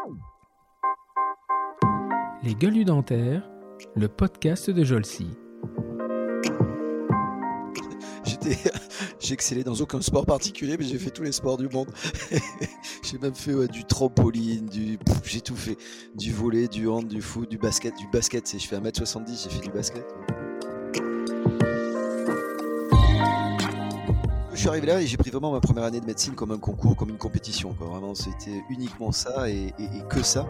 Les Gueules dentaires, le podcast de Jolcy. J'ai excellé dans aucun sport particulier, mais j'ai fait tous les sports du monde. J'ai même fait du trampoline, j'ai tout fait. Du volley, du hand, du foot, du basket. Je fais 1m70, j'ai fait du basket. Je suis arrivé là et j'ai pris vraiment ma première année de médecine comme un concours, comme une compétition, quoi. Vraiment, c'était uniquement ça et que ça.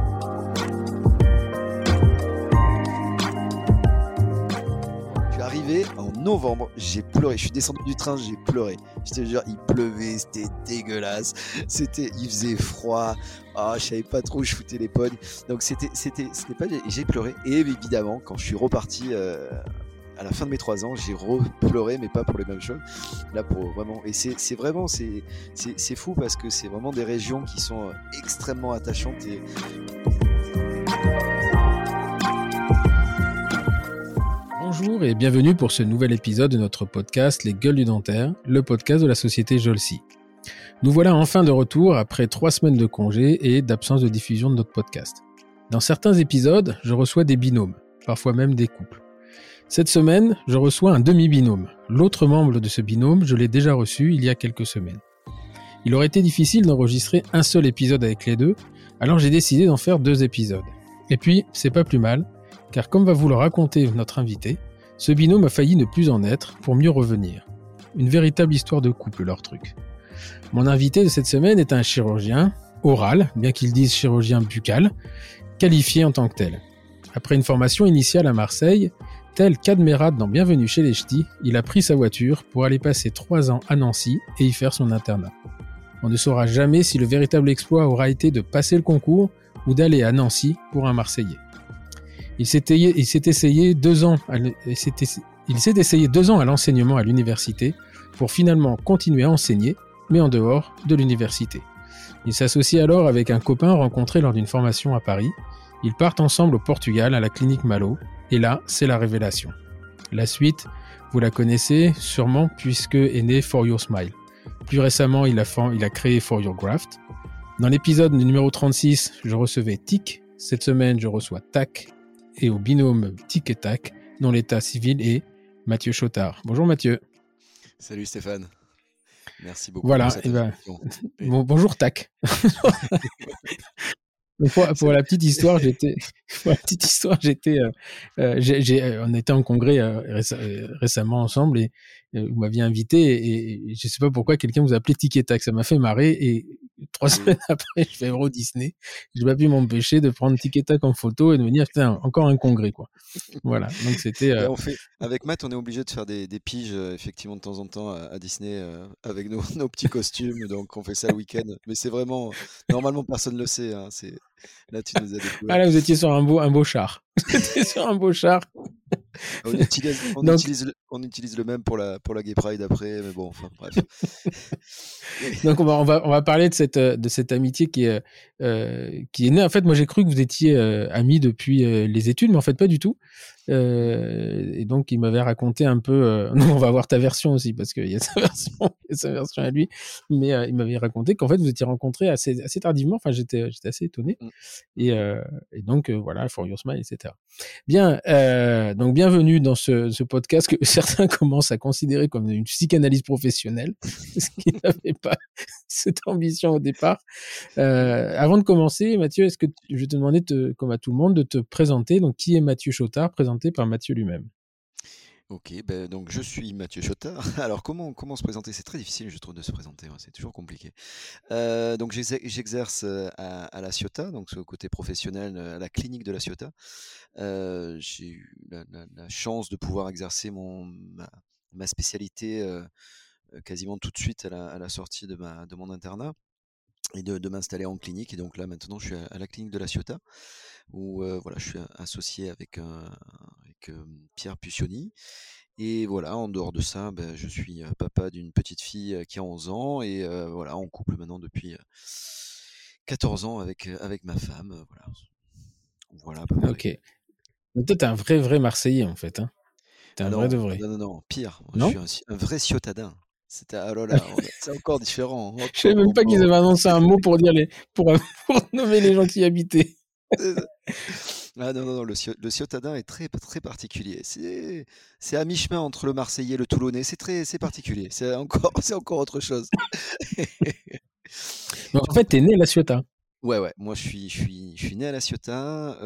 Arrivé en novembre, j'ai pleuré. Je suis descendu du train, j'ai pleuré. Je te jure, il pleuvait, c'était dégueulasse. Il faisait froid. Je savais pas trop où je foutais les pognes. Donc c'était pas. J'ai pleuré. Et évidemment, quand je suis reparti à la fin de mes 3 ans, j'ai repleuré, mais pas pour les mêmes choses. Là, pour vraiment. Et c'est fou parce que c'est vraiment des régions qui sont extrêmement attachantes et. Bonjour et bienvenue pour ce nouvel épisode de notre podcast Les Gueules du Dentaire, le podcast de la société Jolcy. Nous voilà enfin de retour après 3 semaines de congé et d'absence de diffusion de notre podcast. Dans certains épisodes, je reçois des binômes, parfois même des couples. Cette semaine, je reçois un demi-binôme. L'autre membre de ce binôme, je l'ai déjà reçu il y a quelques semaines. Il aurait été difficile d'enregistrer un seul épisode avec les deux, alors j'ai décidé d'en faire 2 épisodes. Et puis, c'est pas plus mal, car comme va vous le raconter notre invité, ce binôme a failli ne plus en être pour mieux revenir. Une véritable histoire de couple, leur truc. Mon invité de cette semaine est un chirurgien oral, bien qu'il dise chirurgien buccal, qualifié en tant que tel. Après une formation initiale à Marseille, tel qu'Admirad dans Bienvenue chez les Ch'tis, il a pris sa voiture pour aller passer 3 ans à Nancy et y faire son internat. On ne saura jamais si le véritable exploit aura été de passer le concours ou d'aller à Nancy pour un Marseillais. Il s'est essayé 2 ans à l'enseignement à l'université pour finalement continuer à enseigner, mais en dehors de l'université. Il s'associe alors avec un copain rencontré lors d'une formation à Paris. Ils partent ensemble au Portugal à la clinique Malo, et là, c'est la révélation. La suite, vous la connaissez sûrement puisque est né For Your Smile. Plus récemment, il a créé For Your Graft. Dans l'épisode numéro 36, je recevais Tic. Cette semaine, je reçois Tac. Et au binôme Tic et Tac, dont l'état civil est Mathieu Chotard. Bonjour Mathieu. Salut Stéphane. Merci beaucoup voilà, pour cette invitation. Bonjour Tac. Pour la petite histoire, on était en congrès récemment ensemble et vous m'aviez invité et je sais pas pourquoi quelqu'un vous appelait Tic et Tac. Ça m'a fait marrer et 3 semaines après, je vais Euro Disney. J'ai pas pu m'empêcher de prendre Tic et Tac en photo et de me dire putain, encore un congrès quoi. Voilà, donc c'était. Avec Matt, on est obligé de faire des piges effectivement de temps en temps à Disney avec nos petits costumes, donc on fait ça le week-end. Mais c'est vraiment normalement personne le sait. Hein, là tu nous as découvert. Ah là vous étiez sur un beau char. Vous étiez sur un beau char. On utilise le même pour la Gay Pride après, mais bon, enfin bref. Donc on va parler de cette amitié qui est née. En fait, moi j'ai cru que vous étiez amis depuis les études, mais en fait pas du tout. Et donc il m'avait raconté un peu. Non, on va voir ta version aussi parce qu'il y a sa version à lui. Mais il m'avait raconté qu'en fait vous étiez rencontrés assez tardivement. Enfin j'étais assez étonné. Et donc voilà, For Your Smile, etc. Bien, donc bienvenue dans ce podcast que certains commencent à considérer comme une psychanalyse professionnelle, ce qui n'avait pas cette ambition au départ. Avant de commencer, Mathieu, est-ce que je vais te demander, comme à tout le monde, de te présenter. Donc, qui est Mathieu Chotard, présenté par Mathieu lui-même. Ok, donc je suis Mathieu Chotard. Alors comment se présenter? C'est très difficile, je trouve, de se présenter, c'est toujours compliqué. Donc j'exerce à La Ciotat, donc au côté professionnel, à la clinique de La Ciotat. J'ai eu la chance de pouvoir exercer ma spécialité quasiment tout de suite à la sortie de mon internat et de m'installer en clinique. Et donc là maintenant je suis à la clinique de La Ciotat où voilà, je suis associé avec Pierre Puccioni. Et voilà, en dehors de ça, je suis papa d'une petite fille qui a 11 ans et voilà, en couple maintenant depuis 14 ans avec ma femme. Voilà à peu près. Ok. Donc toi, t'es un vrai Marseillais en fait. Hein. T'es un vrai de vrai. Non, pire. Non, je suis un vrai ciotadin. C'était ah là là, c'est encore différent, Je savais même pas qu'ils avaient annoncé un mot pour pour nommer les gens qui y habitaient. Ah non, non, non, le Ciotadin est très, très particulier. C'est à mi-chemin entre le Marseillais et le Toulonnais. C'est particulier. C'est encore autre chose. Donc, en fait, t'es né à La Ciotat. Ouais, ouais. Moi, je suis né à La Ciotat.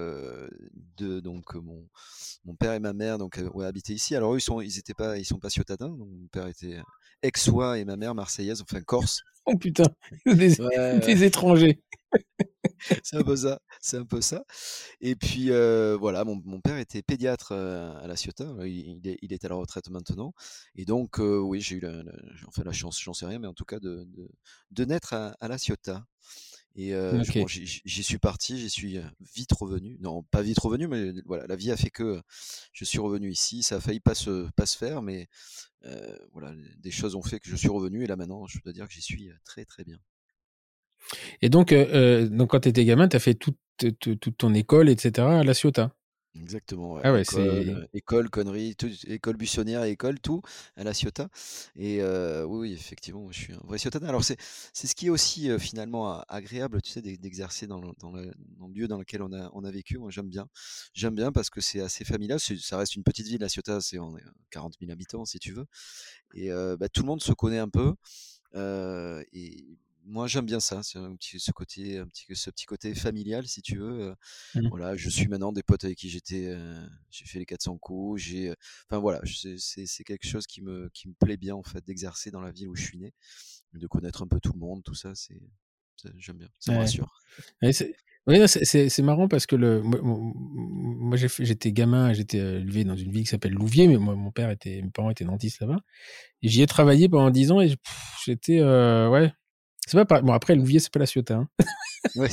Donc, mon père et ma mère ouais, habitaient ici. Alors, eux, ils sont pas ciotadins. Donc, mon père était aixois et ma mère marseillaise, enfin corse. Oh putain, des, Ouais, ouais, des étrangers. c'est un peu ça. C'est un peu ça. Et puis voilà, mon père était pédiatre à La Ciotat. Il est à la retraite maintenant. Et donc, oui, j'ai eu enfin, la chance, j'en sais rien, mais en tout cas de naître à La Ciotat. Et bon, Ok. j'y suis parti, j'y suis vite revenu. Non, pas vite revenu, mais voilà, la vie a fait que je suis revenu ici. Ça a failli pas se faire, mais voilà, des choses ont fait que je suis revenu. Et là maintenant, je dois dire que j'y suis très très bien. Et donc quand t'étais gamin, t'as fait toute ton école, etc. à La Ciotat. Exactement, ouais. Ah ouais, École, c'est. école, conneries, tout, école buissonnière, école, tout, à La Ciotat. Et oui, oui, effectivement, je suis un vrai Ciotat. Alors c'est ce qui est aussi finalement agréable, tu sais, d'exercer dans le lieu dans lequel on a vécu. Moi, j'aime bien. J'aime bien parce que c'est assez familial. Ça reste une petite ville, La Ciotat, on est 40 000 habitants, si tu veux. Et bah, tout le monde se connaît un peu. Et moi, j'aime bien ça. C'est ce petit côté familial, si tu veux. Mhm. Voilà, je suis maintenant des potes avec qui j'ai fait les 400 coups. Enfin voilà, c'est quelque chose qui me plaît bien en fait d'exercer dans la ville où je suis né, de connaître un peu tout le monde, tout ça, j'aime bien, ça me Ouais. rassure. Ouais, ouais, non, c'est marrant parce que moi j'étais gamin, j'étais élevé dans une ville qui s'appelle Louviers, mais moi mes parents étaient dentistes là-bas. Et j'y ai travaillé pendant 10 ans et j'étais ouais. C'est pas pareil. Bon, après, Louviers, c'est pas La Ciotat, hein. Ouais,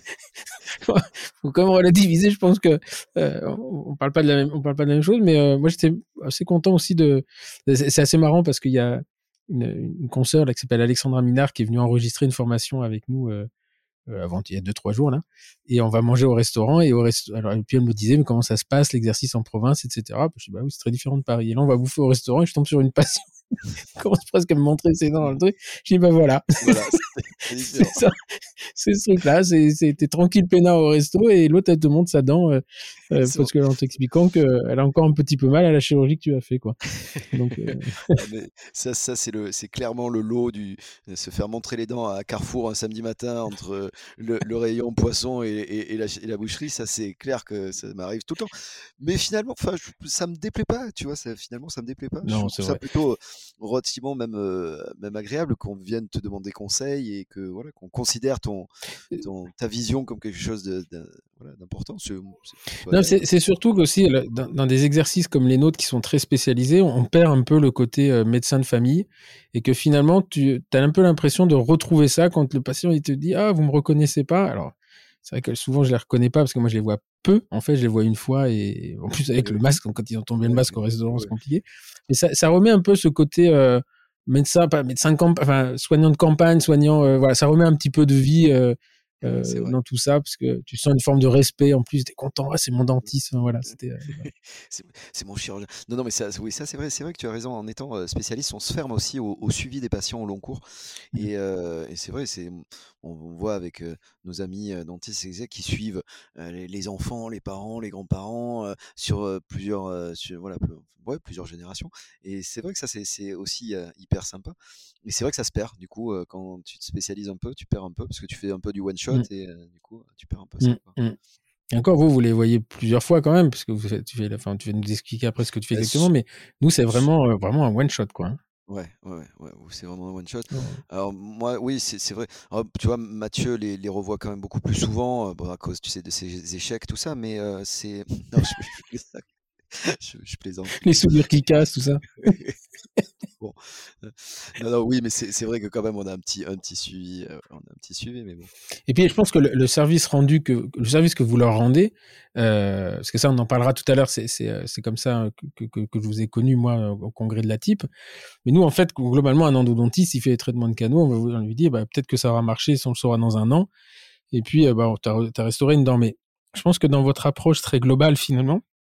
Faut quand même relativiser. Je pense que on parle pas on parle pas de la même chose, mais moi j'étais assez content aussi C'est assez marrant parce qu'il y a une consoeur là qui s'appelle Alexandra Minard qui est venue enregistrer une formation avec nous avant il y a 2-3 jours là, et on va manger au restaurant alors et puis elle me disait mais comment ça se passe l'exercice en province, etc. Je dis bah oui c'est très différent de Paris. Et là on va bouffer au restaurant et je tombe sur une passion. Elle commence presque à me montrer ses dents dans le truc. Je dis bah voilà. voilà, c'est C'est différent. ça, c'est ce truc-là. T'es tranquille peinard au resto et l'autre elle te montre sa dent C'est bon. parce qu'en t'expliquant qu'elle a encore un petit peu mal à la chirurgie que tu as fait quoi. Donc Ah, mais ça c'est clairement le lot se faire montrer les dents à Carrefour un samedi matin entre le rayon poisson et la boucherie, ça c'est clair que ça m'arrive tout le temps. Mais finalement, enfin, ça me déplaît pas, tu vois, finalement ça me déplaît pas. Je non c'est trouve ça vrai. plutôt relativement même agréable qu'on vienne te demander conseil et que voilà qu'on considère ta vision comme quelque chose voilà, d'important. C'est plutôt Non, agréable. c'est surtout qu'aussi, dans des exercices comme les nôtres qui sont très spécialisés, on perd un peu le côté médecin de famille et que finalement, tu as un peu l'impression de retrouver ça quand le patient il te dit ah vous me reconnaissez pas. Alors c'est vrai que souvent je les reconnais pas parce que moi je les vois peu. En fait, je les vois une fois et en plus avec Oui, le masque, donc quand ils ont tombé le oui, masque au restaurant, c'est oui, compliqué. Mais ça remet un peu ce côté médecin, pas médecin de campagne, enfin soignant de campagne, soignant, voilà, ça remet un petit peu de vie. c'est vrai. Dans tout ça, parce que tu sens une forme de respect. En plus, t'es content, ah, c'est mon dentiste. Enfin, voilà, c'était. Voilà. C'est c'est mon chirurgien. Non, non, mais ça, oui, ça c'est vrai que tu as raison. En étant spécialiste, on se ferme aussi au suivi des patients au long cours. Et c'est vrai, on voit avec nos amis dentistes qui suivent les enfants, les parents, les grands-parents sur voilà, ouais, plusieurs générations. Et c'est vrai que ça, c'est aussi hyper sympa. Et c'est vrai que ça se perd. Du coup, quand tu te spécialises un peu, tu perds un peu parce que tu fais un peu du one shot Mm, et du coup, tu perds un peu mm, ça, quoi. mm. Et encore, vous les voyez plusieurs fois quand même, parce que enfin, tu vas nous expliquer après ce que tu fais Bah, exactement, mais nous, c'est vraiment un one shot, quoi. Hein. ouais, ouais, ouais, ouais, c'est vraiment un one shot. Oh. Alors moi, oui, c'est vrai. Alors, tu vois, Mathieu les revoit quand même beaucoup plus souvent, bon, à cause, tu sais, de ses échecs, tout ça, mais c'est... Non, je plaisante. Je plaisante. Les sourires qui cassent, tout ça. Bon. Non, non, oui, mais c'est vrai que quand même, on a un petit suivi, mais bon. Et puis, je pense que le service le service que vous leur rendez, parce que ça, on en parlera tout à l'heure, c'est comme ça que je vous ai connu, moi, au congrès de la type. Mais nous, en fait, globalement, un endodontiste, il fait les traitements de canaux, on lui dit, bah, peut-être que ça va marcher si on le saura dans un an. Et puis, bah, t'as restauré une dent. Mais je pense que dans votre approche très globale, finalement,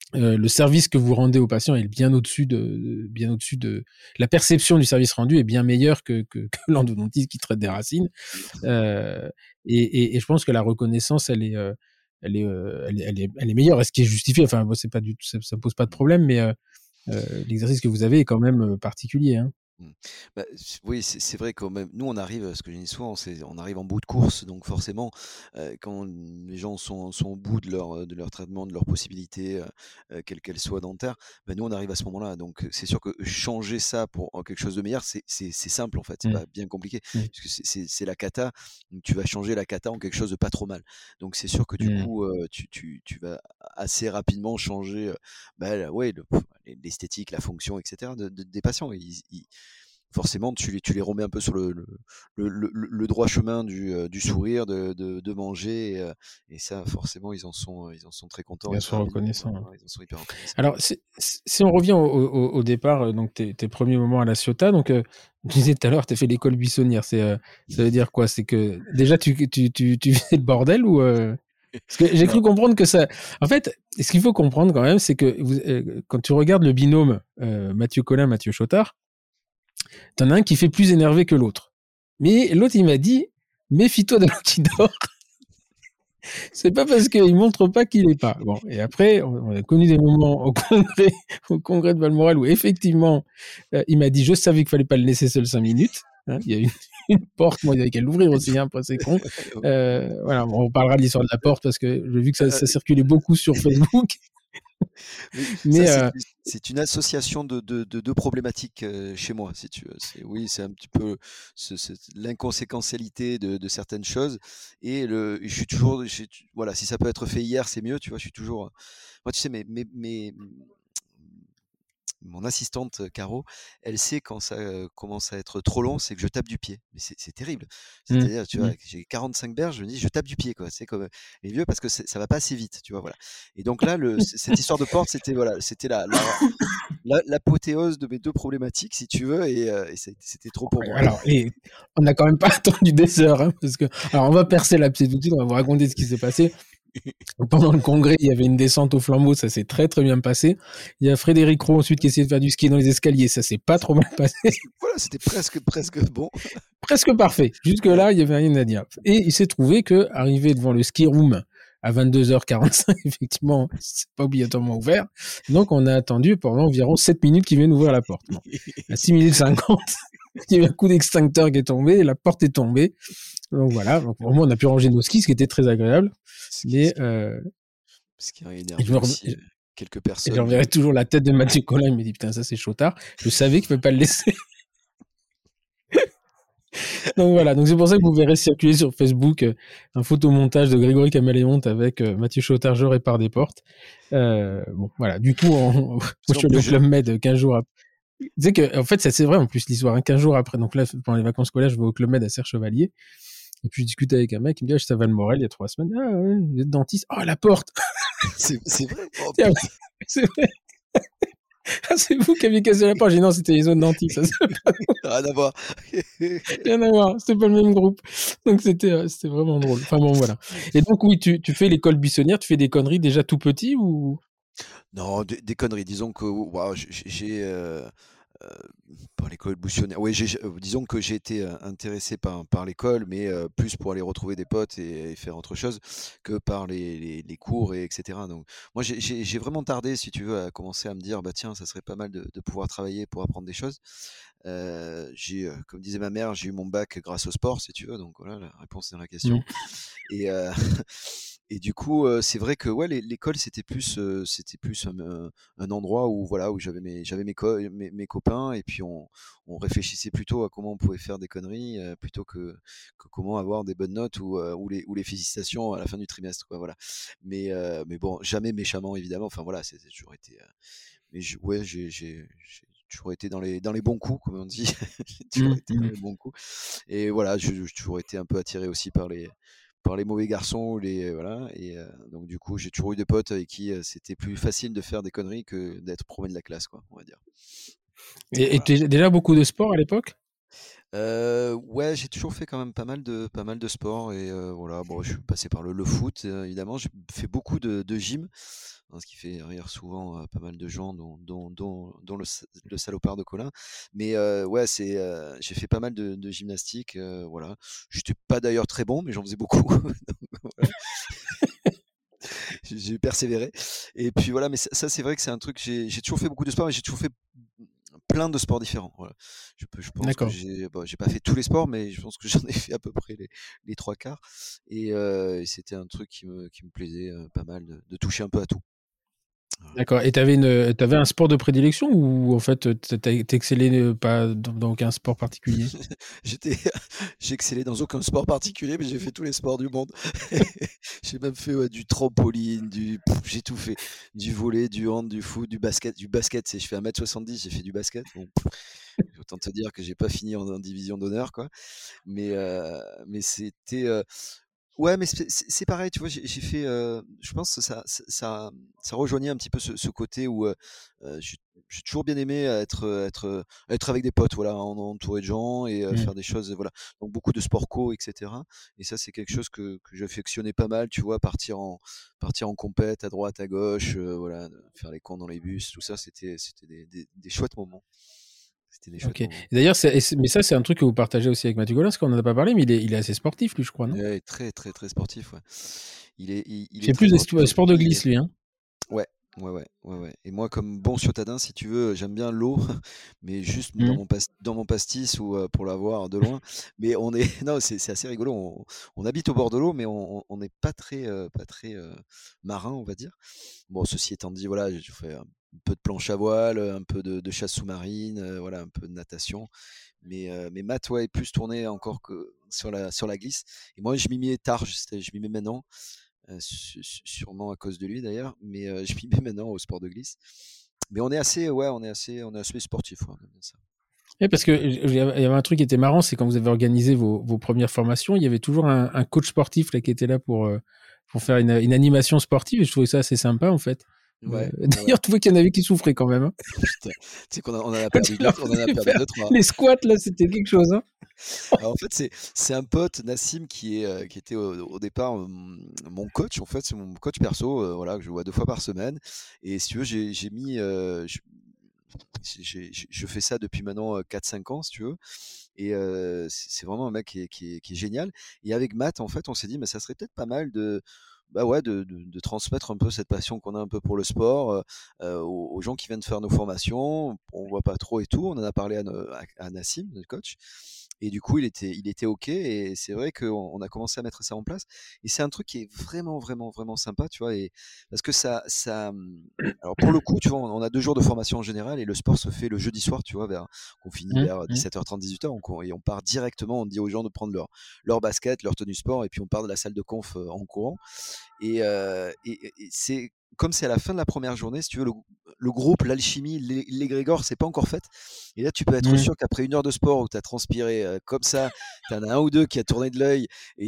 le service que vous rendez aux patients est bien au-dessus de la perception du service rendu est bien meilleure que l'endodontiste qui traite des racines. Et je pense que la reconnaissance, elle est meilleure. Est-ce qui est justifié? Enfin, bon, c'est pas du tout, ça pose pas de problème, mais l'exercice que vous avez est quand même particulier, hein. Mmh. Bah, oui, c'est vrai quand même nous on arrive, ce que je dis souvent, c'est on arrive en bout de course, donc forcément, quand les gens sont au bout de leur traitement, de leurs possibilités, quelles qu'elles soient dentaires, bah, nous on arrive à ce moment-là. Donc, c'est sûr que changer ça pour quelque chose de meilleur, c'est simple en fait, c'est Mmh. pas bien compliqué. Mmh. Puisque c'est la cata, donc tu vas changer la cata en quelque chose de pas trop mal. Donc c'est sûr que du Mmh. coup, tu vas assez rapidement changer, bah, ouais, l'esthétique, la fonction et cetera des patients. Forcément, tu les remets un peu sur le droit chemin du sourire, de manger et ça forcément ils en sont très contents Bien assez sûr rapidement, reconnaissant, hein. ouais, ils en sont hyper reconnaissants. Alors, si on revient au départ, donc tes premiers moments à la Ciotat, donc tu disais tout à l'heure, tu as fait l'école buissonnière. Ça veut dire quoi? C'est que déjà tu faisais le bordel ou parce que j'ai Non, cru comprendre que ça. En fait, ce qu'il faut comprendre quand même, c'est que quand tu regardes le binôme Mathieu Collin, Mathieu Chotard, t'en as un qui fait plus énervé que l'autre. Mais l'autre, il m'a dit, méfie-toi de l'eau qui dort. C'est pas parce qu'il montre pas qu'il est pas. Bon, et après, on a connu des moments au congrès de Balmoral où effectivement, il m'a dit, je savais qu'il fallait pas le laisser seul 5 minutes. Hein, il y a une porte, moi, il y avait qu'à l'ouvrir aussi, hein, après c'est con. Voilà, bon, on parlera de l'histoire de la porte parce que j'ai vu que ça circulait beaucoup sur Facebook. mais ça Mais c'est une association de 2 problématiques, chez moi si tu veux. C'est un petit peu l'inconséquentialité de certaines choses et je suis toujours voilà, si ça peut être fait hier, c'est mieux, tu vois? Je suis toujours, moi tu sais mon assistante, Caro, elle sait quand ça, commence à être trop long, c'est que je tape du pied. Mais c'est terrible. mmh, C'est-à-dire, tu vois, mmh. j'ai 45 berges, je me dis: «Je tape du pied», quoi. C'est comme, les vieux parce que ça va pas assez vite, tu vois? Voilà et donc là, cette histoire de porte, c'était voilà, c'était l'apothéose de mes 2 problématiques, si tu veux et c'était trop pour Ouais, moi. alors, et on n'a quand même pas attendu des heures, hein, parce que, alors on va percer l'abcès tout de suite, on va vous raconter ce qui s'est passé. Pendant le congrès, il y avait une descente au flambeau, ça s'est très très bien passé. Il y a Frédéric Roux ensuite qui essayait de faire du ski dans les escaliers, ça s'est pas trop mal passé. Voilà, c'était presque bon. Presque parfait. Ouais. Jusque-là, il y avait rien à dire. Et il s'est trouvé que, arrivé devant le ski room à 22h45, effectivement, c'est pas obligatoirement ouvert. Donc, on a attendu pendant environ 7 minutes qu'il vienne ouvrir la porte. Bon. À 6 minutes 50, il y a eu un coup d'extincteur qui est tombé, et la porte est tombée. Donc voilà, donc, au moins on a pu ranger nos skis, ce qui était très agréable. Ce qui Mais ce qui ce qui a et je énervé me aussi, quelques et personnes, j'enverrai toujours la tête de Mathieu Collin. Il me dit putain, ça c'est Chotard. Je savais qu'il ne fallait pas le laisser. Donc voilà, donc c'est pour ça que vous verrez circuler sur Facebook un photomontage de Grégory Caméléonte avec Mathieu Chotard, je répare des portes. Bon, voilà, du coup, moi parce je qu'en suis allé plus au Club Med 15 jours après. Tu sais que, en fait, ça c'est vrai en plus l'histoire, hein, 15 jours après. Donc là, pendant les vacances scolaires, je vais au Club Med à Serre-Chevalier. Et puis je discute avec un mec, il me dit, ah, je suis à Valmorel il y a 3 semaines. Ah ouais, vous êtes dentiste. Oh, la porte! c'est vrai? Oh Tiens, putain! c'est vrai. Ah, c'est vous qui aviez cassé la porte. J'ai dit non, c'était les autres dentistes. Ça, Rien à voir. rien à voir, c'était pas le même groupe. Donc c'était vraiment drôle. Enfin bon, voilà. Et donc oui, tu fais l'école buissonnière, tu fais des conneries déjà tout petit ou? Non, des conneries. Disons que waouh, j'ai, heu, par l'école buissonnière oui, disons que j'ai été, intéressé par l'école, mais plus pour aller retrouver des potes et faire autre chose que par les cours et cetera. Donc moi, j'ai vraiment tardé, si tu veux, à commencer à me dire: «Bah, tiens, ça serait pas mal de pouvoir travailler pour apprendre des choses». Comme disait ma mère, j'ai eu mon bac grâce au sport, si tu veux, donc voilà la réponse à la question. Mmh. Et et du coup, c'est vrai que ouais, l'école c'était plus un endroit où voilà, où j'avais mes copains et puis on réfléchissait plutôt à comment on pouvait faire des conneries, plutôt que comment avoir des bonnes notes ou les félicitations à la fin du trimestre, quoi, voilà. Mais bon, jamais méchamment évidemment, enfin voilà, c'est toujours été, mais ouais, j'ai toujours été dans les bons coups, comme on dit. J'ai toujours Mmh, été dans mmh. les bons coups et voilà, j'ai toujours été un peu attiré aussi par les mauvais garçons ou voilà et donc du coup, j'ai toujours eu des potes avec qui, c'était plus facile de faire des conneries que d'être premier de la classe, quoi, on va dire. Et Voilà. déjà beaucoup de sport à l'époque? Ouais, j'ai toujours fait quand même pas mal de sport et voilà, bon, je suis passé par le foot, évidemment. J'ai fait beaucoup de gym, hein, ce qui fait rire souvent, pas mal de gens dont le salopard de Colin. Mais ouais, j'ai fait pas mal de gymnastique, voilà. J'étais pas d'ailleurs très bon, mais j'en faisais beaucoup, donc voilà. J'ai persévéré et puis voilà, mais ça c'est vrai que c'est un truc, j'ai toujours fait beaucoup de sport, mais j'ai toujours fait plein de sports différents, voilà. Je pense que D'accord. j'ai pas fait tous les sports, mais je pense que j'en ai fait à peu près les 3/4 et c'était un truc qui me plaisait, pas mal de toucher un peu à tout. Voilà. D'accord. Et t'avais un sport de prédilection ou en fait t'excellais pas dans aucun sport particulier? J'étais j'ai excellé dans aucun sport particulier, mais j'ai fait tous les sports du monde. J'ai même fait, ouais, du trampoline, j'ai tout fait. Du volley, du hand, du foot, du basket, je fais 1,70 m, j'ai fait du basket. Bon, autant te dire que j'ai pas fini en division d'honneur, quoi. Mais c'était, ouais, mais c'est pareil, tu vois? J'ai fait, je pense que ça rejoignait un petit peu ce côté où, j'ai toujours bien aimé être avec des potes, voilà, entouré de gens et Mmh. faire des choses, voilà. Donc beaucoup de sport co et cetera, et ça, c'est quelque chose que j'affectionnais pas mal, tu vois? Partir en compète à droite, à gauche, voilà, faire les cons dans les bus, tout ça, c'était des chouettes moments. C'était des chouettes OK. Et moments. d'ailleurs, mais ça, c'est un truc que vous partagez aussi avec Mathieu Collin, parce qu'on en a pas parlé, mais il est assez sportif, lui, je crois, non? Ouais, très, très, très sportif, ouais. Il Il est fait très plus des sportif sports de aussi. glisse, lui, hein? Ouais, ouais, ouais, ouais, ouais. Et moi, comme bon ciotadin, si tu veux, j'aime bien l'eau, mais juste Mmh. dans mon pastis ou pour la voir de loin. Mais on est, non, c'est assez rigolo. On habite au bord de l'eau, mais on n'est pas très marin, on va dire. Bon, ceci étant dit, voilà, je fais un peu de planche à voile, un peu de chasse sous-marine, voilà, un peu de natation. Mais Matt, ouais, est plus tourné encore que sur la glisse. Et moi, je m'y mets tard, je m'y mets maintenant. Sûrement à cause de lui d'ailleurs, mais je m'y mets maintenant au sport de glisse. Mais on est assez, ouais, on est assez sportif, ouais, on aime bien ça. Ouais, parce que il y avait un truc qui était marrant, c'est quand vous avez organisé vos premières formations, il y avait toujours un coach sportif là, qui était là pour faire une animation sportive, et je trouvais ça assez sympa, en fait. Ouais, ouais, ouais. D'ailleurs, tu vois qu'il y en avait qui souffraient quand même, hein. Putain, tu sais qu'on en a perdu deux, on en a perdu Faire deux, trois. les squats, là, c'était quelque chose, hein. Alors en fait, c'est un pote, Nassim, qui était au départ mon coach. En fait, c'est mon coach perso, voilà, que je vois 2 fois par semaine. Et si tu veux, j'ai mis, je fais ça depuis maintenant 4-5 ans, si tu veux. Et c'est vraiment un mec qui est génial. Et avec Matt, en fait, on s'est dit, mais ça serait peut-être pas mal bah ouais, de transmettre un peu cette passion qu'on a un peu pour le sport aux gens qui viennent faire nos formations. On voit pas trop et tout. On en a parlé à Nassim, notre coach. Et du coup, il était OK. Et c'est vrai qu'on a commencé à mettre ça en place. Et c'est un truc qui est vraiment, vraiment, vraiment sympa, tu vois. Et parce que alors pour le coup, tu vois, on a 2 jours de formation en général et le sport se fait le jeudi soir, tu vois, qu'on finit Mmh, vers mmh. 17h30, 18h, et on part directement, on dit aux gens de prendre leur basket, leur tenue sport, et puis on part de la salle de conf en courant. Et c'est comme c'est à la fin de la première journée, si tu veux, le groupe, l'alchimie, l'égrégore, c'est pas encore fait. Et là, tu peux être Mmh. sûr qu'après 1 heure de sport où tu as transpiré comme ça, tu en as un ou deux qui a tourné de l'œil et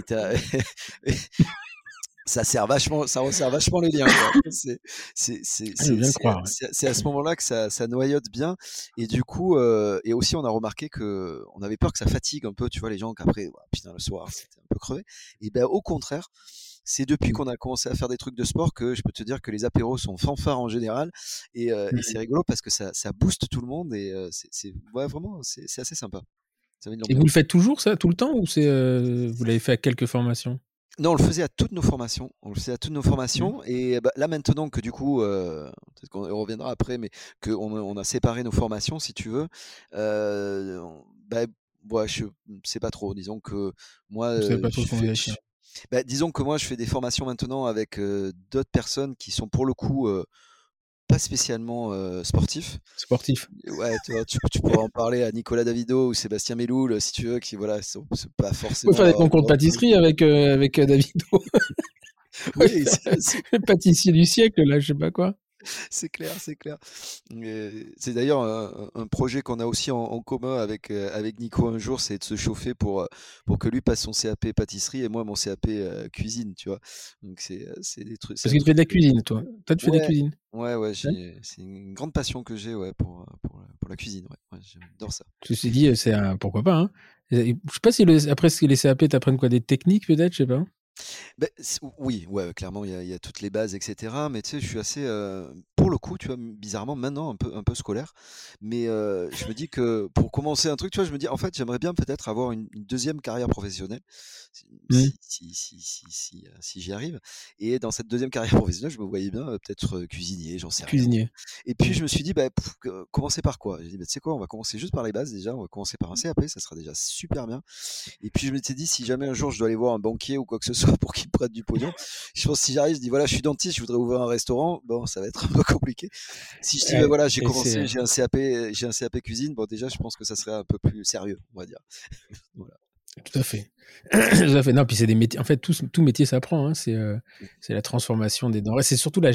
ça resserre vachement les liens, quoi. Ah, je veux bien le croire, ouais. C'est à ce moment-là que ça noyote bien. Et du coup, et aussi, on a remarqué que on avait peur que ça fatigue un peu, tu vois, les gens, qu'après, ouah, putain, le soir, c'était un peu crevé. Et ben, au contraire, c'est depuis Mmh. qu'on a commencé à faire des trucs de sport que je peux te dire que les apéros sont fanfares en général. Et c'est Mmh. rigolo parce que ça booste tout le monde et ouais, vraiment, c'est assez sympa. Ça met de Et vous l'ambiance. le faites toujours, ça, tout le temps, ou vous l'avez fait à quelques formations? Non, on le faisait à toutes nos formations. On le faisait à toutes nos Mmh. formations. Et bah, là maintenant que du coup, peut-être qu'on reviendra après, mais qu'on a séparé nos formations, si tu veux, bah, ouais, je sais pas trop. Disons que moi, Vous savez pas trop comment vous allez faire? bah, disons que moi, je fais des formations maintenant avec d'autres personnes qui sont pour le coup pas spécialement sportifs. Sportif? Ouais, tu pourras en parler à Nicolas Davido ou Sébastien Meloul, si tu veux, qui voilà, sont pas Faut faire forcément des concours de pâtisserie avec Davido. oui, c'est Le pâtissier du siècle, là, je sais pas quoi. C'est clair, c'est clair. C'est d'ailleurs un projet qu'on a aussi en commun avec Nico un jour, c'est de se chauffer pour que lui passe son CAP pâtisserie et moi mon CAP cuisine, tu vois. Donc c'est des trucs, c'est Parce un que tu fais truc. de la cuisine, toi. Toi, tu fais de la Ouais, cuisine. ouais, Ouais. c'est une grande passion que j'ai, ouais, pour la cuisine, ouais, ouais, j'adore ça. Ceci dit, c'est un pourquoi pas, hein. Je sais pas si après les CAP t'apprennent quoi, des techniques peut-être, je sais pas. Beh, oui, ouais, clairement, il y a toutes les bases, et cetera. Mais tu sais, je suis assez, pour le coup, tu vois, bizarrement, maintenant, un peu scolaire. Mais je me dis que pour commencer un truc, tu vois, je me dis, en fait, j'aimerais bien peut-être avoir une 2e carrière professionnelle, si Mmh. si j'y arrive. Et dans cette 2e carrière professionnelle, je me voyais bien, peut-être, cuisinier, j'en sais rien. Cuisinier. Et puis Mmh. je me suis dit: «Bah, commencer par quoi?» J'ai dit: «Bah, tu sais quoi? On va commencer juste par les bases déjà, on va commencer par un CAP, ça sera déjà super bien». Et puis je m'étais dit, si jamais un jour je dois aller voir un banquier ou quoi que ce soit pour qu'il me prête du pognon, je pense que si j'arrive, je dis voilà, je suis dentiste, je voudrais ouvrir un restaurant, bon, ça va être un peu compliqué. Si je dis ben voilà, j'ai Et c'est commencé, j'ai un CAP cuisine, bon déjà, je pense que ça serait un peu plus sérieux, on va dire. Voilà. tout à fait. Tout à fait. Non, puis c'est des métiers. En fait, tout métier s'apprend, hein. C'est la transformation des denrées. C'est surtout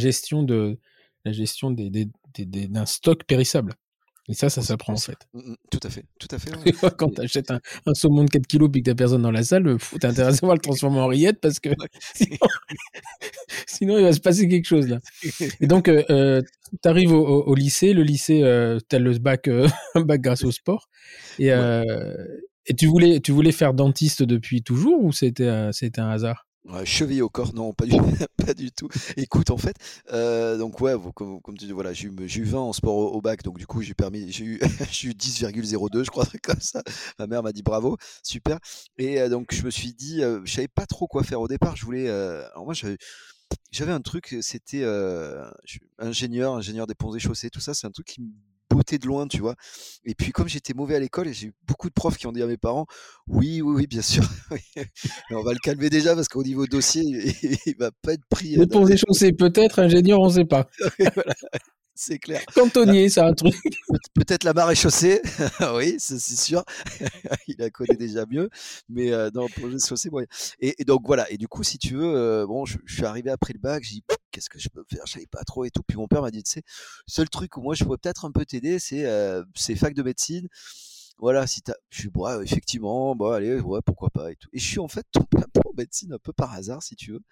la gestion d'un stock périssable. Et ça Aussi, s'apprend bien en sûr. fait. Tout à fait, ouais. Quand Et- tu achètes un saumon de 4 kilos puis que t'as personne dans la salle, t'as intérêt à savoir le transformer en rillette parce que sinon, sinon, il va se passer quelque chose là. Et donc, tu arrives au lycée. Le lycée, tu as le bac, un bac grâce au sport. Et, Ouais. et tu voulais faire dentiste depuis toujours ou c'était un hasard? Ouais, cheville au corps, non, pas du, pas du tout. Écoute, en fait, donc ouais, comme tu dis, voilà, j'ai eu 20 en sport au bac, donc du coup, j'ai eu, j'ai eu 10,02, je crois, un truc comme ça. Ma mère m'a dit bravo, super. Et donc, je me suis dit, je savais pas trop quoi faire au départ. Je voulais, alors moi, j'avais un truc, c'était ingénieur des ponts et chaussées, tout ça, c'est un truc qui me bottait de loin, tu vois. Et puis comme j'étais mauvais à l'école, et j'ai eu beaucoup de profs qui ont dit à mes parents, oui, oui, oui, bien sûr, oui. Mais on va le calmer déjà parce qu'au niveau dossier, il va pas être pris Les ponts d'année. et chaussées, peut-être, ingénieur, on sait pas. Voilà, c'est clair. Bah, Cantonnier, c'est un truc. peut-être la marée chaussée, oui, ça c'est sûr. Il la connaît déjà mieux, mais non, pour le chaussée, moyen. Et donc voilà. Et du coup, si tu veux, bon, je suis arrivé après le bac, j'ai dit qu'est-ce que je peux faire, je savais pas trop et tout. Puis mon père m'a dit, tu sais, seul truc où moi je pourrais peut-être un peu t'aider, c'est fac de médecine. Voilà, si t'as, je suis ouais, effectivement, bon allez, ouais, pourquoi pas et tout. Et je suis en fait tombé un peu en médecine un peu par hasard, si tu veux.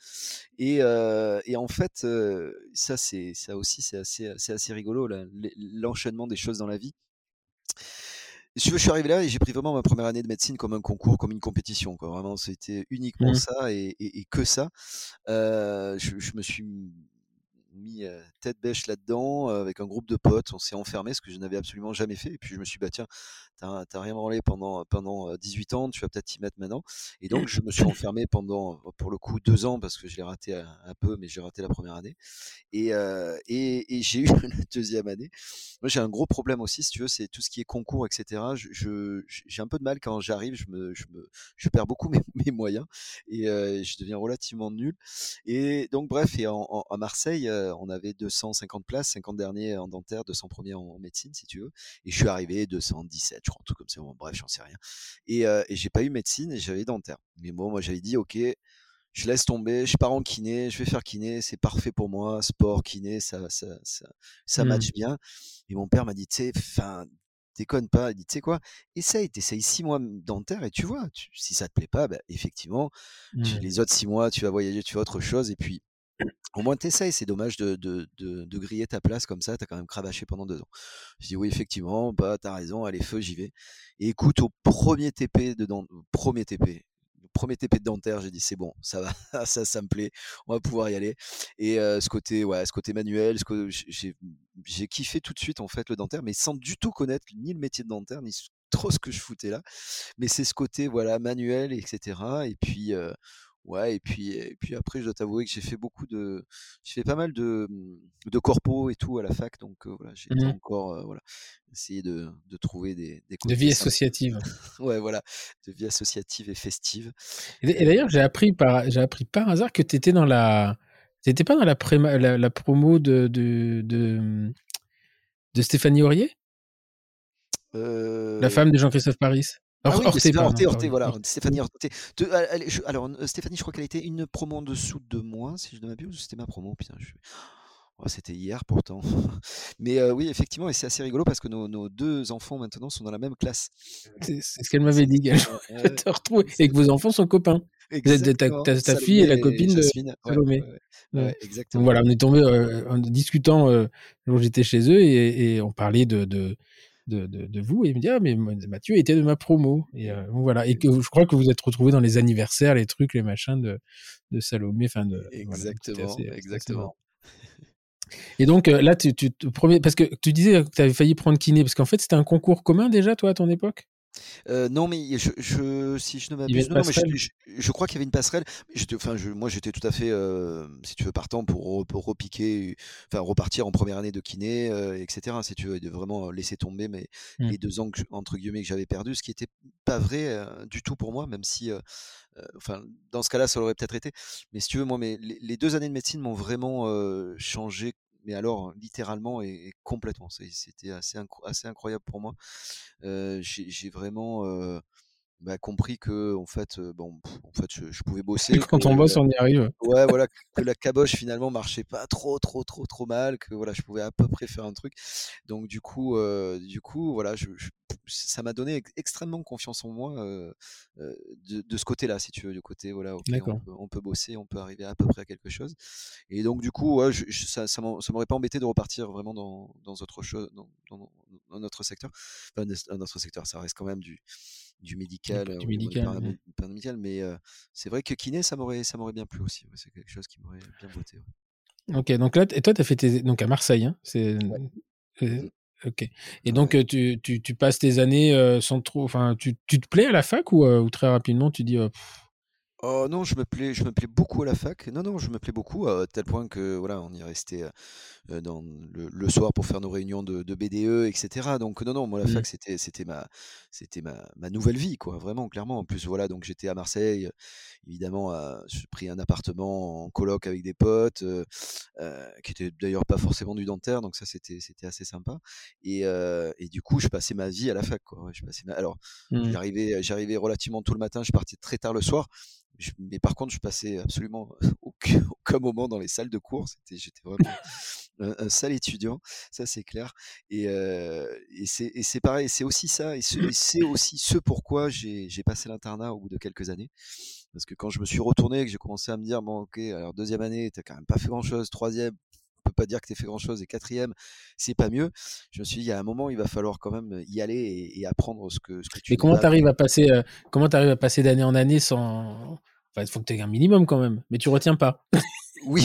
Et en fait, ça aussi, c'est assez rigolo, l'enchaînement des choses dans la vie. Si tu veux, je suis arrivé là et j'ai pris vraiment ma première année de médecine comme un concours, comme une compétition, quoi. Vraiment, c'était uniquement Mmh. ça et que ça. Je me suis mis tête bêche là-dedans avec un groupe de potes. On s'est enfermé, ce que je n'avais absolument jamais fait. Et puis je me suis dit, bah tiens, t'as rien branlé pendant 18 ans, tu vas peut-être t'y mettre maintenant. Et donc je me suis enfermé pendant, pour le coup, 2 ans parce que je l'ai raté un peu, mais j'ai raté la première année. Et j'ai eu la deuxième année. Moi, j'ai un gros problème aussi, si tu veux, c'est tout ce qui est concours, etc. J'ai un peu de mal quand j'arrive, je perds beaucoup mes moyens et je deviens relativement nul. Et donc, bref, et à Marseille, on avait 250 places, 50 derniers en dentaire, 200 premiers en médecine, si tu veux. Et je suis arrivé 217, je crois, un truc comme ça. Bon, bref, j'en sais rien. Et j'ai pas eu médecine et j'avais dentaire. Mais bon, moi, j'avais dit, ok, je laisse tomber, je pars en kiné, je vais faire kiné, c'est parfait pour moi, sport, kiné, ça Mmh. match bien. Et mon père m'a dit, tu sais, enfin, déconne pas, il dit, tu sais quoi, t'essayes 6 mois dentaire et tu vois, si ça te plaît pas, bah, effectivement, Mmh. les autres 6 mois, tu vas voyager, tu vas autre chose, et puis au moins t'essayes, c'est dommage de griller ta place comme ça, t'as quand même cravaché pendant 2 ans. Je dis oui, effectivement, bah t'as raison, allez, feu, j'y vais. Et écoute, au premier TP de dentaire, j'ai dit c'est bon, ça va, ça me plaît, on va pouvoir y aller. Et ce côté manuel, j'ai kiffé tout de suite en fait le dentaire, mais sans du tout connaître ni le métier de dentaire, ni trop ce que je foutais là. Mais c'est ce côté voilà manuel, etc. Et puis ouais, et puis après, je dois t'avouer que j'ai fait pas mal de corpo et tout à la fac, donc voilà, j'ai été Mmh. encore voilà, essayer de trouver des De côtés vie sympas. associative. Ouais, voilà, de vie associative et festive. Et d'ailleurs, j'ai appris par hasard que t'étais pas dans la promo de Stéphanie Aurier? La Heu, femme de Jean-Christophe Paris? ah oui, de Orthé, Stéphanie pardon, Horté, voilà, Horté. Stéphanie Horté. Alors, Stéphanie, je crois qu'elle était une promo en dessous de moi, si je ne m'abuse, ou c'était ma promo? Putain, Oh, c'était hier pourtant. Mais oui, effectivement, et c'est assez rigolo parce que nos 2 enfants maintenant sont dans la même classe. C'est ce qu'elle C'est m'avait dit, qu'elle ouais, ouais, te retrouve et c'est que vos enfants sont copains. Vous êtes exactement, ta fille Salomé et la et copine de Jasmine. Ouais, Salomé. ouais, ouais. Ouais. Ouais, Donc exactement. voilà, on est tombé en discutant le jour où j'étais chez eux et on parlait de vous et il me dit ah mais Mathieu était de ma promo et donc voilà et Et que je crois que vous êtes retrouvés dans les anniversaires, les trucs, les machins de Salomé, enfin voilà, donc exactement, c'était assez exactement. marrant. Et donc là tu premier parce que tu disais que tu avais failli prendre kiné parce qu'en fait c'était un concours commun déjà toi à ton époque? Non, mais si je ne Il y avait m'abuse, une non, mais passerelle? je crois qu'il y avait une passerelle. Mais moi, j'étais tout à fait, si tu veux, partant pour repiquer, enfin, repartir en première année de kiné, et cetera, si tu veux, et de vraiment laisser tomber Mmh. les 2 ans entre guillemets, que j'avais perdus, ce qui était pas vrai, du tout pour moi, même si, enfin, dans ce cas-là, ça l'aurait peut-être été. Mais si tu veux, moi, les 2 années de médecine m'ont vraiment, changé, mais alors littéralement et complètement. C'était assez incroyable pour moi. J'ai vraiment, compris que en fait, en fait, je pouvais bosser, que Quand on bosse, on y arrive. ouais, voilà, que la caboche finalement marchait pas trop mal, que voilà, je pouvais à peu près faire un truc. Donc du coup, voilà, ça m'a donné extrêmement confiance en moi, de ce côté-là, si tu veux, du côté voilà, OK, D'accord. on peut bosser, on peut arriver à peu près à quelque chose. Et donc du coup, ouais, ça m'aurait pas embêté de repartir vraiment dans autre chose, dans notre secteur. Enfin, un autre secteur, ça reste quand même du médical, Du au niveau du médical. paramédical, mais c'est vrai que kiné, ça m'aurait bien plu aussi, ouais, c'est quelque chose qui m'aurait bien botté, ouais. Ok, donc là, et toi, tu as fait donc à Marseille, hein, Ouais. euh, Mmh. ok. Et Ouais. donc, tu passes tes années sans trop. Enfin, tu te plais à la fac ou très rapidement, tu dis. Oh non, je me plais beaucoup à la fac. Non, non, je me plais beaucoup, à tel point que voilà, on y est resté, dans le soir pour faire nos réunions de BDE, et cetera. Donc non, non, moi la Hmm, fac c'était ma nouvelle vie, quoi, vraiment, clairement. En plus, voilà, donc j'étais à Marseille, évidemment, j'ai pris un appartement en coloc avec des potes, qui étaient d'ailleurs pas forcément du dentaire, donc ça c'était assez sympa. Et du coup, je passais ma vie à la fac, quoi. Ouais, alors, hmm. j'arrivais relativement tôt le matin, je partais très tard le soir. Mais par contre, je passais absolument aucun moment dans les salles de cours. J'étais vraiment un sale étudiant, ça c'est clair. Et c'est pareil, c'est aussi ça, et c'est aussi ce pourquoi j'ai passé l'internat au bout de quelques années. Parce que quand je me suis retourné, que j'ai commencé à me dire, bon, ok, alors deuxième année, t'as quand même pas fait grand-chose, troisième, on peut pas dire que t'aies fait grand-chose, et quatrième, c'est pas mieux. Je me suis dit, il y a un moment, il va falloir quand même y aller et apprendre ce que tu Mais n'as pas appris. comment t'arrives à passer d'année en année sans. Enfin, il faut que tu aies un minimum quand même. Mais tu retiens pas. Oui,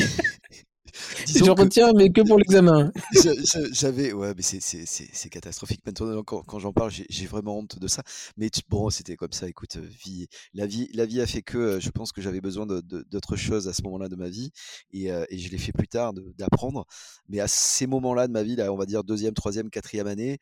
Je disons que retiens, mais que pour l'examen. j'avais, ouais, mais c'est catastrophique. Maintenant, quand j'en parle, j'ai vraiment honte de ça. Mais bon, c'était comme ça. Écoute, la vie a fait que je pense que j'avais besoin d'autre chose à ce moment-là de ma vie, et je l'ai fait plus tard, d'apprendre. Mais à ces moments-là de ma vie, là, on va dire deuxième, troisième, quatrième année,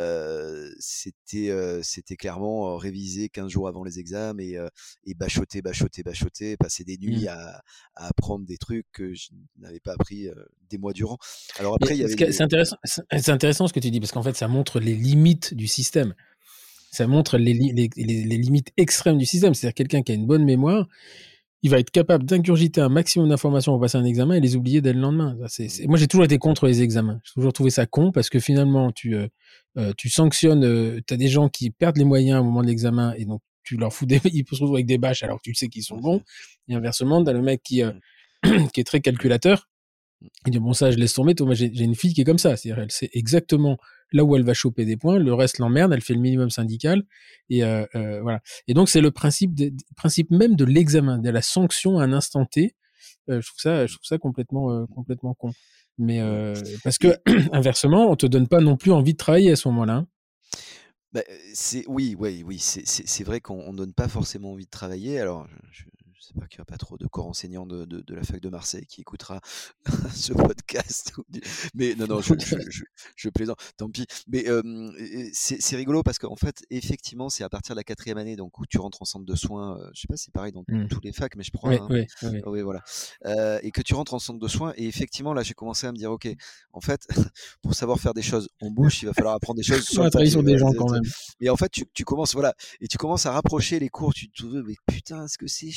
c'était clairement réviser 15 jours avant les examens, et bachoter, passer des nuits Hmm. à apprendre des trucs que je n'avais pas appris des mois durant. Alors Mais après, il y avait c'est intéressant, c'est intéressant ce que tu dis parce qu'en fait, ça montre les limites du système. Ça montre les limites extrêmes du système. C'est-à-dire quelqu'un qui a une bonne mémoire, il va être capable d'ingurgiter un maximum d'informations pour passer un examen et les oublier dès le lendemain. Moi, j'ai toujours été contre les examens. J'ai toujours trouvé ça con parce que finalement, tu sanctionnes, tu as des gens qui perdent les moyens au moment de l'examen et donc tu leur fous ils se retrouvent avec des bâches alors que tu sais qu'ils sont bons. Mhm, Et inversement, t'as le mec mhm, qui est très calculateur. Il dit bon ça je laisse tomber. Toi, moi j'ai une fille qui est comme ça, c'est-à-dire elle sait exactement là où elle va choper des points, le reste l'emmerde, elle fait le minimum syndical et voilà. Et donc c'est le principe même de l'examen, de la sanction à un instant T. Je trouve ça complètement con. Mais ouais. parce que Et inversement, on te donne pas non plus envie de travailler à ce moment-là, hein. bah, oui, c'est vrai qu'on donne pas forcément envie de travailler. Alors, j'espère qu'il y a pas trop de corps enseignants de la fac de Marseille qui écoutera ce podcast. Mais non, non, je plaisante, tant pis. Mais c'est rigolo parce qu'en fait, effectivement, c'est à partir de la quatrième année, donc où tu rentres en centre de soins. Je sais pas si c'est pareil dans Hmm. tous les facs, mais je crois, Ouais, hein. ouais, ouais. Oui, voilà. Et que tu rentres en centre de soins, et effectivement, là, j'ai commencé à me dire, ok, en fait, pour savoir faire des choses en bouche, il va falloir apprendre des choses On sur va le travailler papier. sur des Voilà. gens quand même. Et en fait, tu commences, voilà, et tu commences à rapprocher les cours. Tu te dis, mais putain, est-ce que c'est chiant,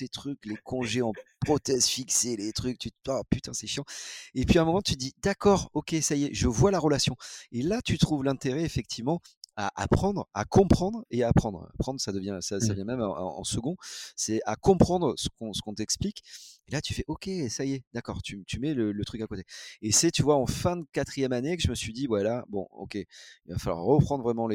ces trucs, les congés en prothèse fixée, les trucs, tu te dis: «Oh putain, c'est chiant» et puis à un moment, tu te dis: «D'accord, OK, ça y est, je vois la relation» et là, tu trouves l'intérêt effectivement à apprendre, à comprendre et à apprendre. Apprendre, ça Mmh. vient même en second. C'est à comprendre ce qu'on t'explique et là, tu fais: «OK, ça y est, d'accord», tu mets le truc à côté et c'est, tu vois, en fin de quatrième année que je me suis dit: «Voilà, bon, OK, il va falloir reprendre vraiment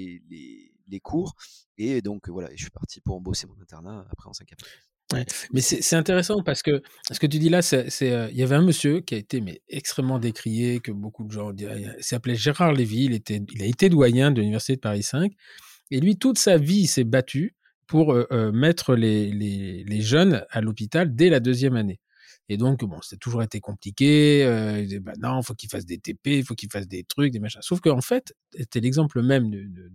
les cours» et donc voilà et je suis parti pour bosser mon internat après en cinquième. Ouais, Mais mais c'est c'est intéressant parce que ce que tu dis là, il y avait un monsieur qui a été mais extrêmement décrié, que beaucoup de gens disaient il s'appelait Gérard Lévy, il a été doyen de l'université de Paris 5 et lui, toute sa vie, il s'est battu pour, mettre les jeunes à l'hôpital dès la deuxième année et donc bon, ça a toujours été compliqué, il disait: «Bah non, faut qu'ils fassent des TP, il faut qu'ils fassent des trucs, des machins». Sauf qu'en fait, tu l'exemple même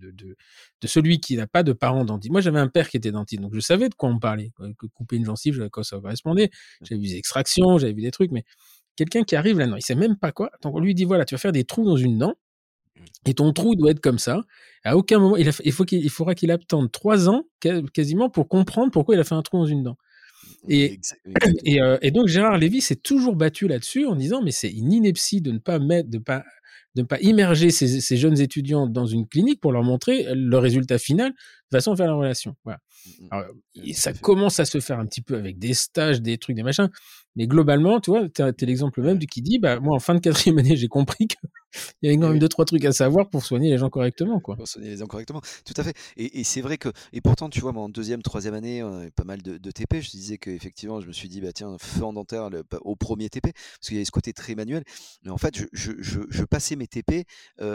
de celui qui n'a pas de parents dentistes. Moi, j'avais un père qui était dentiste, donc je savais de quoi on parlait, que couper une gencive, à quoi ça correspondait. J'avais vu des extractions, j'avais vu des trucs, mais quelqu'un qui arrive là-dedans, il sait même pas quoi, donc on lui dit: «Voilà, tu vas faire des trous dans une dent et ton trou doit être comme ça». À aucun moment, il faudra qu'il attende 3 ans quasiment pour comprendre pourquoi il a fait un trou dans une dent. Et, exactement. et donc Gérard Lévy s'est toujours battu là-dessus en disant mais c'est une ineptie de ne pas mettre, de ne pas immerger ces jeunes étudiants dans une clinique pour leur montrer le résultat final de façon à faire la relation. Voilà. Mmh Alors, Tout ça à fait. commence à se faire un petit peu avec des stages, des trucs, des machins. Mais globalement, tu vois, t'es l'exemple même Ouais. du qui dit, bah, moi, en fin de quatrième année, j'ai compris qu'il y avait quand Et même oui. deux, trois trucs à savoir pour soigner les gens correctement, quoi. Pour soigner les gens correctement. Tout à fait. Et c'est vrai que, et pourtant, tu vois, moi, en deuxième, troisième année, on avait pas mal de TP. Je te disais qu'effectivement, je me suis dit, bah tiens, feu en dentaire au premier TP, parce qu'il y avait ce côté très manuel. Mais en fait, je passais mes TP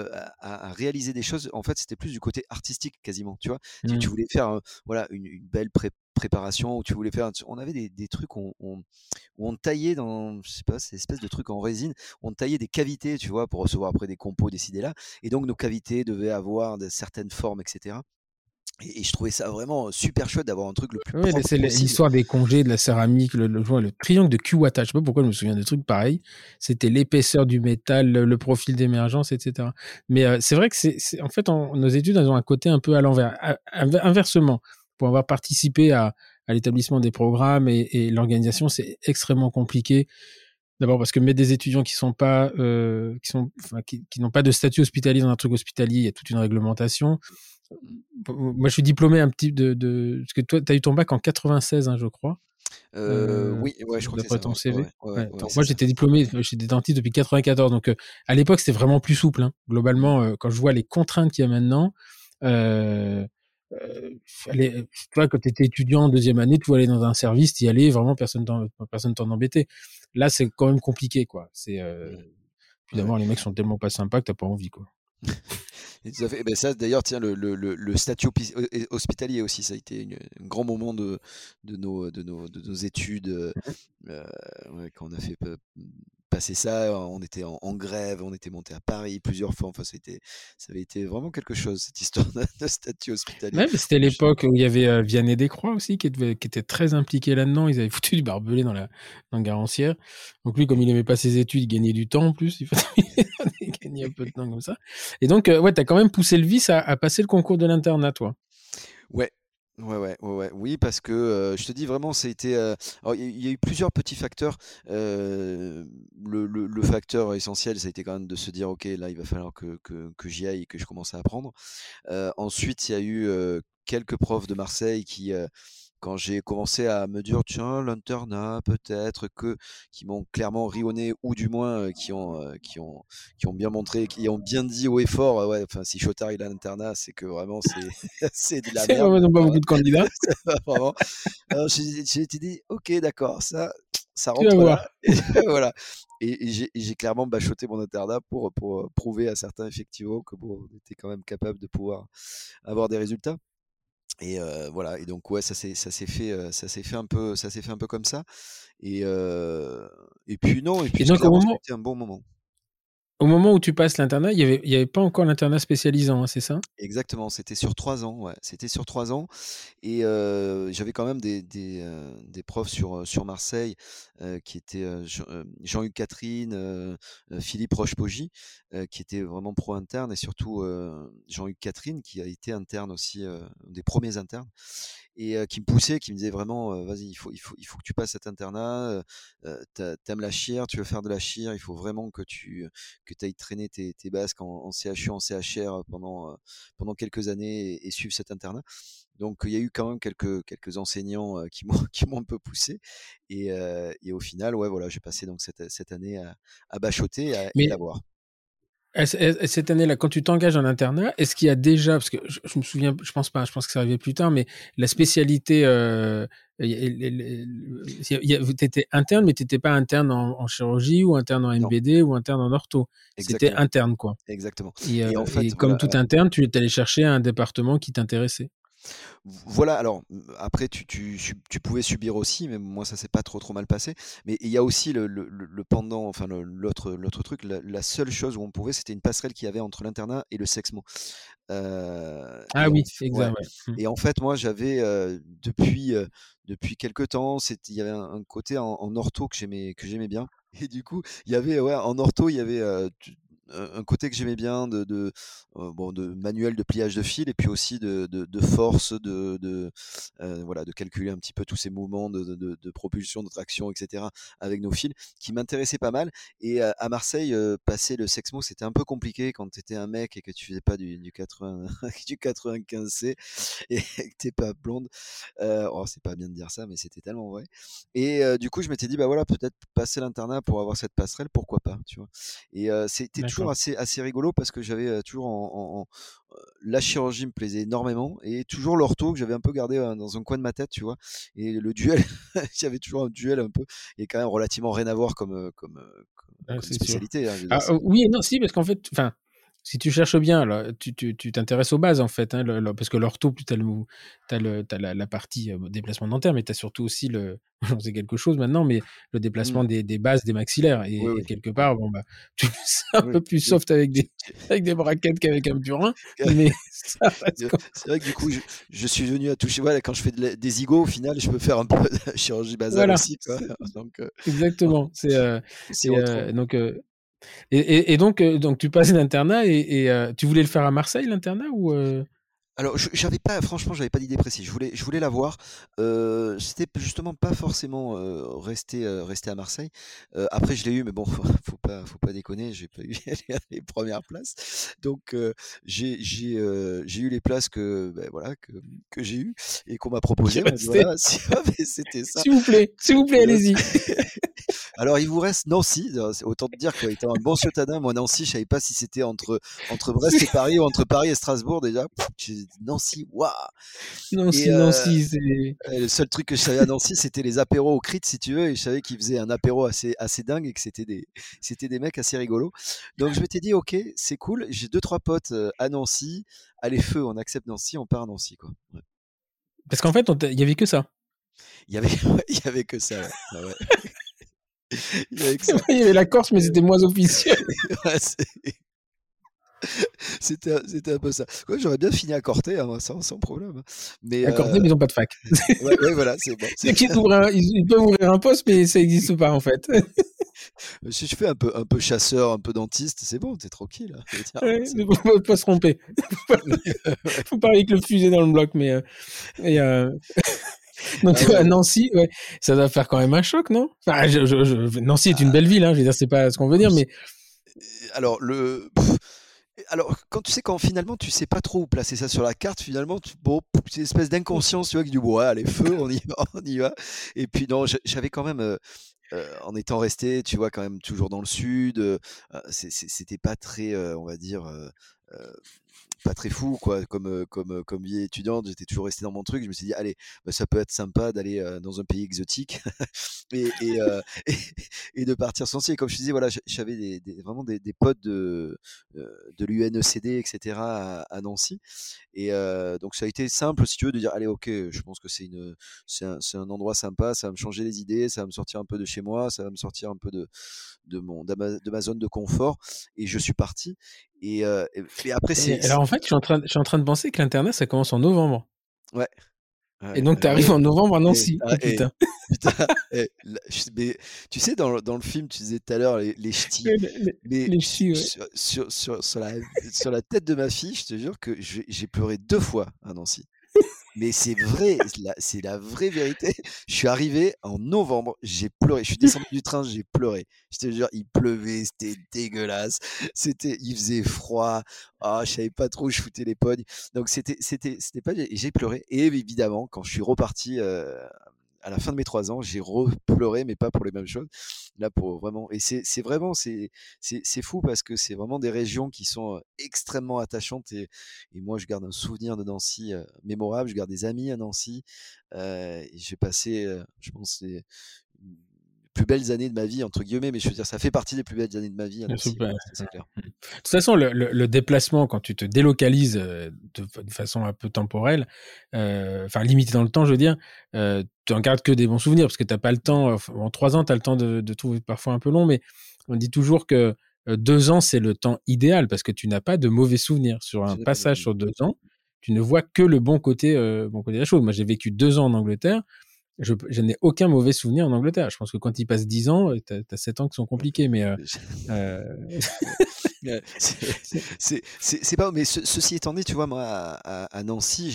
à réaliser des choses. En fait, c'était plus du côté artistique quasiment. Tu vois, tu Mmh. voulais faire voilà, une belle préparation, où tu voulais faire. On avait des trucs où on taillait dans, je sais pas, ces espèces de trucs en résine. On taillait des cavités, tu vois, pour recevoir après des compos décidés là. Et donc nos cavités devaient avoir de certaines formes, etc. Et je trouvais ça vraiment super chouette d'avoir un truc le plus Ouais, propre c'est possible. l'histoire des congés, de la céramique, le triangle de Kuwata. Je sais pas pourquoi je me souviens de trucs pareils. C'était l'épaisseur du métal, le profil d'émergence, etc. Mais c'est vrai que en fait, nos études, elles ont un côté un peu à l'envers. Inversement, pour avoir participé à l'établissement des programmes et l'organisation, c'est extrêmement compliqué. D'abord parce que mettre des étudiants qui sont pas, enfin, qui n'ont pas de statut hospitalier dans un truc hospitalier, il y a toute une réglementation. Moi, je suis diplômé un petit parce que toi, tu as eu ton bac en 96, hein, je crois, Oui, ouais, je crois que c'est d'après ça. ton Ouais, ouais, CV. ouais, ouais, Ouais, ouais, donc c'est moi, ça. j'étais diplômé chez des dentistes depuis 94. Donc, à l'époque, c'était vraiment plus souple, hein. Mm. Globalement, quand je vois les contraintes qu'il y a maintenant, euh, tu vois, quand tu étais étudiant en deuxième année, tu voulais aller dans un service, tu y allais, vraiment, personne t'en embêtait. Là, c'est quand même compliqué, quoi. Mm. Puis Ouais, ouais. d'abord, les mecs sont tellement pas sympas que t'as pas envie, quoi. Et tout à fait. Et ben ça, d'ailleurs, tiens, le statut hospitalier aussi, ça a été un grand moment de nos études. Euh, ouais, quand on a fait passer ça, on était en grève, on était monté à Paris plusieurs fois. Enfin, ça avait été vraiment quelque chose, cette histoire de statut hospitalier. Ouais, mais c'était l'époque où il y avait Vianney Descroix aussi qui était très impliqué là-dedans. Ils avaient foutu du barbelé dans Garancière. Donc lui, comme il aimait pas ses études, il gagnait du temps en plus. Il gagnait un peu de temps comme ça. Et donc, ouais, t'as quand même poussé le vice à passer le concours de l'internat, toi. Ouais. Ouais, ouais, ouais, ouais. Oui, parce que je te dis vraiment, c'était. Alors, il y a eu plusieurs petits facteurs. Le facteur essentiel, ça a été quand même de se dire, ok, là, il va falloir que j'y aille et que je commence à apprendre. Ensuite, il y a eu quelques profs de Marseille qui, quand j'ai commencé à me dire, tiens, l'internat, peut-être que, qui m'ont clairement ri au nez, ou du moins qui ont bien montré, qui ont bien dit haut et fort, ouais, enfin, si Chotard il a l'internat, c'est que vraiment c'est de la C'est merde, vraiment, ils n'ont pas quoi. beaucoup de candidats. Vraiment. Alors, j'ai été dit, ok, d'accord, ça Tu vas rentre là. voir. Et voilà. Et j'ai clairement bachoté mon internat pour prouver à certains effectivement que bon, on était quand même capable de pouvoir avoir des résultats. Et voilà. Et donc ouais, ça s'est fait un peu comme ça. Et puis non. Et Et puis donc, au clairement, ça a moment, été un bon moment. au moment où tu passes l'internat, il y avait pas encore l'internat spécialisant, hein, c'est ça? Exactement, c'était sur 3 ans, ouais, c'était sur 3 ans et j'avais quand même des profs sur Marseille, qui étaient, Jean-Hugues Catherine, Philippe Rochepoggi, qui étaient vraiment pro internes et surtout, Jean-Hugues Catherine qui a été interne aussi, des premiers internes et qui me poussait, qui me disait vraiment, «Vas-y, il faut que tu passes cet internat, tu la chire, tu veux faire de la chire, il faut vraiment que tu ailles traîner tes basques en CHU, en CHR pendant quelques années et suivre cet internat». Donc il y a eu quand même quelques enseignants, qui m'ont qui m'ont un peu poussé et au final, ouais, voilà, j'ai passé donc cette année à bachoter et à Mais l'avoir. cette année-là, quand tu t'engages en internat, est-ce qu'il y a déjà, parce que je me souviens, je pense pas, je pense que ça arrivait plus tard, mais la spécialité, t'étais interne, mais t'étais pas interne en chirurgie ou interne en Non, MBD ou interne en ortho. C'était exactement, interne, quoi. exactement Et, et en fait, et comme voilà, tout interne, tu es allé chercher un département qui t'intéressait. voilà, alors, après tu pouvais subir aussi, mais moi ça s'est pas trop mal passé. Mais il y a aussi le pendant, enfin l'autre truc, la seule chose où on pouvait, c'était une passerelle qu'il y avait entre l'internat et le Sexmo. Ah Et en oui, f exact, ouais ouais. et en fait, moi j'avais, depuis quelque temps, il y avait un côté en ortho que j'aimais bien et du coup, il y avait, ouais, en ortho, il y avait, un côté que j'aimais bien bon, de manuel de pliage de fil et puis aussi de force, voilà, de calculer un petit peu tous ces mouvements de propulsion, de traction et cetera avec nos fils qui m'intéressaient pas mal et à Marseille, passer le Sexmo, c'était un peu compliqué quand tu étais un mec et que tu faisais pas du 80 du 95C et que tu pas blonde. Oh, c'est pas bien de dire ça, mais c'était tellement vrai et du coup, je m'étais dit: «Bah, voilà, peut-être passer l'internat pour avoir cette passerelle, pourquoi pas?» Tu vois? Et c'était toujours D'accord. assez rigolo parce que j'avais, toujours la chirurgie me plaisait énormément et toujours l'ortho que j'avais un peu gardé, dans un coin de ma tête, tu vois? Et le duel, il y avait toujours un duel un peu et quand même relativement rien à voir comme C'est sûr. spécialité, hein, je veux dire, Ah, oui et non, si, parce qu'en fait, enfin, si tu cherches bien, là, tu t'intéresses aux bases, en fait, hein, parce que l'ortho, tu as la partie déplacement dentaire, mais tu as surtout aussi j'en sais quelque chose maintenant, mais le mmh, déplacement des bases des maxillaires. oui, Et oui, quelque oui, part, bon, bah, c'est un oui, peu plus oui, soft avec tu avec des braquettes qu'avec un burin, mais ça reste quand c'est vrai que du coup, je suis venu à toucher, voilà, quand je fais des zigos, au final, je peux faire un peu de chirurgie basale voilà, aussi, quoi. Donc, exactement. on s'y retrouve. Donc, donc tu passes l'internat et tu voulais le faire à Marseille, l'internat, ou Alors, j'avais pas, franchement, j'avais pas d'idée précise. Je voulais la voir. C'était justement pas forcément rester à Marseille. Après, je l'ai eu, mais bon, faut pas déconner, j'ai pas eu les premières places. Donc, j'ai eu les places ben, voilà, que j'ai eues et qu'on m'a qui proposées. On m'a dit restait? voilà, si mais c'était ça. S'il vous plaît, allez-y. Alors, il vous reste Nancy. C'est autant te dire qu'étant un bon ciotadin, moi, Nancy, je savais pas si c'était entre Brest et Paris ou entre Paris et Strasbourg déjà. J'ai dit Nancy, waouh! Et Nancy, c'est le seul truc que je savais à Nancy, c'était les apéros au Crit, si tu veux, et je savais qu'ils faisaient un apéro assez dingue et que c'était des mecs assez rigolos. Donc je m'étais dit: «OK, c'est cool, j'ai deux trois potes, à Nancy. Allez feu, on accepte Nancy, on part à Nancy, quoi». Ouais. parce qu'en fait, il y avait que ça. Il y avait ouais, il y avait que ça, ouais. Ouais, ouais. Il y avait que ça Il y avait la Corse, mais et c'était moins officiel. ouais, c'était un peu ça. Ouais, j'aurais bien fini à Corté, hein, moi, sans problème, hein. Mais Accordé, mais ils ont pas de fac. ouais, ouais, voilà, c'est bon. C'est qu'ils ils peuvent ouvrir un poste, mais ça existe pas, en fait. Si je fais un peu chasseur, un peu dentiste, c'est bon, tu es tranquille, hein, je veux dire, Ouais, c'est mais bon. faut pas se tromper. Ouais. Faut pas aller avec le fusil dans le bloc, mais et donc Ah toi, à ouais. Nancy, ouais, ça doit faire quand même un choc, non? Enfin, Nancy est une belle ville, hein, je veux dire, c'est pas ce qu'on veut dire, mais Alors alors quand tu sais quand finalement tu sais pas trop où placer ça sur la carte, finalement bon, c'est une espèce d'inconscience, tu vois, qui dit: «Bon, ouais, allez feu, on y va, on y va» et puis non, j'avais quand même, en étant resté, tu vois, quand même toujours dans le sud, c'était pas très, on va dire, heu, pas très fou quoi, comme vie étudiante. J'étais toujours resté dans mon truc. Je me suis dit: «Allez, bah, ça peut être sympa d'aller, dans un pays exotique» et et de partir sur Nancy. Et comme je te disais, voilà, j'avais vraiment des potes de l'UNECD, etc. à Nancy. Et donc ça a été simple, si tu veux, de dire, allez, ok, je pense que c'est un endroit sympa, ça va me changer les idées, ça va me sortir un peu de chez moi, ça va me sortir un peu de ma zone de confort. Et je suis parti. Mais après, Et alors en fait, je suis en train de penser que l'internat, ça commence en novembre. Ouais. Et Ouais, donc, tu alors, arrives en novembre à et, Nancy. Oh putain. putain, mais tu sais, dans le film, tu disais tout à l'heure les ch'tis, mais Les ch'tis, ouais. sur la tête de ma fille, je te jure que j'ai pleuré 2 fois à Nancy. Mais c'est vrai, c'est la vraie vérité. Je suis arrivé en novembre, j'ai pleuré. Je suis descendu du train, j'ai pleuré. Je te jure, il pleuvait, c'était dégueulasse. Il faisait froid. Ah, je savais pas trop où je foutais les pognes. Donc c'était pas. Et j'ai pleuré. Et évidemment, quand je suis reparti à la fin de mes 3 ans, j'ai repleuré, mais pas pour les mêmes choses. Là, pour vraiment. Et c'est vraiment c'est fou parce que c'est vraiment des régions qui sont extrêmement attachantes. Et moi, je garde un souvenir de Nancy mémorable. Je garde des amis à Nancy. Et j'ai passé, je pense, les plus belles années de ma vie, entre guillemets, mais je veux dire, ça fait partie des plus belles années de ma vie à Nancy. Super. Voilà, c'est clair. De toute façon, le déplacement, quand tu te délocalises de façon un peu temporelle, enfin limitée dans le temps, je veux dire, tu en gardes que des bons souvenirs, parce que tu n'as pas le temps, en 3 ans, tu as le temps de trouver parfois un peu long, mais on dit toujours que 2 ans, c'est le temps idéal, parce que tu n'as pas de mauvais souvenirs. Sur Je un n'ai pas passage de- sur 2 ans, tu ne vois que le bon côté de la chose. Moi, j'ai vécu 2 ans en Angleterre, je n'ai aucun mauvais souvenir en Angleterre. Je pense que quand il passe 10 ans, tu as 7 ans qui sont compliqués, mais euh, C'est pas, mais ceci étant dit, tu vois, moi, à Nancy,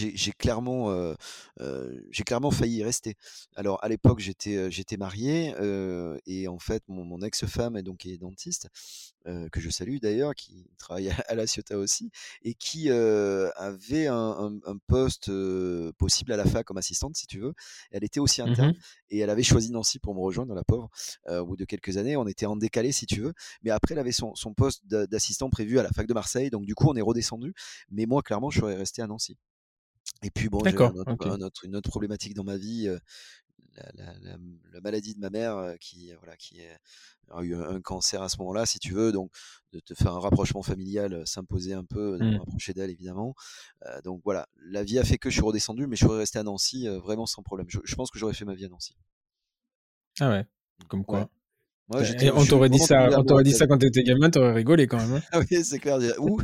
j'ai clairement failli y rester. Alors, à l'époque, j'étais marié, et en fait, mon ex-femme est dentiste, que je salue d'ailleurs, qui travaille à La Ciotat aussi, et qui avait un poste possible à la fac comme assistante, si tu veux. Elle était aussi interne, mhm. et elle avait choisi Nancy pour me rejoindre, la pauvre, au bout de quelques années. On était en décalé, si tu veux. Mais après, elle avait son poste d'assistant prévu à la fac de Marseille. Donc, du coup, on est redescendu. Mais moi, clairement, je serais resté à Nancy. Et puis, bon, j'ai D'accord, ok. une autre problématique dans ma vie. La maladie de ma mère voilà, a eu un cancer à ce moment-là, si tu veux. Donc, de te faire un rapprochement familial s'imposait un peu, de me Hmm. rapprocher d'elle, évidemment. Donc, voilà. La vie a fait que je suis redescendu, mais je serais resté à Nancy vraiment sans problème. Je pense que j'aurais fait ma vie à Nancy. Ah ouais, comme Ouais. quoi. Moi, Et je suis vraiment tombé on t'aurait amoureux de dit la ça ville. quand t'étais gamin, t'aurais rigolé quand même, hein. Ah oui, c'est clair. Où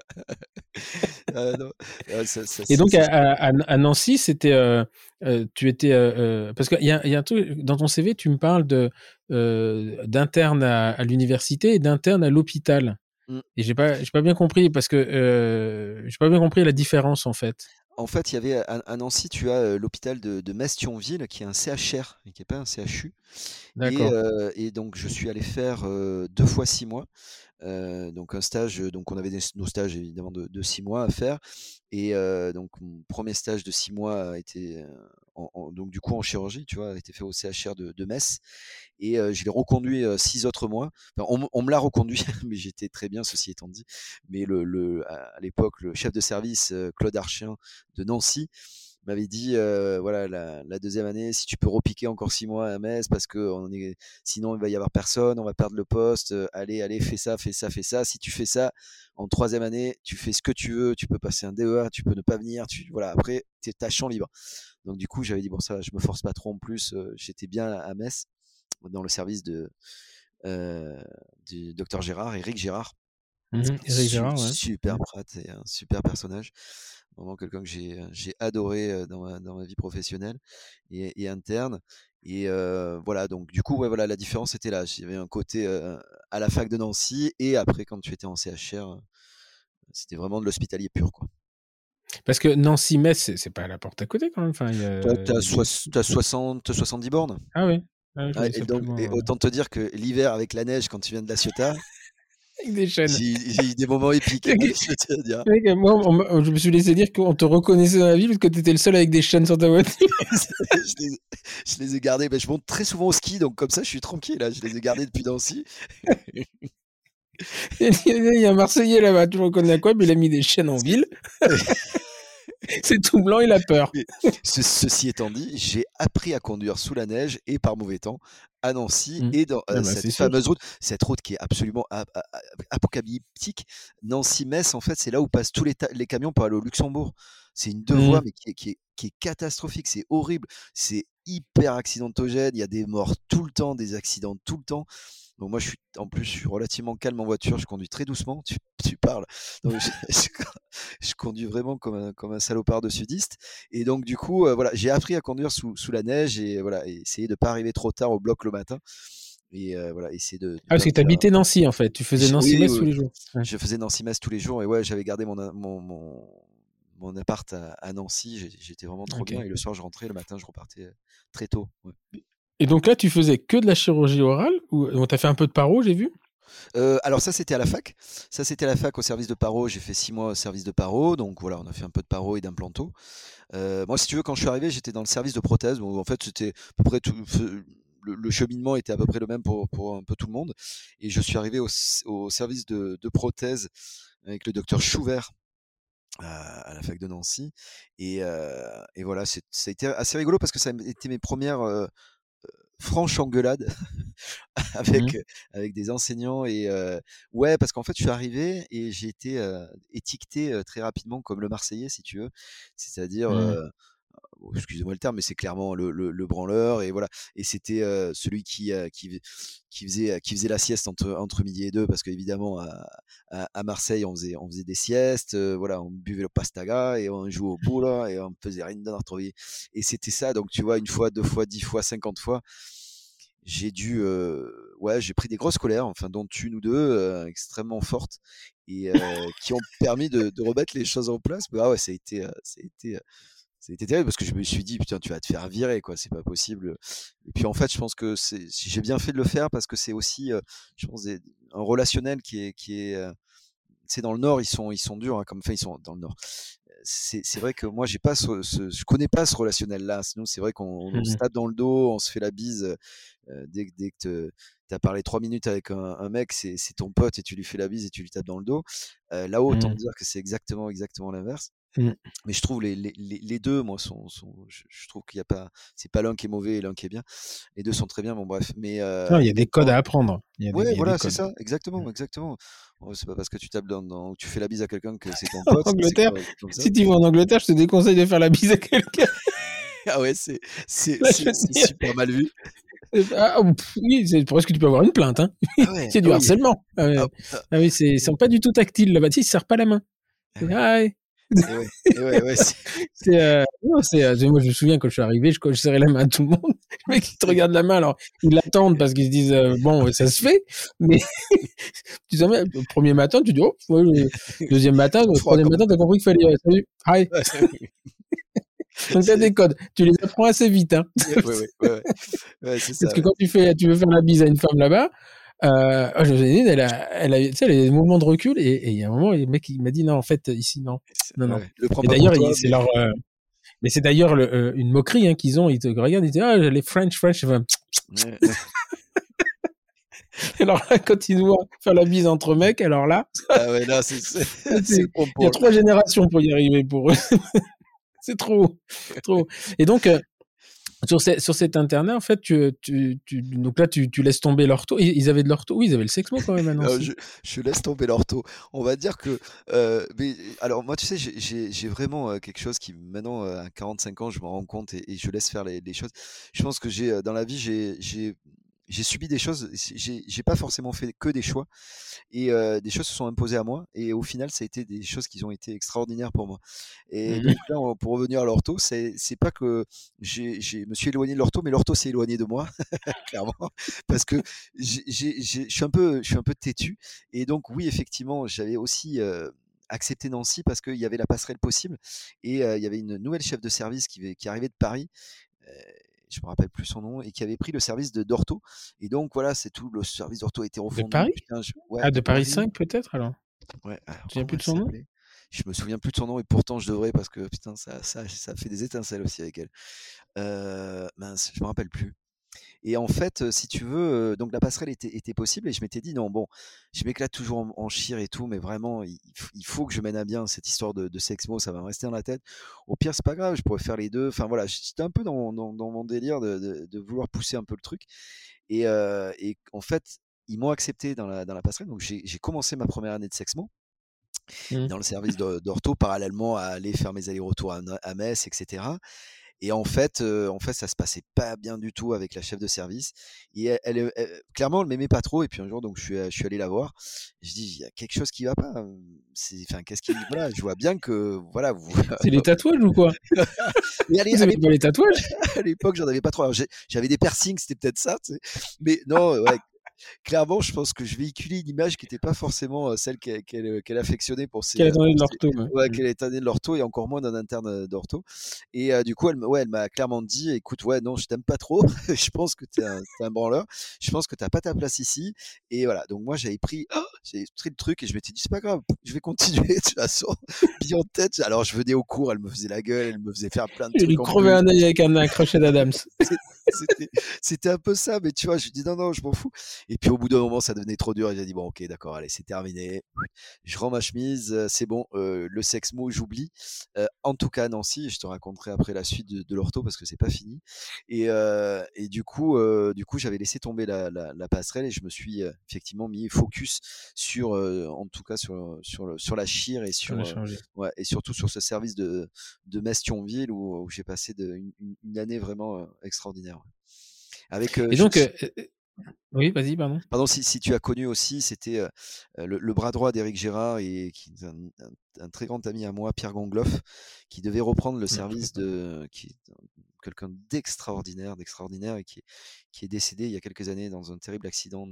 non. Et donc Ça, à Nancy, c'était, tu étais, parce qu'il y a un truc dans ton CV, tu me parles d'interne à l'université et d'interne à l'hôpital. mm. Et j'ai pas bien compris parce que j'ai pas bien compris la différence en fait. En fait, il y avait à Nancy, tu as l'hôpital de Metz-Thionville, qui est un CHR, et qui n'est pas un CHU. D'accord. Et donc, je suis allé faire 2 fois 6 mois. Donc un stage, donc on avait nos stages évidemment de 6 mois à faire. Et donc mon premier stage de 6 mois a été donc du coup en chirurgie, tu vois, a été fait au CHR de Metz. Et je l'ai reconduit 6 autres mois. Enfin, on me l'a reconduit, mais j'étais très bien, ceci étant dit. Mais à l'époque, le chef de service, Claude Archien de Nancy, m'avait dit voilà, la deuxième année, si tu peux repiquer encore 6 mois à Metz, parce que sinon il va y avoir personne, on va perdre le poste. Allez, fais ça, fais ça, fais ça. Si tu fais ça en troisième année, tu fais ce que tu veux, tu peux passer un DEA, tu peux ne pas venir, voilà, après tu es champ libre. Donc du coup, j'avais dit bon, ça, je me force pas trop en plus. J'étais bien à Metz, dans le service du docteur Gérard, Éric Gérard. Mhm. Éric Gérard, ouais. Super prat et un super personnage. Vraiment quelqu'un que j'ai adoré dans ma vie professionnelle et interne. Et voilà, donc du coup, ouais, voilà, la différence était là. J'avais un côté à la fac de Nancy, et après, quand tu étais en CHR, c'était vraiment de l'hospitalier pur, quoi. Parce que Nancy-Metz, c'est pas à la porte à côté quand même. Enfin, il y a des. T'as 70 bornes. Ah oui. Ah, je Ouais, voyais et ça plus donc, loin. et Ouais. autant te dire que l'hiver avec la neige, quand tu viens de La Ciotat, Avec des chaînes. j'ai eu des moments épiques, hein, je tiens à dire. Mec, moi, je me suis laissé dire qu'on te reconnaissait dans la ville parce que t'étais le seul avec des chaînes sur ta voiture. je, les, je les ai gardés. Ben, je monte très souvent au ski, donc comme ça, je suis tranquille. Là. Je les ai gardés depuis Nancy. Il y a un Marseillais là-bas, tu le reconnais à quoi? Mais il a mis des chaînes en ville. C'est tout blanc, il a peur. Mais ceci étant dit, j'ai appris à conduire sous la neige et par mauvais temps à Nancy Mmh. et dans Ah bah, cette c'est sûr. fameuse route, cette route qui est absolument apocalyptique. Nancy-Metz, en fait, c'est là où passent tous les camions pour aller au Luxembourg. C'est une deux Mmh. voies, mais qui est catastrophique. C'est horrible. C'est hyper accidentogène. Il y a des morts tout le temps, des accidents tout le temps. Donc moi, je suis relativement calme en voiture. Je conduis très doucement. Tu parles. Donc je conduis vraiment comme un salopard de sudiste. Et donc, du coup, voilà, j'ai appris à conduire sous la neige et voilà, et essayer de pas arriver trop tard au bloc le matin. Et voilà, essayer de Ah, parce pas que me tu faire. habitais Nancy, en fait. Tu faisais Oui, Nancy-Metz oui, tous oui. les jours. Ouais. Je faisais Nancy-Metz tous les jours et ouais, j'avais gardé mon appart à Nancy. J'étais vraiment trop bien. OK. Et le soir, je rentrais. Le matin, je repartais très tôt. Ouais. Et donc là, tu faisais que de la chirurgie orale ou tu as fait un peu de paro, j'ai vu? Alors ça, c'était à la fac. Ça, c'était à la fac au service de paro. J'ai fait 6 mois au service de paro. Donc voilà, on a fait un peu de paro et d'implanto. Moi, si tu veux, quand je suis arrivé, j'étais dans le service de prothèse. Où, en fait, c'était à peu près tout. Le cheminement était à peu près le même pour un peu tout le monde. Et je suis arrivé au service de prothèse avec le docteur Chouvert à la fac de Nancy. Et voilà, ça a été assez rigolo parce que ça a été mes premières franches engueulades Mmh. avec, avec des enseignants. Ouais, parce qu'en fait, je suis arrivé et j'ai été étiqueté très rapidement comme le Marseillais, si tu veux. C'est-à-dire, Mmh. excusez-moi le terme, mais c'est clairement le branleur. Et voilà. Et c'était celui qui faisait la sieste entre midi et deux, parce qu'évidemment, à Marseille, on faisait des siestes, voilà, on buvait le pastaga et on jouait au boule et on faisait rien d'autre. Et c'était ça. Donc, tu vois, une fois, deux fois, 10 fois, 50 fois, ouais, j'ai pris des grosses colères, enfin, dont une ou deux extrêmement fortes qui ont permis de remettre les choses en place. Mais ah ouais, ça a été terrible parce que je me suis dit, putain, tu vas te faire virer, quoi, c'est pas possible. Et puis en fait, je pense que si j'ai bien fait de le faire parce que c'est aussi, je pense, un relationnel c'est dans le Nord, ils sont durs, hein, enfin, ils sont dans le Nord. C'est vrai que moi, j'ai pas je connais pas ce relationnel-là. Sinon, c'est vrai qu'on se Mmh. tape dans le dos, on se fait la bise. Dès que tu as parlé 3 minutes avec un mec, c'est ton pote et tu lui fais la bise et tu lui tapes dans le dos. Là-haut, autant Mmh. dire que c'est exactement l'inverse. Mmh. Mais je trouve les deux, moi, je trouve qu'il y a pas, c'est pas l'un qui est mauvais et l'un qui est bien. Les deux sont très bien, bon, bref. Non, il y a Et des donc, codes à apprendre. Il ouais, y a des voilà, c'est codes. ça, Mmh. exactement. C'est pas parce que tu tapes ou tu fais la bise à quelqu'un que c'est ton En pote, c'est Angleterre, comme ça. si tu vas en Angleterre, je te déconseille de faire la bise à quelqu'un. Ah ouais, Là, je veux c'est dire, super mal vu. ah, oui, c'est presque que tu peux avoir une plainte, hein. Ah ouais, C'est ah du oui. harcèlement. Ah Ah, ouais. ah, Ah oui, ils sont pas du tout tactiles là-bas. Tu sais, ils se serrent pas la main. ah ouais, Ah ouais. et ouais, C'est, non, moi, je me souviens quand je suis arrivé, je serrais la main à tout le monde. Le mec, il te regarde la main, alors ils l'attendent parce qu'ils se disent, bon, ça se fait, mais tu sais, le premier matin, tu dis, oh, ouais, deuxième matin, le froid troisième quand matin, même. t'as compris qu'il fallait, salut, hi. Ouais, oui, Donc t'as c'est des codes. Tu les apprends assez vite, hein. ouais. Ouais, c'est Parce ça, que ouais. quand tu veux faire la bise à une femme là-bas, je me souviens, tu sais, elle a des mouvements de recul et il y a un moment, le mec, il m'a dit, non, en fait, ici, non. Non, non. Ouais. Le prends Et pas pour d'ailleurs, toi, c'est mais leur, mais c'est d'ailleurs une moquerie hein, qu'ils ont. Ils te regardent, ils disent ah les French. Enfin, ouais. alors là, quand ils nous voient faire la bise entre mecs, alors là, Ah ouais, là, c'est le il y a pom-pom. 3 générations pour y arriver pour eux. C'est trop, trop. Et donc sur cet internat, en fait, donc là, tu laisses tomber l'ortho. Ils avaient de l'ortho. Oui, ils avaient le sexmo quand même à Non, Nancy. je laisse tomber l'ortho. On va dire que, mais alors moi, tu sais, j'ai vraiment quelque chose qui maintenant, à 45 ans, je me rends compte et je laisse faire les choses. Je pense que dans la vie, j'ai subi des choses. J'ai pas forcément fait que des choix. Et des choses se sont imposées à moi et au final ça a été des choses qui ont été extraordinaires pour moi. Et Mhm. donc là, pour revenir à l'ortho, c'est pas que je me suis éloigné de l'ortho, mais l'ortho s'est éloigné de moi clairement, parce que je suis un peu têtu. Et donc oui, effectivement, j'avais aussi accepté Nancy parce qu'il y avait la passerelle possible. Et il y avait une nouvelle chef de service qui arrivait de Paris, euh, je me rappelle plus son nom, et qui avait pris le service d'ortho. Et donc voilà, c'est tout, le service d'ortho a été De refondu. Paris? Putain, ouais, Ah, de de Paris Paris. 5 peut-être alors. Ouais, alors Tu viens comment plus elle de son nom? s'appelait? Je me souviens plus de son nom et pourtant je devrais, parce que putain, ça fait des étincelles aussi avec elle. Mince, je me rappelle plus. Et en fait, si tu veux, donc la passerelle était possible et je m'étais dit: «Non, bon, je m'éclate toujours en chir et tout, mais vraiment il faut que je mène à bien cette histoire de Sexmo, ça va me rester dans la tête. Au pire, c'est pas grave, je pourrais faire les 2». Enfin voilà, j'étais un peu dans mon délire de vouloir pousser un peu le truc et en fait, ils m'ont accepté dans la passerelle, donc j'ai commencé ma première année de Sexmo Mmh. dans le service d'ortho parallèlement à aller faire mes allers-retours à Metz et cetera. Et en fait, ça se passait pas bien du tout avec la chef de service. Et clairement, elle m'aimait pas trop. Et puis un jour, donc, je suis allé la voir. Je dis, il y a quelque chose qui va pas. Enfin, qu'est-ce qui, voilà, je vois bien que, voilà, vous. C'est les tatouages ou quoi? Mais Vous aimez pas les tatouages? à l'époque, j'en avais pas trop. Alors, j'avais des piercings, c'était peut-être ça, tu sais. Mais non, ouais, clairement, je pense que je véhiculais une image qui n'était pas forcément celle qu'elle affectionnait pour Quelle attendait de l'ortho, ouais. ouais, qu'elle attendait de l'ortho et encore moins d'un interne d'ortho. Et du coup, elle m'a clairement dit, écoute, ouais, non, je t'aime pas trop. Je pense que t'es un branleur. Je pense que t'as pas ta place ici. Et voilà. Donc moi, j'ai pris le truc et je m'étais dit, c'est pas grave, je vais continuer de toute façon. Bien en tête. Alors je venais au cours, elle me faisait la gueule, elle me faisait faire plein de Il lui trucs en crevait plus. un œil avec un crochet d'Adams. C'était, c'était un peu ça, mais tu vois, je dis non, non, je m'en fous. Et puis au bout d'un moment, ça devenait trop dur et j'ai dit bon, ok, d'accord, allez, c'est terminé. Je rends ma chemise, c'est bon, le Sexmo, j'oublie. En tout cas, Nancy, je te raconterai après la suite de l'ortho parce que c'est pas fini. Et du coup, j'avais laissé tomber la passerelle et je me suis effectivement mis focus sur, en tout cas, sur la chire et Ça l'a changé. ouais, et surtout sur ce service de Metz-Thionville où j'ai passé une année vraiment extraordinaire. Avec, Et donc, oui, vas-y, pardon. pardon, si tu as connu aussi, c'était le bras droit d'Éric Gérard et qui est un très grand ami à moi, Pierre Gongloff, qui devait reprendre le Non, je connais service pas. qui est quelqu'un d'extraordinaire et qui est décédé il y a quelques années dans un terrible accident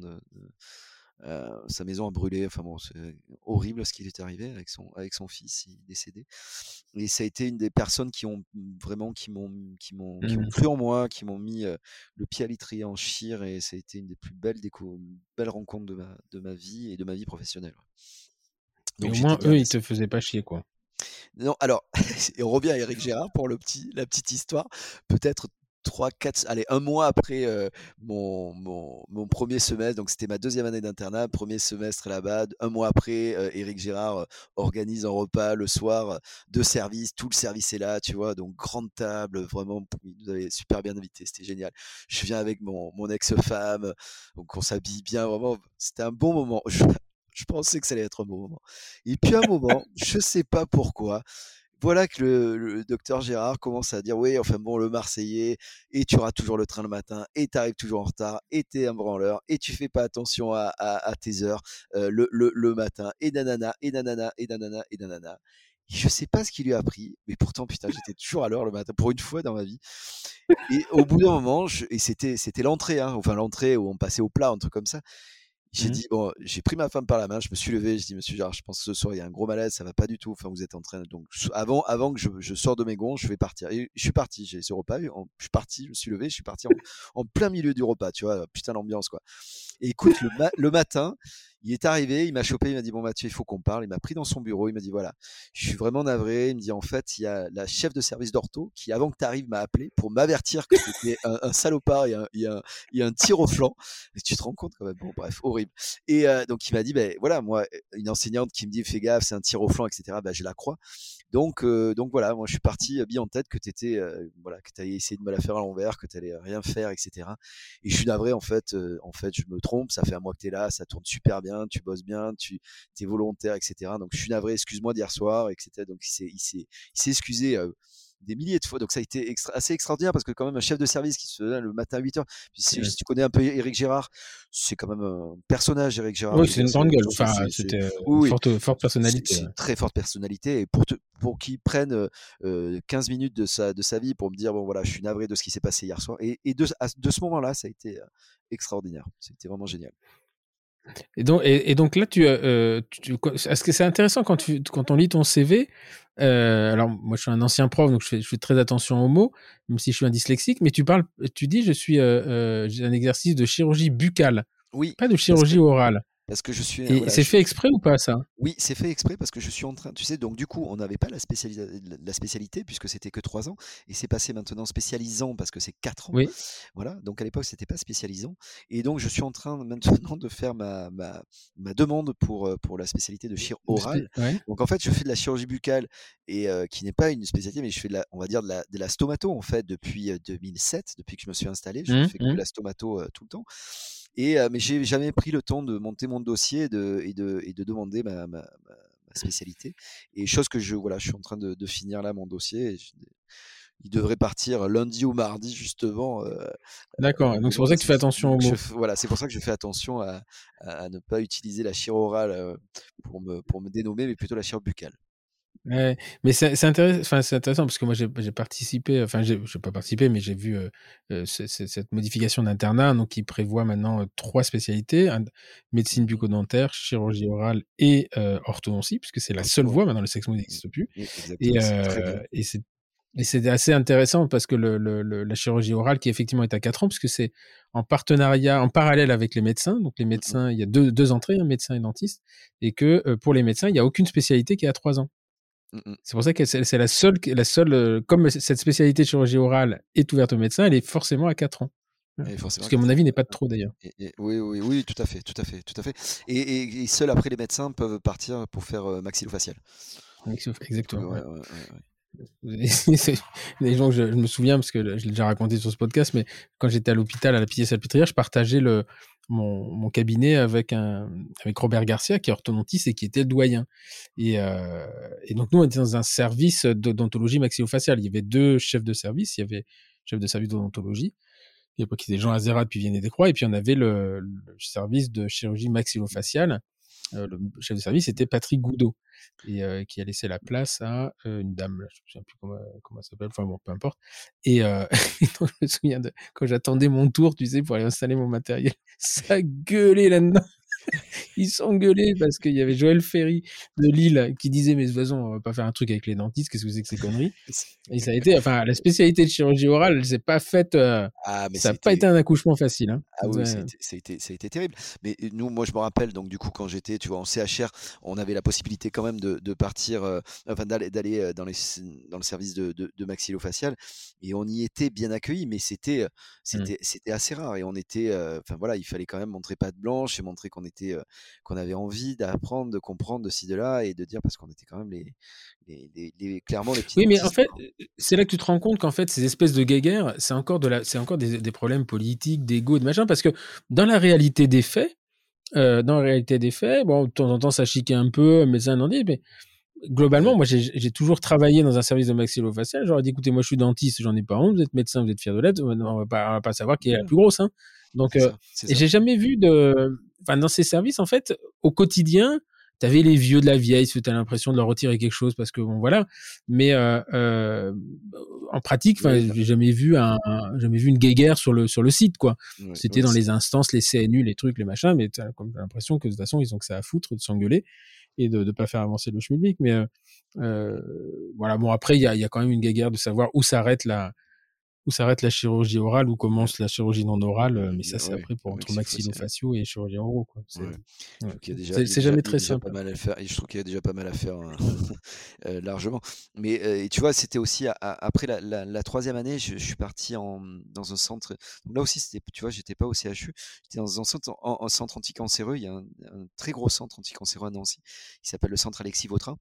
sa maison a brûlé. Enfin bon, c'est horrible ce qui lui est arrivé avec son fils, il est décédé. Et ça a été une des personnes qui ont vraiment qui ont Mmh. cru en moi, qui m'ont mis le pied à l'étrier en chire et ça a été une des plus belles rencontres de ma vie et de ma vie professionnelle. Mais Donc au j'étais moins, bien eux, ils investi. te faisaient pas chier, quoi. Non, alors, et on revient à Éric Gérard pour la petite histoire. Peut-être 3, 4, allez, un mois après mon premier semestre, donc c'était ma deuxième année d'internat, premier semestre là-bas. Un mois après, Éric Gérard organise un repas le soir de service, tout le service est là, tu vois, donc grande table, vraiment, il nous avait super bien invités, c'était génial. Je viens avec mon ex-femme, donc on s'habille bien, vraiment, c'était un bon moment. Je pensais que ça allait être un bon moment. Et puis à un moment, je sais pas pourquoi, voilà que le docteur Gérard commence à dire: «Oui, enfin bon, le Marseillais et tu auras toujours le train le matin et tu arrives toujours en retard et tu es un branleur et tu fais pas attention à tes heures, le matin et nanana et nanana et nanana et nanana». Et je sais pas ce qui lui a pris, mais pourtant, putain, j'étais toujours à l'heure le matin, pour une fois dans ma vie. Et au bout d'un moment, c'était l'entrée, hein, enfin l'entrée où on passait au plat, un truc comme ça. J'ai Mmh. dit bon, j'ai pris ma femme par la main, je me suis levé, j'ai dit: «Monsieur Gérard, je pense que ce soir, il y a un gros malaise, ça va pas du tout. Enfin, vous êtes en train donc avant que je sorte de mes gonds, je vais partir». Et je suis parti, j'ai ce repas, je suis parti, je me suis levé, je suis parti en plein milieu du repas, tu vois? Putain l'ambiance, quoi. Et écoute, le matin, il est arrivé, il m'a chopé, il m'a dit: «Bon Mathieu, il faut qu'on parle». Il m'a pris dans son bureau, il m'a dit: «Voilà, je suis vraiment navré». Il me dit: «En fait, il y a la chef de service d'ortho qui, avant que tu arrives, m'a appelé pour m'avertir que tu étais un salopard et un tir au flanc». Et tu te rends compte quand même? Bon bref, horrible. Et donc il m'a dit: «Beh, voilà, moi, une enseignante qui me dit: "Fais gaffe, c'est un tir au flanc" et cetera, bah, je la crois». Donc voilà, moi je suis parti bien en tête que tu étais, voilà, que tu allais essayer de me la faire à l'envers, que tu allais rien faire et cetera. Et je suis navré en fait, je me trompe, ça fait un mois que tu es là, ça tourne super bien, tu bosses bien, tu es volontaire et cetera. Donc je suis navré, excuse-moi d'hier soir et cetera». Donc il s'est excusé, des milliers de fois. Donc ça a été assez extraordinaire parce que quand même un chef de service qui se donne le matin à 8h. Puis si Mmh. tu connais un peu Éric Gérard, c'est quand même un personnage, Éric Gérard. Oui, Je veux c'est dire, une grande gueule. Enfin, c'était une oui, oui, forte personnalité, c'est ouais. une très forte personnalité. Et pour qu'il prenne 15 minutes de sa vie pour me dire: «Bon voilà, je suis navré de ce qui s'est passé hier soir». Et de ce moment-là, ça a été extraordinaire. C'était vraiment génial. Et donc là, est-ce que c'est intéressant quand on lit ton CV, alors moi je suis un ancien prof, donc je fais très attention aux mots, même si je suis un dyslexique, mais tu dis: «J'ai un exercice de chirurgie buccale», Oui, pas de parce que chirurgie orale. parce que je suis, Et voilà, c'est fait exprès ou pas ça? oui, c'est fait exprès parce que je suis en train, tu sais, donc du coup, on n'avait pas la spécialité puisque c'était que 3 ans, et c'est passé maintenant spécialisant parce que c'est 4 ans. Oui, Voilà, donc à l'époque, c'était pas spécialisant, et donc je suis en train maintenant de faire ma demande pour la spécialité de chir oral. ouais. Donc en fait, je fais de la chirurgie buccale, et qui n'est pas une spécialité, mais je fais on va dire de la stomato en fait depuis, 2007, depuis que je me suis installé, je ne Mmh, fais que de mmh. la stomato, tout le temps. Mais j'ai jamais pris le temps de monter mon dossier et de demander ma spécialité. Et chose que voilà, je suis en train de finir là mon dossier. Il devrait partir lundi ou mardi justement, D'accord, la donc c'est pour demande. ça que tu fais attention Donc aux mots. voilà, c'est pour ça que je fais attention à ne pas utiliser la chire orale, pour me dénommer, mais plutôt la chire buccale. Ouais, mais c'est intéressant parce que moi j'ai participé, enfin j'ai pas participé, mais j'ai vu, cette modification d'internat, donc qui prévoit maintenant, 3 spécialités, médecine Mmh. bucco-dentaire, chirurgie orale et orthodontie, puisque c'est la seule Ortho, ouais. voie maintenant, le sexe mot Mmh. n'existe plus. Exactement, et c'est très bien. heu et c'est et c'est assez intéressant parce que la chirurgie orale qui effectivement est à 4 ans, puisque c'est en partenariat, en parallèle avec les médecins. Donc les Mmh mh. médecins, il y a deux entrées, hein, médecin et dentiste, et que, pour les médecins, il y a aucune spécialité qui est à 3 ans. Mmh mh. C'est pour ça que c'est la seule, comme cette spécialité de chirurgie orale est ouverte aux médecins, elle est forcément à 4 ans. Voilà. Et Ce forcément qui à mon 4 ans, avis n'est ouais. pas de trop d'ailleurs. Et oui, oui, oui, tout à fait, tout à fait, tout à fait. Et seuls après les médecins peuvent partir pour faire, maxillofacial. Exactement, Ouais, ouais. ouais, ouais, ouais. C'est des gens que je me souviens parce que je l'ai déjà raconté sur ce podcast, mais quand j'étais à l'hôpital à la Pitié-Salpêtrière, je partageais mon cabinet avec Robert Garcia, qui est orthodontiste et qui était le doyen. Et donc nous, on était dans un service d'odontologie maxillofaciale. Il y avait 2 chefs de service. Il y avait chef de service d'odontologie, et qui était Jean Azérat depuis Vianney-des-Croix, et puis on avait le service de chirurgie maxillofaciale. Le chef de service était Patrick Goudot, qui a laissé la place à une dame, je me souviens plus comment elle s'appelle, enfin bon, peu importe. Et, et donc, je me souviens de quand j'attendais mon tour, tu sais, pour aller installer mon matériel, ça gueulait là-dedans. Ils s'engueulaient parce qu'il y avait Joël Ferry de Lille qui disait: mais de toute façon, on va pas faire un truc avec les dentistes, qu'est-ce que c'est que ces conneries? Et ça a été, enfin, la spécialité de chirurgie orale, elle s'est pas faite, Ah, mais ça a pas été c'était un accouchement facile, hein. Ah oui, Ouais. ça a été terrible. Mais nous, moi, je me rappelle, donc du coup, quand j'étais, tu vois, en CHR, on avait la possibilité quand même de partir, enfin d'aller, dans le service de maxillofacial, et on y était bien accueillis, mais c'était, Mmh. c'était assez rare, et on était, enfin voilà, il fallait quand même montrer patte blanche et montrer qu'on avait envie d'apprendre, de comprendre de ci, de là, et de dire, parce qu'on était quand même clairement les petits Oui, mais en dentistes, fait, quoi. c'est là que tu te rends compte qu'en fait, ces espèces de guéguerres, c'est encore des problèmes politiques, d'ego, de machin, parce que dans la réalité des faits, bon, de temps en temps, ça chiquait un peu, mais ça n'en dit, mais Ouais, globalement, moi, j'ai toujours travaillé dans un service de maxillofacial. J'aurais dit, écoutez, moi, je suis dentiste, j'en ai pas honte, vous êtes médecin, vous êtes fier de l'être, on va pas savoir qui est la voilà, plus grosse, hein. Donc, c'est ça, c'est et ça. j'ai jamais vu enfin, dans ces services, en fait, au quotidien, t'avais les vieux de la vieille, tu as l'impression de leur retirer quelque chose parce que bon, voilà. Mais, en pratique, enfin, Oui, non, j'ai jamais vu une guéguerre sur le site, quoi. oui, C'était oui, dans les instances, les CNU, les trucs, les machins, mais t'as comme l'impression que de toute façon, ils ont que ça à foutre de s'engueuler et de pas faire avancer le schmilblick. Mais, voilà. Bon, après, il y a quand même une guéguerre de savoir où s'arrête la chirurgie orale, où ouais. commence la chirurgie non orale, mais ça, c'est Ouais, après pour le entre maxillofacial. maxillofaciaux et chirurgiens oraux, quoi. Ouais. Je Ouais, trouve qu'il y a déjà c'est il y a c'est déjà jamais il y a très déjà simple, pas hein. mal à faire, et je trouve qu'il y a déjà pas mal à faire, largement. Mais, et tu vois, c'était aussi après la 3e année, je suis parti dans un centre. Donc là aussi, c'était, tu vois, j'étais pas au CHU, j'étais dans un centre, en centre anticancéreux. Il y a un très gros centre anticancéreux à Nancy, qui s'appelle le centre Alexis Vautrin,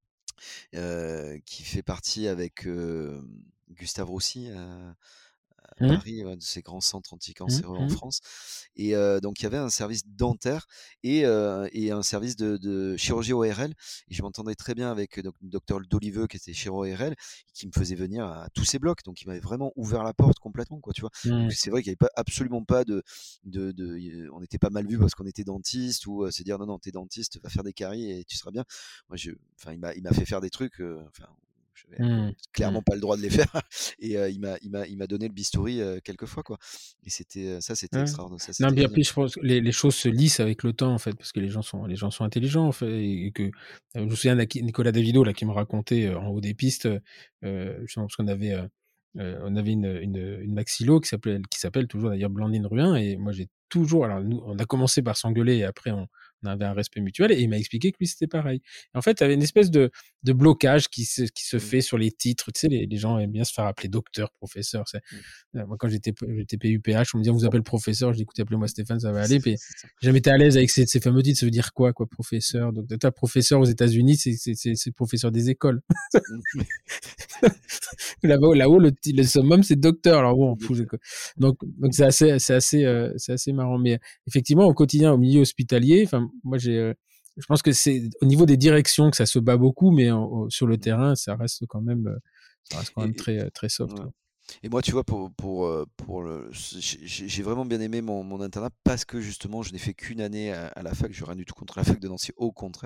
qui fait partie avec, Gustave Roussy, Mmh, Paris, ouais, de ces grands centres mmh, anticancéreux en mmh. France. Et donc il y avait un service dentaire, et un service de chirurgie ORL, et je m'entendais très bien avec, docteur Doliveux, qui était chiro ORL, qui me faisait venir à tous ces blocs. Donc il m'avait vraiment ouvert la porte complètement, quoi, tu vois? Donc Mmh. c'est vrai qu'il y avait pas absolument pas on n'était pas mal vu parce qu'on était dentiste, ou, se dire: «Non, non, tu es dentiste, va faire des caries et tu seras bien». Moi, enfin, il m'a fait faire des trucs, enfin, j'avais Mmh. clairement Mmh. pas le droit de les faire. Et il m'a donné le bistouri, quelques fois, quoi. Et ça, c'était Ouais. extraordinaire, ça, Non, c'était puis génial. après, je pense que les choses se lissent avec le temps, en fait, parce que les gens sont intelligents, en fait, et que, je me souviens Nicolas Davido, là, qui me racontait, en haut des pistes, justement parce qu'on avait une maxillo qui s'appelle toujours d'ailleurs Blandine Ruin, et moi j'ai toujours, alors nous, on a commencé par s'engueuler et après on avait un respect mutuel et il m'a expliqué que lui c'était pareil. Et en fait, il y avait une espèce de blocage qui se Mmh. fait sur les titres. Tu sais, les gens aiment bien se faire appeler docteur, professeur. Mmh. Moi, quand j'étais PUPH, on me dit on vous appelle professeur. Je dis écoutez, appelez-moi Stéphane, ça va aller. Puis C'est ça. j'ai jamais été à l'aise avec ces fameux titres. Ça veut dire quoi, professeur? Donc, toi, professeur aux États-Unis, c'est professeur des écoles. Mmh. Là-haut, le summum, c'est docteur. Alors bon, Docteur. donc c'est assez marrant. Mais effectivement, au quotidien, au milieu hospitalier, enfin, moi, je pense que c'est au niveau des directions que ça se bat beaucoup, mais sur le Mmh. terrain, ça reste quand même Et très, très soft, ouais. quoi. Et moi, tu vois, pour j'ai vraiment bien aimé mon internat parce que justement, je n'ai fait qu'une année à la fac. J'ai rien du tout contre la fac de Nancy, au contraire.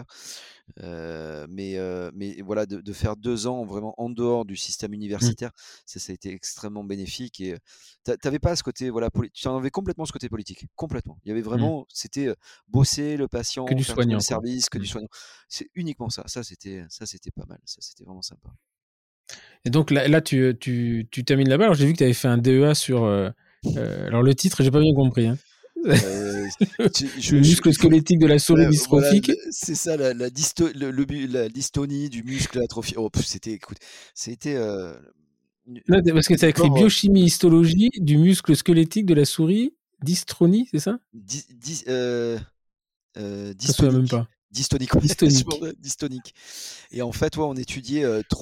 Mais voilà, de faire 2 ans vraiment en dehors du système Mm. universitaire, ça a été extrêmement bénéfique. Et t'avais pas ce côté, voilà, tu en avais complètement ce côté politique, complètement. Il y avait Mm. vraiment, c'était bosser le Que patient, du faire tourner le soignant, quoi. service, que du Mm. soignant. C'est uniquement ça. Ça c'était pas mal. Ça, c'était vraiment sympa. Et donc là tu termines là-bas. Alors j'ai vu que tu avais fait un DEA sur. Alors le titre, j'ai pas bien compris. Hein. Euh, Le muscle squelettique de la souris Voilà, dystrophique. c'est ça la dystonie du muscle atrophié. Oh, écoute, c'était Non, parce que tu as une écrit pauvre biochimie, histologie du muscle squelettique de la souris dystronie, c'est ça? dy- dy- Je me souviens même dystonique. pas. Dystonique, ouais, Dystonique. dystonique. Et en fait, ouais, on étudiait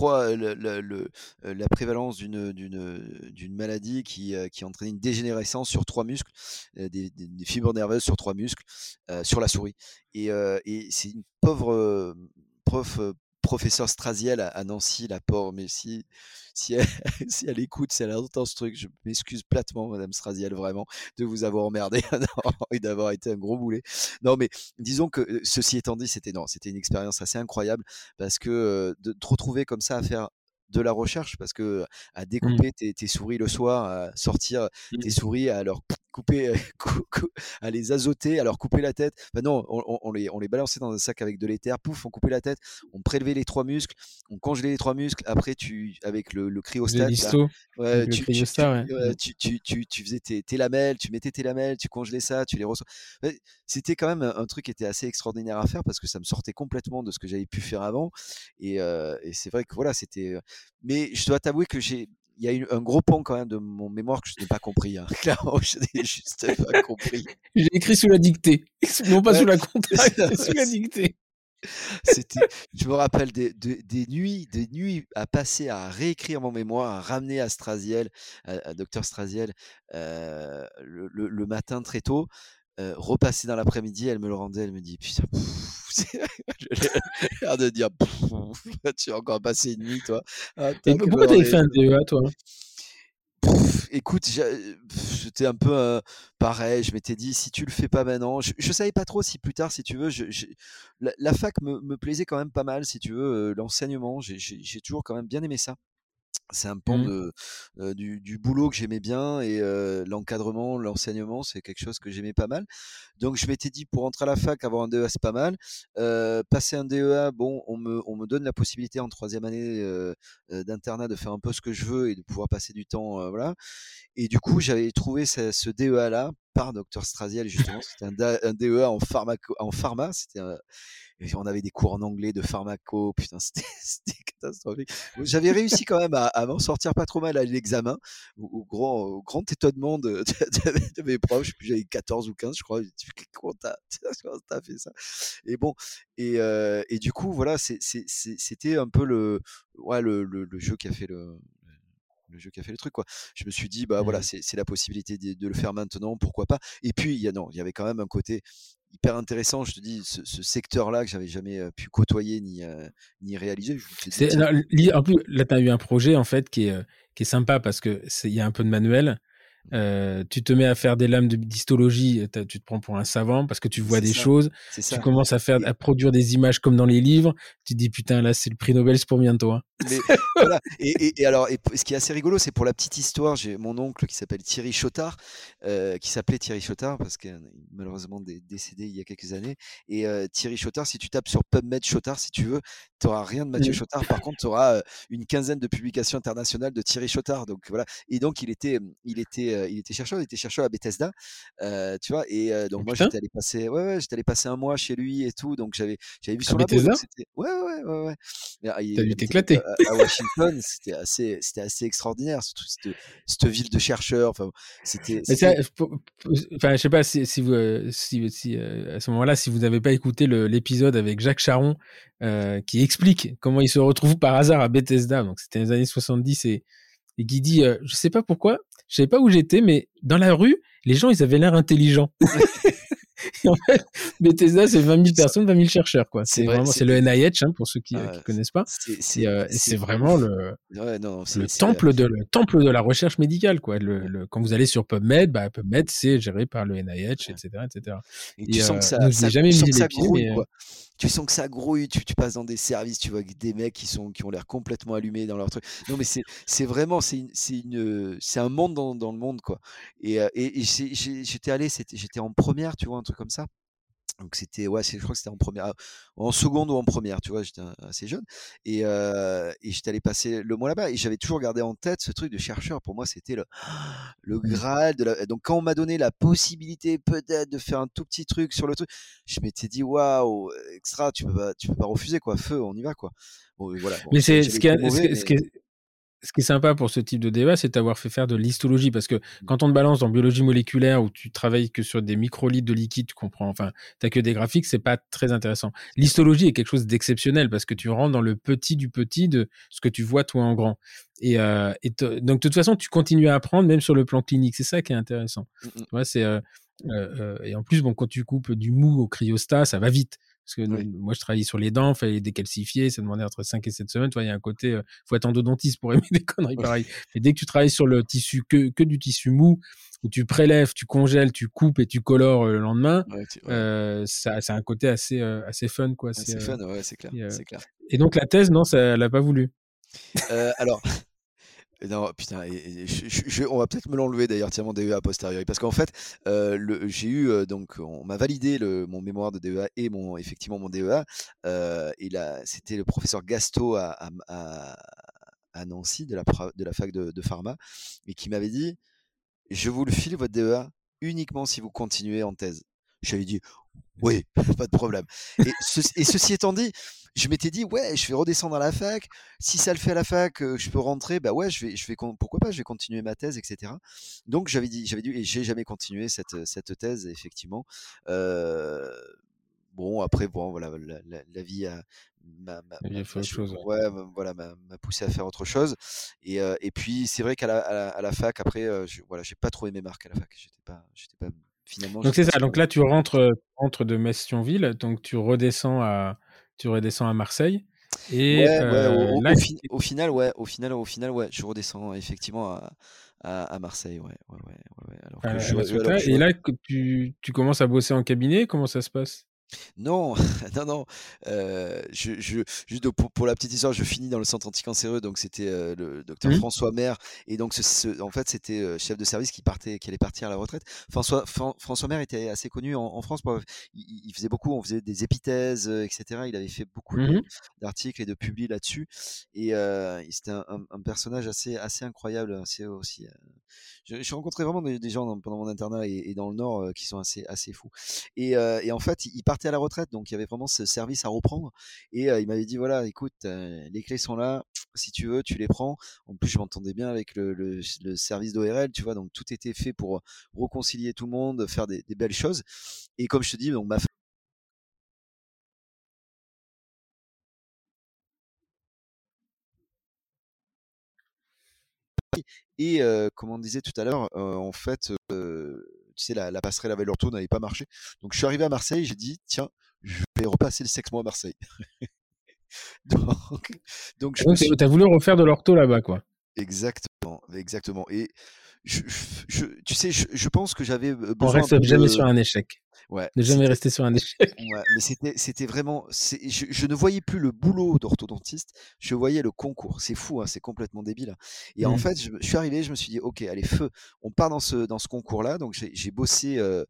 la prévalence d'une maladie qui entraînait une dégénérescence sur 3 muscles, des fibres nerveuses sur 3 muscles, sur la souris. Et c'est une pauvre prof, professeur Strasiel à Nancy, la pauvre, mais si elle, si elle écoute, si elle entend ce truc, je m'excuse platement, Madame Strasiel, vraiment, de vous avoir emmerdé et d'avoir été un gros boulet. Non, mais disons que ceci étant dit, c'était une expérience assez incroyable parce que de te retrouver comme ça à faire de la recherche, parce que à Mm. découper tes souris le soir, à sortir tes Mm. souris, à leur couper, à les azoter, à leur couper la tête. Enfin non, on les balançait dans un sac avec de l'éther, pouf, on coupait la tête, on prélevait les 3 muscles, on congelait les 3 muscles. Après, avec le J'ai cryostat, là, l'histo ouais, avec le cryostat, ouais. Mm. tu faisais tes lamelles, tu mettais tes lamelles, tu congelais ça, tu les reçois. Ouais, c'était quand même un truc qui était assez extraordinaire à faire parce que ça me sortait complètement de ce que j'avais pu faire avant. Et c'est vrai que voilà, mais je dois t'avouer que il y a eu un gros pan quand même de mon mémoire que je n'ai pas compris. Hein. Clairement, je n'ai juste pas compris. J'ai écrit sous la dictée. Non pas Ouais, sous la contrainte, mais sous la dictée. je me rappelle des nuits à passer à réécrire mon mémoire, à ramener à Strasiel, à Docteur Strasiel, le matin très tôt, repasser dans l'après-midi, elle me le rendait, elle me dit putain, j'ai l'air de dire tu as encore passé une nuit, toi. Ah, Et tac, elle me pourquoi le tu avais rendait. fait un DEA, toi? Écoute, j'étais un peu pareil. Je m'étais dit, si tu le fais pas maintenant, je savais pas trop si plus tard, si tu veux, la fac me plaisait quand même pas mal, si tu veux, l'enseignement, j'ai toujours quand même bien aimé ça. C'est un pan Mm. du boulot que j'aimais bien. Et l'encadrement, l'enseignement, c'est quelque chose que j'aimais pas mal. Donc je m'étais dit, pour entrer à la fac, avoir un DEA, c'est pas mal. Passer un DEA, bon, on me donne la possibilité en 3e année d'internat de faire un peu ce que je veux et de pouvoir passer du temps, voilà. Et du coup, j'avais trouvé ce DEA-là par Docteur Strasiel, justement. C'était un DEA en pharma. Et on avait des cours en anglais de pharmaco. Putain, c'était c'était catastrophique. J'avais réussi quand même à m'en sortir pas trop mal à l'examen, au grand étonnement de mes profs. Je sais plus, j'avais 14 ou 15, je crois. Je dis, comment t'as fait ça? Et bon, et du coup, voilà, c'était un peu ouais, le jeu qui a fait le jeu qui a fait le truc, quoi. Je me suis dit, bah voilà, Mm. c'est la possibilité de le faire maintenant, pourquoi pas. Et puis, non, il y avait quand même un côté hyper intéressant, je te dis, ce secteur-là que j'avais jamais pu côtoyer ni réaliser. Je me suis dit, tiens, En plus, là, tu as eu un projet, en fait, qui est sympa parce que il y a un peu de manuel. Tu te mets à faire des lames d'histologie, tu te prends pour un savant parce que tu vois c'est des ça, choses. c'est Tu ça. commences à produire des images comme dans les livres. Tu te dis, putain, là, c'est le prix Nobel, c'est pour bientôt. Hein. Mais voilà, et alors, ce qui est assez rigolo, c'est pour la petite histoire, j'ai mon oncle qui s'appelle Thierry Chotard, qui s'appelait Thierry Chotard, parce qu'il est malheureusement décédé il y a quelques années. Et Thierry Chotard, si tu tapes sur PubMed Chotard, si tu veux, tu n'auras rien de Mathieu Mm. Chotard. Par contre, tu auras une quinzaine de publications internationales de Thierry Chotard. Donc voilà. Et donc, il était était chercheur, il était chercheur à Bethesda, tu vois. Et Oh donc moi putain, j'étais allé passer un mois chez lui et tout, donc j'avais vu à son labo, donc Bethesda, c'était ouais. Mais, t'as il dû habitait donc t'éclater. à Washington, c'était assez extraordinaire, cette ville de chercheurs. Enfin, Mais ça, c'était enfin, je sais pas si vous, si à ce moment-là, si vous n'avez pas écouté l'épisode avec Jacques Charon, qui explique comment il se retrouve par hasard à Bethesda. Donc, c'était les années 70 et qui dit, je sais pas pourquoi, je savais pas où j'étais, mais dans la rue, les gens, ils avaient l'air intelligents. Et en fait, Bethesda, c'est 20 000 personnes, 20 000 chercheurs, quoi. c'est C'est vrai, vraiment, c'est le NIH, hein, pour ceux qui connaissent pas. Et c'est c'est vraiment ouf. Ouais, non, le temple de la recherche médicale, quoi. Quand vous allez sur PubMed, bah, PubMed, c'est géré par le NIH, ouais. etc., etc. Et Et tu sens que nous, je n'y ai jamais tu mis sens que les ça pieds, grouille, mais quoi. Tu sens que ça grouille, tu passes dans des services, tu vois des mecs qui ont l'air complètement allumés dans leur truc. Non, mais c'est vraiment, c'est un monde dans le monde, quoi. Et j'étais allé, j'étais en première, tu vois, un truc comme ça. Donc c'était ouais, je crois que c'était en première, en seconde ou en première, tu vois, j'étais assez jeune. Et j'étais allé passer le mois là-bas et j'avais toujours gardé en tête ce truc de chercheur. Pour moi, c'était le mmh. Graal de la. Donc quand on m'a donné la possibilité peut-être de faire un tout petit truc sur le truc, je m'étais dit waouh, extra, tu peux pas refuser quoi, feu, on y va quoi. Bon, voilà, bon, Mais c'est j'avais été mauvais, mais ce qui est sympa pour ce type de débat, c'est d'avoir fait faire de l'histologie, parce que mmh, quand on te balance dans biologie moléculaire où tu travailles que sur des microlitres de liquide, tu comprends, enfin, t'as que des graphiques, c'est pas très intéressant. c'est ça. L'histologie est quelque chose d'exceptionnel parce que tu rentres dans le petit du petit de ce que tu vois toi en grand. Donc, de toute façon, tu continues à apprendre même sur le plan clinique. C'est ça qui est intéressant. Mmh mh. Ouais, et en plus, bon, quand tu coupes du mou au cryostat, ça va vite. Parce que Oui. moi, je travaillais sur les dents, fallait les décalcifier, ça demandait entre 5 et 7 semaines. Tu vois, il y a un côté, faut être endodontiste pour aimer des conneries pareilles. Mais dès que tu travailles sur le tissu, que du tissu mou, où tu prélèves, tu congèles, tu coupes et tu colores le lendemain, Ouais, ouais. ça a un côté assez fun, quoi. Ouais, c'est fun, ouais, c'est clair, Et, euh, c'est clair. et donc, la thèse, non, ça, elle a pas voulu. Alors non, putain, on va peut-être me l'enlever d'ailleurs, tiens, mon DEA a posteriori, parce qu'en fait, j'ai eu, donc on m'a validé mon mémoire de DEA et effectivement mon DEA, et là, c'était le professeur Gasto à Nancy, de la fac de pharma, et qui m'avait dit: «Je vous le file votre DEA uniquement si vous continuez en thèse». J'avais dit: «Oui, pas de problème». Ceci étant dit, je m'étais dit: «Ouais, je vais redescendre à la fac. Si ça le fait à la fac, je peux rentrer, bah ouais, pourquoi pas, je vais continuer ma thèse et cetera». Donc j'avais dit et j'ai jamais continué cette thèse effectivement. Heu, bon après bon voilà, la vie Il a fait autre chose. Ouais. ouais, voilà, m'a poussé à faire autre chose. Et puis c'est vrai à la fac après, voilà, j'ai pas trop aimé Marc à la fac. J'étais pas finalement, Donc j'étais c'est pas ça. super. Donc là, tu rentres de Metz-Thionville, donc tu redescends à Marseille. Et Ouais, ouais, là, au final, ouais, je redescends effectivement à Marseille, ouais. à La Ciotat, et là, que tu commences à bosser en cabinet, comment ça se passe? Non, non, juste donc pour la petite histoire, je finis dans le centre anticancéreux, donc c'était, le docteur Mmh. François Maire. Et donc en fait, c'était, chef de service qui allait partir à la retraite. François Maire était assez connu en France il faisait beaucoup, on faisait des épithèses, et cetera. Il avait fait beaucoup Mmh. d'articles et de publis là-dessus. Et c'était un personnage assez incroyable, assez aussi, j'ai rencontré vraiment des gens pendant mon internat et dans le Nord, qui sont assez fous. Et en fait, il partait à la retraite, donc il y avait vraiment ce service à reprendre. Et il m'avait dit voilà, écoute, les clés sont là, si tu veux, tu les prends. En plus, je m'entendais bien avec le service d'ORL, tu vois, donc tout était fait pour réconcilier tout le monde, faire des belles choses. Et comme je te dis, donc ma et comme on disait tout à l'heure, en fait, tu sais, la passerelle avec l'ortho n'avait pas marché. Donc je suis arrivé à Marseille, j'ai dit tiens, je vais repasser le sexe mois à Marseille. Donc, donc je me Donc, suis tu as voulu refaire de l'ortho là-bas, quoi. exactement, exactement. Et tu sais, je pense que j'avais On besoin un reste peu jamais de. sur un échec. Ouais, Ne jamais rester sur un échec. ouais, mais c'était vraiment. Je ne voyais plus le boulot d'orthodontiste, je voyais le concours. C'est fou, hein, c'est complètement débile, hein. Et en Mmh. fait, je suis arrivé, je me suis dit, ok, allez, feu, on part dans ce concours-là. Donc j'ai bossé.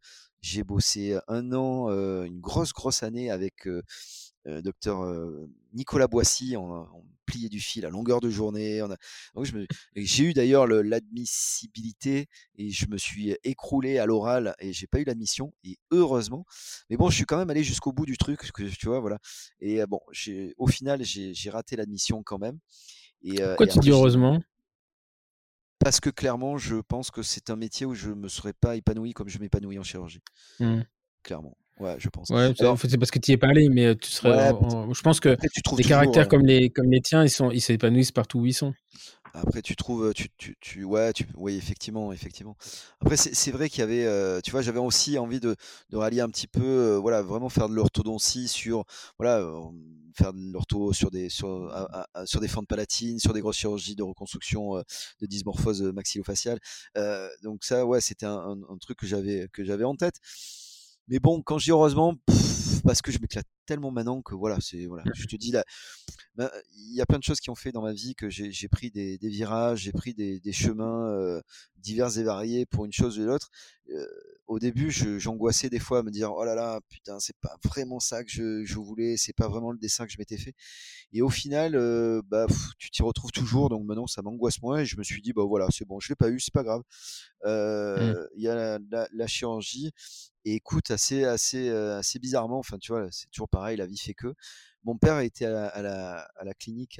J'ai bossé 1 an, une grosse année avec, docteur, Nicolas Boissy. On pliait du fil à longueur de journée. Donc j'ai eu d'ailleurs l'admissibilité et je me suis écroulé à l'oral et j'ai pas eu l'admission et heureusement. Mais bon, je suis quand même allé jusqu'au bout du truc, que tu vois, voilà. Et bon, au final, j'ai raté l'admission quand même Pourquoi et tu dis après heureusement? parce que clairement, je pense que c'est un métier où je me serais pas épanoui comme je m'épanouis en chirurgie, Mmh. clairement. Ouais, je pense. Ouais, Alors c'est parce que tu y es pas allé, mais tu serais. ouais, Je pense que après tu trouves des toujours, caractères comme les tiens, ils s'épanouissent partout où ils sont. après tu trouves, ouais, oui, effectivement, effectivement. Après c'est vrai qu'il y avait, tu vois, j'avais aussi envie de rallier un petit peu, voilà, vraiment faire de l'orthodontie sur, voilà, faire de l'ortho sur des fentes palatines, sur des grosses chirurgies de reconstruction, de dysmorphose, maxillofaciale. Donc ça, ouais, c'était un truc que j'avais en tête. Mais bon, quand je dis heureusement, parce que je m'éclate tellement maintenant que voilà, voilà, je te dis là, ben, il y a plein de choses qui ont fait dans ma vie que j'ai pris des virages, j'ai pris des chemins divers et variés pour une chose ou l'autre. Euh, Au début, j'angoissais des fois à me dire oh là là, putain, c'est pas vraiment ça que je voulais, c'est pas vraiment le dessin que je m'étais fait. Et au final, bah, tu t'y retrouves toujours, donc maintenant ça m'angoisse moins et je me suis dit bah voilà, c'est bon, je l'ai pas eu, c'est pas grave. Mmh. Il y a la chirurgie et écoute, assez bizarrement, enfin tu vois, c'est toujours pareil, la vie fait que. Mon père était à la clinique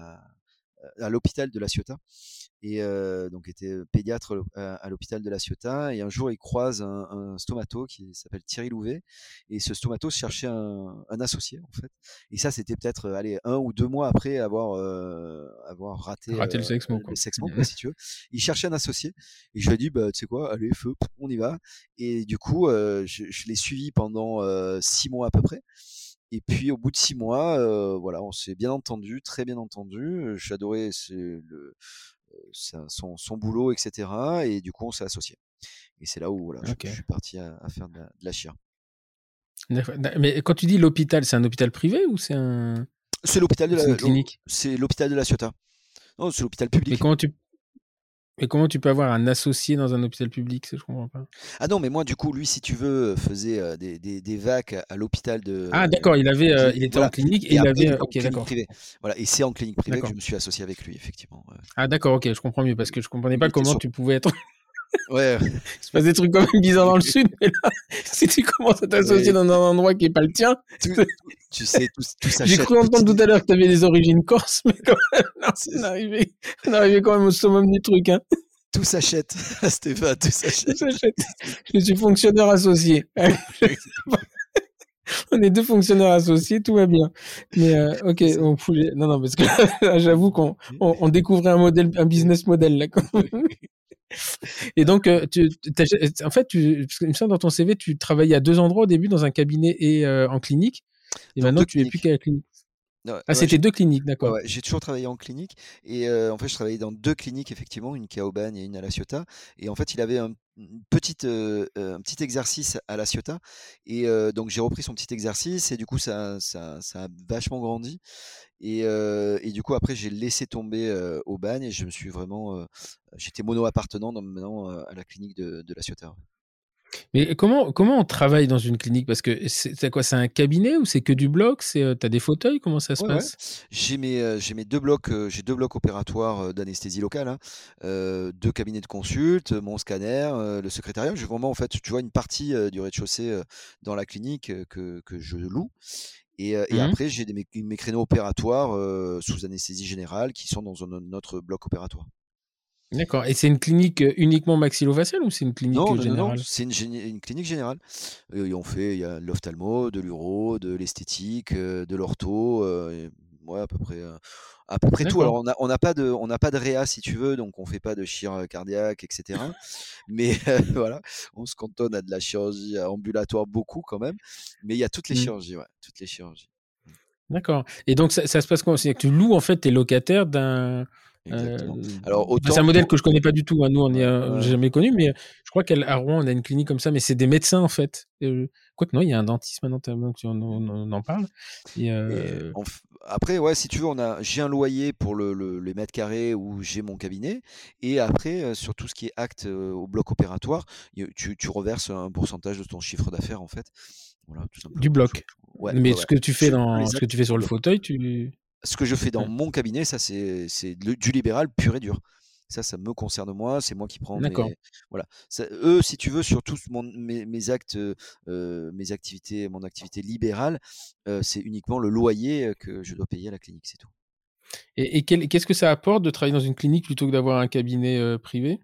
à l'hôpital de La Ciotat et donc était pédiatre à l'hôpital de La Ciotat et un jour il croise un stomato qui s'appelle Thierry Louvet et ce stomato cherchait un associé en fait et ça c'était peut-être allez 1 ou 2 mois après avoir raté Rater le Sexmo, le quoi. Sexmo quoi si tu veux. Il cherchait un associé et je lui ai dit bah tu sais quoi allez feu on y va et du coup je l'ai suivi pendant 6 mois à peu près et puis au bout de 6 mois, voilà, on s'est bien entendu, très bien entendu. J'adorais son boulot, etc. Et du coup, on s'est associés. Et c'est là où voilà, je Ok. suis parti à faire de la chir. D'accord. Mais quand tu dis l'hôpital, c'est un hôpital privé ou C'est l'hôpital de c'est une clinique? c'est l'hôpital de la Ciotat. Non, c'est l'hôpital Mais public. comment tu peux avoir un associé dans un hôpital public? Ça, je comprends pas. Ah non, mais moi, du coup, lui, si tu veux, faisait des vacs à l'hôpital Ah, d'accord, il était en voilà. clinique et Et il après, il avait. était en Ok, clinique d'accord. privée. Voilà. Et c'est en clinique privée que je D'accord. me suis associé avec lui, effectivement. Ouais. Ah, d'accord, ok, je comprends mieux parce que je comprenais Il pas était comment sur. tu pouvais être. Ouais. Il se passe des trucs quand même bizarres dans le sud, mais là, si tu commences à t'associer Ouais, dans un endroit qui est pas le tien, tu sais, tout j'ai s'achète. cru entendre tout à l'heure que tu avais des origines corse, mais quand même, non, on arrivait quand même au summum du truc, hein. Tout s'achète, Stéphane, tout Tout s'achète. s'achète. Je suis fonctionnaire associé. On est deux fonctionnaires associés, tout va bien. Mais ok, C'est ça. non, non, parce que là, j'avoue qu'on découvrait un business model là. Et donc, en fait, parce qu'il me semble dans ton CV, tu travaillais à 2 endroits au début, dans un cabinet et en clinique, et Dans maintenant 2 tu es plus cliniques. qu'à la clinique. Ouais, Ah, ouais, c'était 2 cliniques, ouais, d'accord. ouais, j'ai toujours travaillé en clinique et en fait, je travaillais dans 2 cliniques effectivement, une qui est à Aubagne et une à La Ciotat et en fait, il avait un petit exercice à La Ciotat et donc j'ai repris son petit exercice et du coup ça a vachement grandi et du coup après j'ai laissé tomber, Aubagne et je me suis vraiment, j'étais mono appartenant donc maintenant, à la clinique de La Ciotat, ouais. Mais comment on travaille dans une clinique? Parce que c'est quoi? C'est un cabinet ou c'est que du bloc? T'as des fauteuils? Comment ça se Ouais, ouais. passe? J'ai mes 2 blocs, j'ai 2 blocs opératoires, d'anesthésie locale, hein, 2 cabinets de consulte, mon scanner, le secrétariat. J'ai vraiment, en fait, tu vois, une partie, du rez-de-chaussée, dans la clinique, que je loue et Mmh. après j'ai mes créneaux opératoires, sous anesthésie générale qui sont dans un autre bloc opératoire. D'accord. Et c'est une clinique uniquement maxillofaciale ou c'est une clinique Non, non, non, non, générale? c'est une clinique générale. Et il y a de l'ophtalmo, de l'uro, de l'esthétique, de l'ortho, et ouais, à peu près tout. Alors D'accord. on n'a pas de réa si tu veux, donc on fait pas de chir, cardiaque et cetera. Mais voilà, on se cantonne à de la chirurgie ambulatoire beaucoup quand même. Mais il y a toutes les Mmh. chirurgies, ouais, toutes les chirurgies. Mmh. D'accord. Et donc ça se passe comment? C'est que tu loues en fait, t'es locataire d'un exactement. Alors C'est un autant modèle pour que je connais pas du tout, hein. Nous, ouais, j'ai ouais, jamais connu, mais je crois qu'à Rouen, on a une clinique comme ça, mais c'est des médecins en fait. Quoique non, il y a un dentiste maintenant, tellement que on en parle. Et et après, ouais, si tu veux, j'ai un loyer pour les mètres carrés où j'ai mon cabinet. Et après, sur tout ce qui est acte au bloc opératoire, tu reverses un pourcentage de ton chiffre d'affaires, en fait. Voilà, tout du simplement. bloc. Ouais, Mais ouais, ouais. ce Les que tu actes fais en sur le bloc. fauteuil, Ce que je fais dans Ouais, mon cabinet, ça, c'est du libéral pur et dur. Ça me concerne moi, c'est moi qui prends d'accord. voilà. Eux, si tu veux, sur tous mes actes, mes activités, mon activité libérale, c'est uniquement le loyer que je dois payer à la clinique, c'est tout. Et qu'est-ce que ça apporte de travailler dans une clinique plutôt que d'avoir un cabinet privé?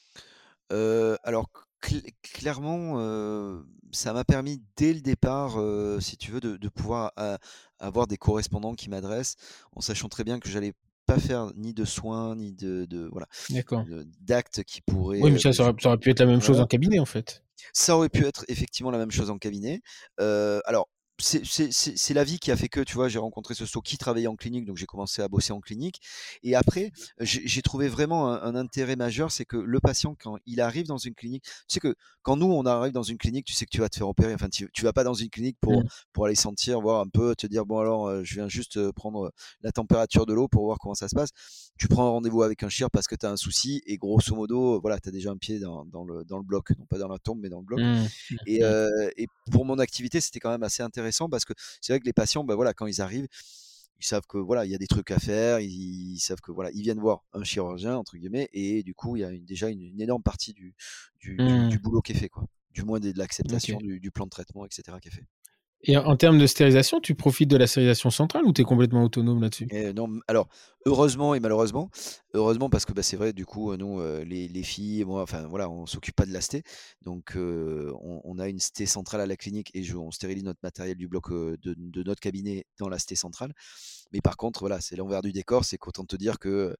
Alors clairement, ça m'a permis dès le départ, si tu veux, de pouvoir avoir des correspondants qui m'adressent, en sachant très bien que j'allais pas faire ni de soins, ni de voilà, D'accord. d'actes qui pourraient, Oui, mais ça aurait pu être la même chose voilà. en cabinet en fait. Ça aurait pu être effectivement la même chose en cabinet. Alors c'est la vie qui a fait que, tu vois, j'ai rencontré ce sto qui travaillait en clinique, donc j'ai commencé à bosser en clinique. Et après, j'ai trouvé vraiment un intérêt majeur, c'est que le patient, quand il arrive dans une clinique, tu sais que quand nous, on arrive dans une clinique, tu sais que tu vas te faire opérer. Enfin, tu vas pas dans une clinique Mmh. pour aller sentir, voir un peu, te dire: «Bon alors, je viens juste, prendre, la température de l'eau pour voir comment ça se passe». Tu prends un rendez-vous avec un chir parce que tu as un souci et grosso modo, voilà, tu as déjà un pied dans le bloc, non pas dans la tombe, mais dans le bloc. Mmh. Et, Mmh. et pour mon activité, c'était quand même assez intéressant parce que c'est vrai que les patients, bah voilà, quand ils arrivent, ils savent que voilà, il y a des trucs à faire, ils savent que voilà, ils viennent voir un chirurgien entre guillemets, et du coup, il y a déjà une énorme partie du Mmh. boulot qui est fait, quoi. Du moins de l'acceptation OK. du plan de traitement, etc., qui est fait. Et en termes de stérilisation, tu profites de la stérilisation centrale ou tu es complètement autonome là-dessus? Et non, alors heureusement et malheureusement, heureusement parce que, bah, c'est vrai, du coup, nous, les filles et moi, enfin voilà, on s'occupe pas de la sté. Donc on a une sté centrale à la clinique et on stérilise notre matériel du bloc, de notre cabinet dans la sté centrale. Mais par contre, voilà, c'est l'envers du décor, c'est qu'autant te dire que,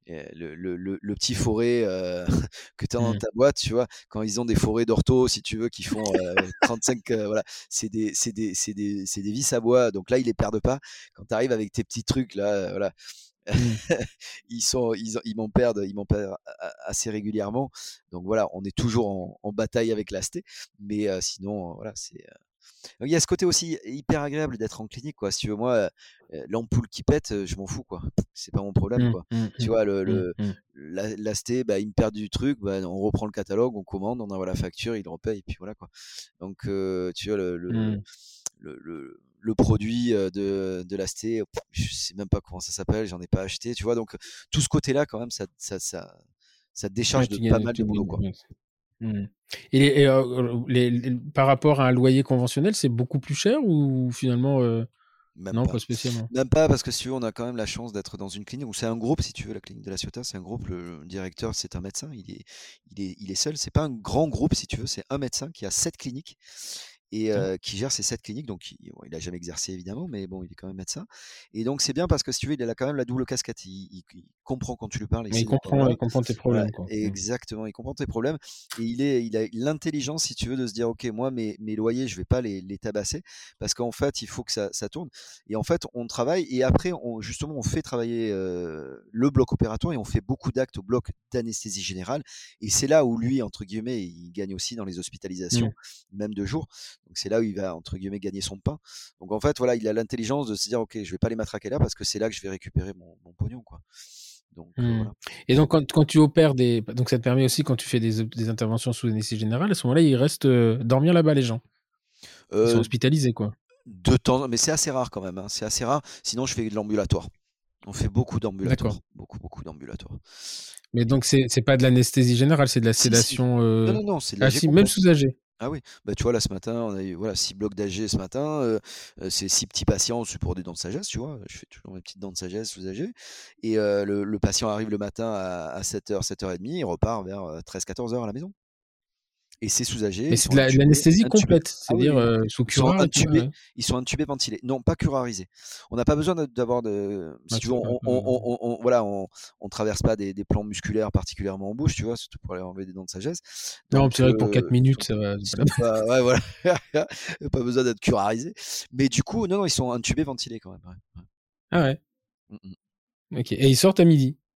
le petit forêt, que tu as dans Mmh. ta boîte, tu vois? Quand ils ont des forêts d'ortho, si tu veux, qui font, 35, voilà, c'est des vis à bois, donc là, ils les perdent pas. Quand tu arrives avec tes petits trucs là, voilà, Mmh. ils m'en perdent assez régulièrement. Donc voilà, on est toujours en bataille avec la sté, mais sinon, voilà, il y a ce côté aussi hyper agréable d'être en clinique, quoi. Si tu veux, moi, l'ampoule qui pète, je m'en fous, quoi. C'est pas mon problème, Mmh. quoi. Mmh Tu mh. vois, Mmh mh. la sté, bah, il me perd du truc, bah, on reprend le catalogue, on commande, on envoie la facture, il repaye et puis voilà, quoi. Donc tu vois, Mmh. le produit, de la sté, je sais même pas comment ça s'appelle, j'en ai pas acheté, tu vois? Donc tout ce côté-là, quand même, ça te Ouais, décharge de tu pas gagnes mal de tu boulot, gagnes quoi. ouais. Mmh. Les par rapport à un loyer conventionnel, c'est beaucoup plus cher ou finalement, Même non, pas. pas spécialement? Même pas parce que si tu veux, on a quand même la chance d'être dans une clinique où c'est un groupe, si tu veux, la clinique de la Ciotat, c'est un groupe. Le directeur, c'est un médecin, il est seul. C'est pas un grand groupe, si tu veux, c'est un médecin qui a 7 cliniques et OK. qui gère ces 7 cliniques. Donc, il a jamais exercé évidemment, mais bon, il est quand même médecin. Et donc, c'est bien parce que si tu veux, il a quand même la double casquette. Il comprend quand tu lui parles, il Mais sait de quoi, voilà. il comprend tes Voilà, problèmes, quoi. Mmh. exactement. Il comprend tes problèmes et il a l'intelligence, si tu veux, de se dire, ok, moi, mes loyers, je vais pas les tabasser parce qu'en fait, il faut que ça tourne. Et en fait, on travaille et après, justement, on fait travailler le bloc opératoire et on fait beaucoup d'actes au bloc d'anesthésie générale. Et c'est là où lui, entre guillemets, il gagne aussi dans les Mmh. hospitalisations, même de jour. Donc c'est là où il va, entre guillemets, gagner son pain. Donc en fait, voilà, il a l'intelligence de se dire, ok, je vais pas les matraquer là parce que c'est là que je vais récupérer mon pognon, quoi. Donc Mmh. voilà. Et donc quand tu opères donc ça te permet aussi quand tu fais des interventions sous anesthésie générale, à ce moment-là, ils restent, dormir là-bas les gens? Ils sont Euh, hospitalisés, quoi? de temps, mais c'est assez rare quand même, hein, c'est assez rare. Sinon, je fais de l'ambulatoire. On fait beaucoup D'accord. d'ambulatoire, beaucoup, beaucoup d'ambulatoire. Mais donc c'est pas de l'anesthésie générale, c'est de la Si, si. sédation, Non, non, non, c'est de la ah G si, même complète. soulagé? Ah oui, bah, tu vois, là, ce matin, on a eu, voilà, 6 blocs d'AG ce matin, c'est 6 petits patients, c'est pour des dents de sagesse, tu vois? Je fais toujours mes petites dents de sagesse sous AG et le patient arrive le matin à 7h, 7h30, il repart vers, 13-14h à la maison et c'est sous AG, Mais ils c'est sont de intubés l'anesthésie intubés. complète, Ah oui, c'est-à-dire, oui, sous ils sont curare et tout? intubés Ouais. ils sont intubés, ventilés. Non, pas curarisés. On n'a pas besoin d'avoir de si Ouais, tu veux, c'est pas voilà, on traverse pas des plans musculaires particulièrement en bouche, tu vois? Surtout pour aller enlever des dents de sagesse. non, Donc c'est vrai que pour 4 ils minutes, sont ça va, ils c'est pas la sont pas ouais, voilà, pas besoin d'être curarisés. Mais du coup, non, non, ils sont intubés, ventilés quand même, ouais, ouais. ah ouais, Mmh mh. OK et ils sortent à midi.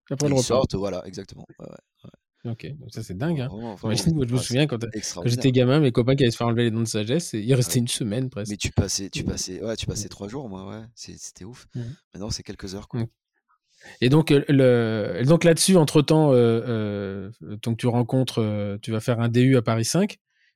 après Et le ils repas. sortent, voilà, exactement. Ouais, ouais. Ok, donc ça c'est dingue. Hein. Vraiment, vraiment, Imagine, moi je me ouais, c'est souviens quand extraordinaire. j'étais gamin, mes copains qui allaient se faire enlever les dents de sagesse, et ils Ah restaient ouais. une semaine Mais presque. tu passais 3 jours, moi, ouais. C'était ouf. Mhm. Maintenant, c'est quelques heures, quoi. Mhm. Et donc, donc là-dessus, entre-temps, donc tu rencontres, tu vas faire un DU à Paris 5,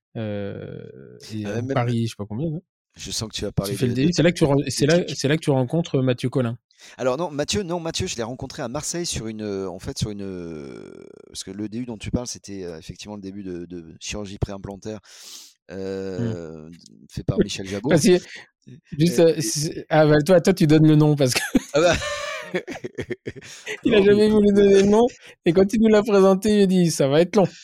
ou Même, Paris, je sais pas combien. Hein. je sens que tu vas Tu parler fais le DU, de clics. c'est là que tu rencontres Mathieu Collin. Alors non, Mathieu, je l'ai rencontré à Marseille en fait, parce que le début dont tu parles, c'était effectivement le début de chirurgie préimplantaire Hmm. euh, fait par Michel Jabour. Parce que, juste, Et- ah bah, toi, tu donnes le nom parce ah bah, qu'il a non, mais jamais écoute, voulu donner le nom. Et quand il nous l'a présenté, il a dit, ça va être long.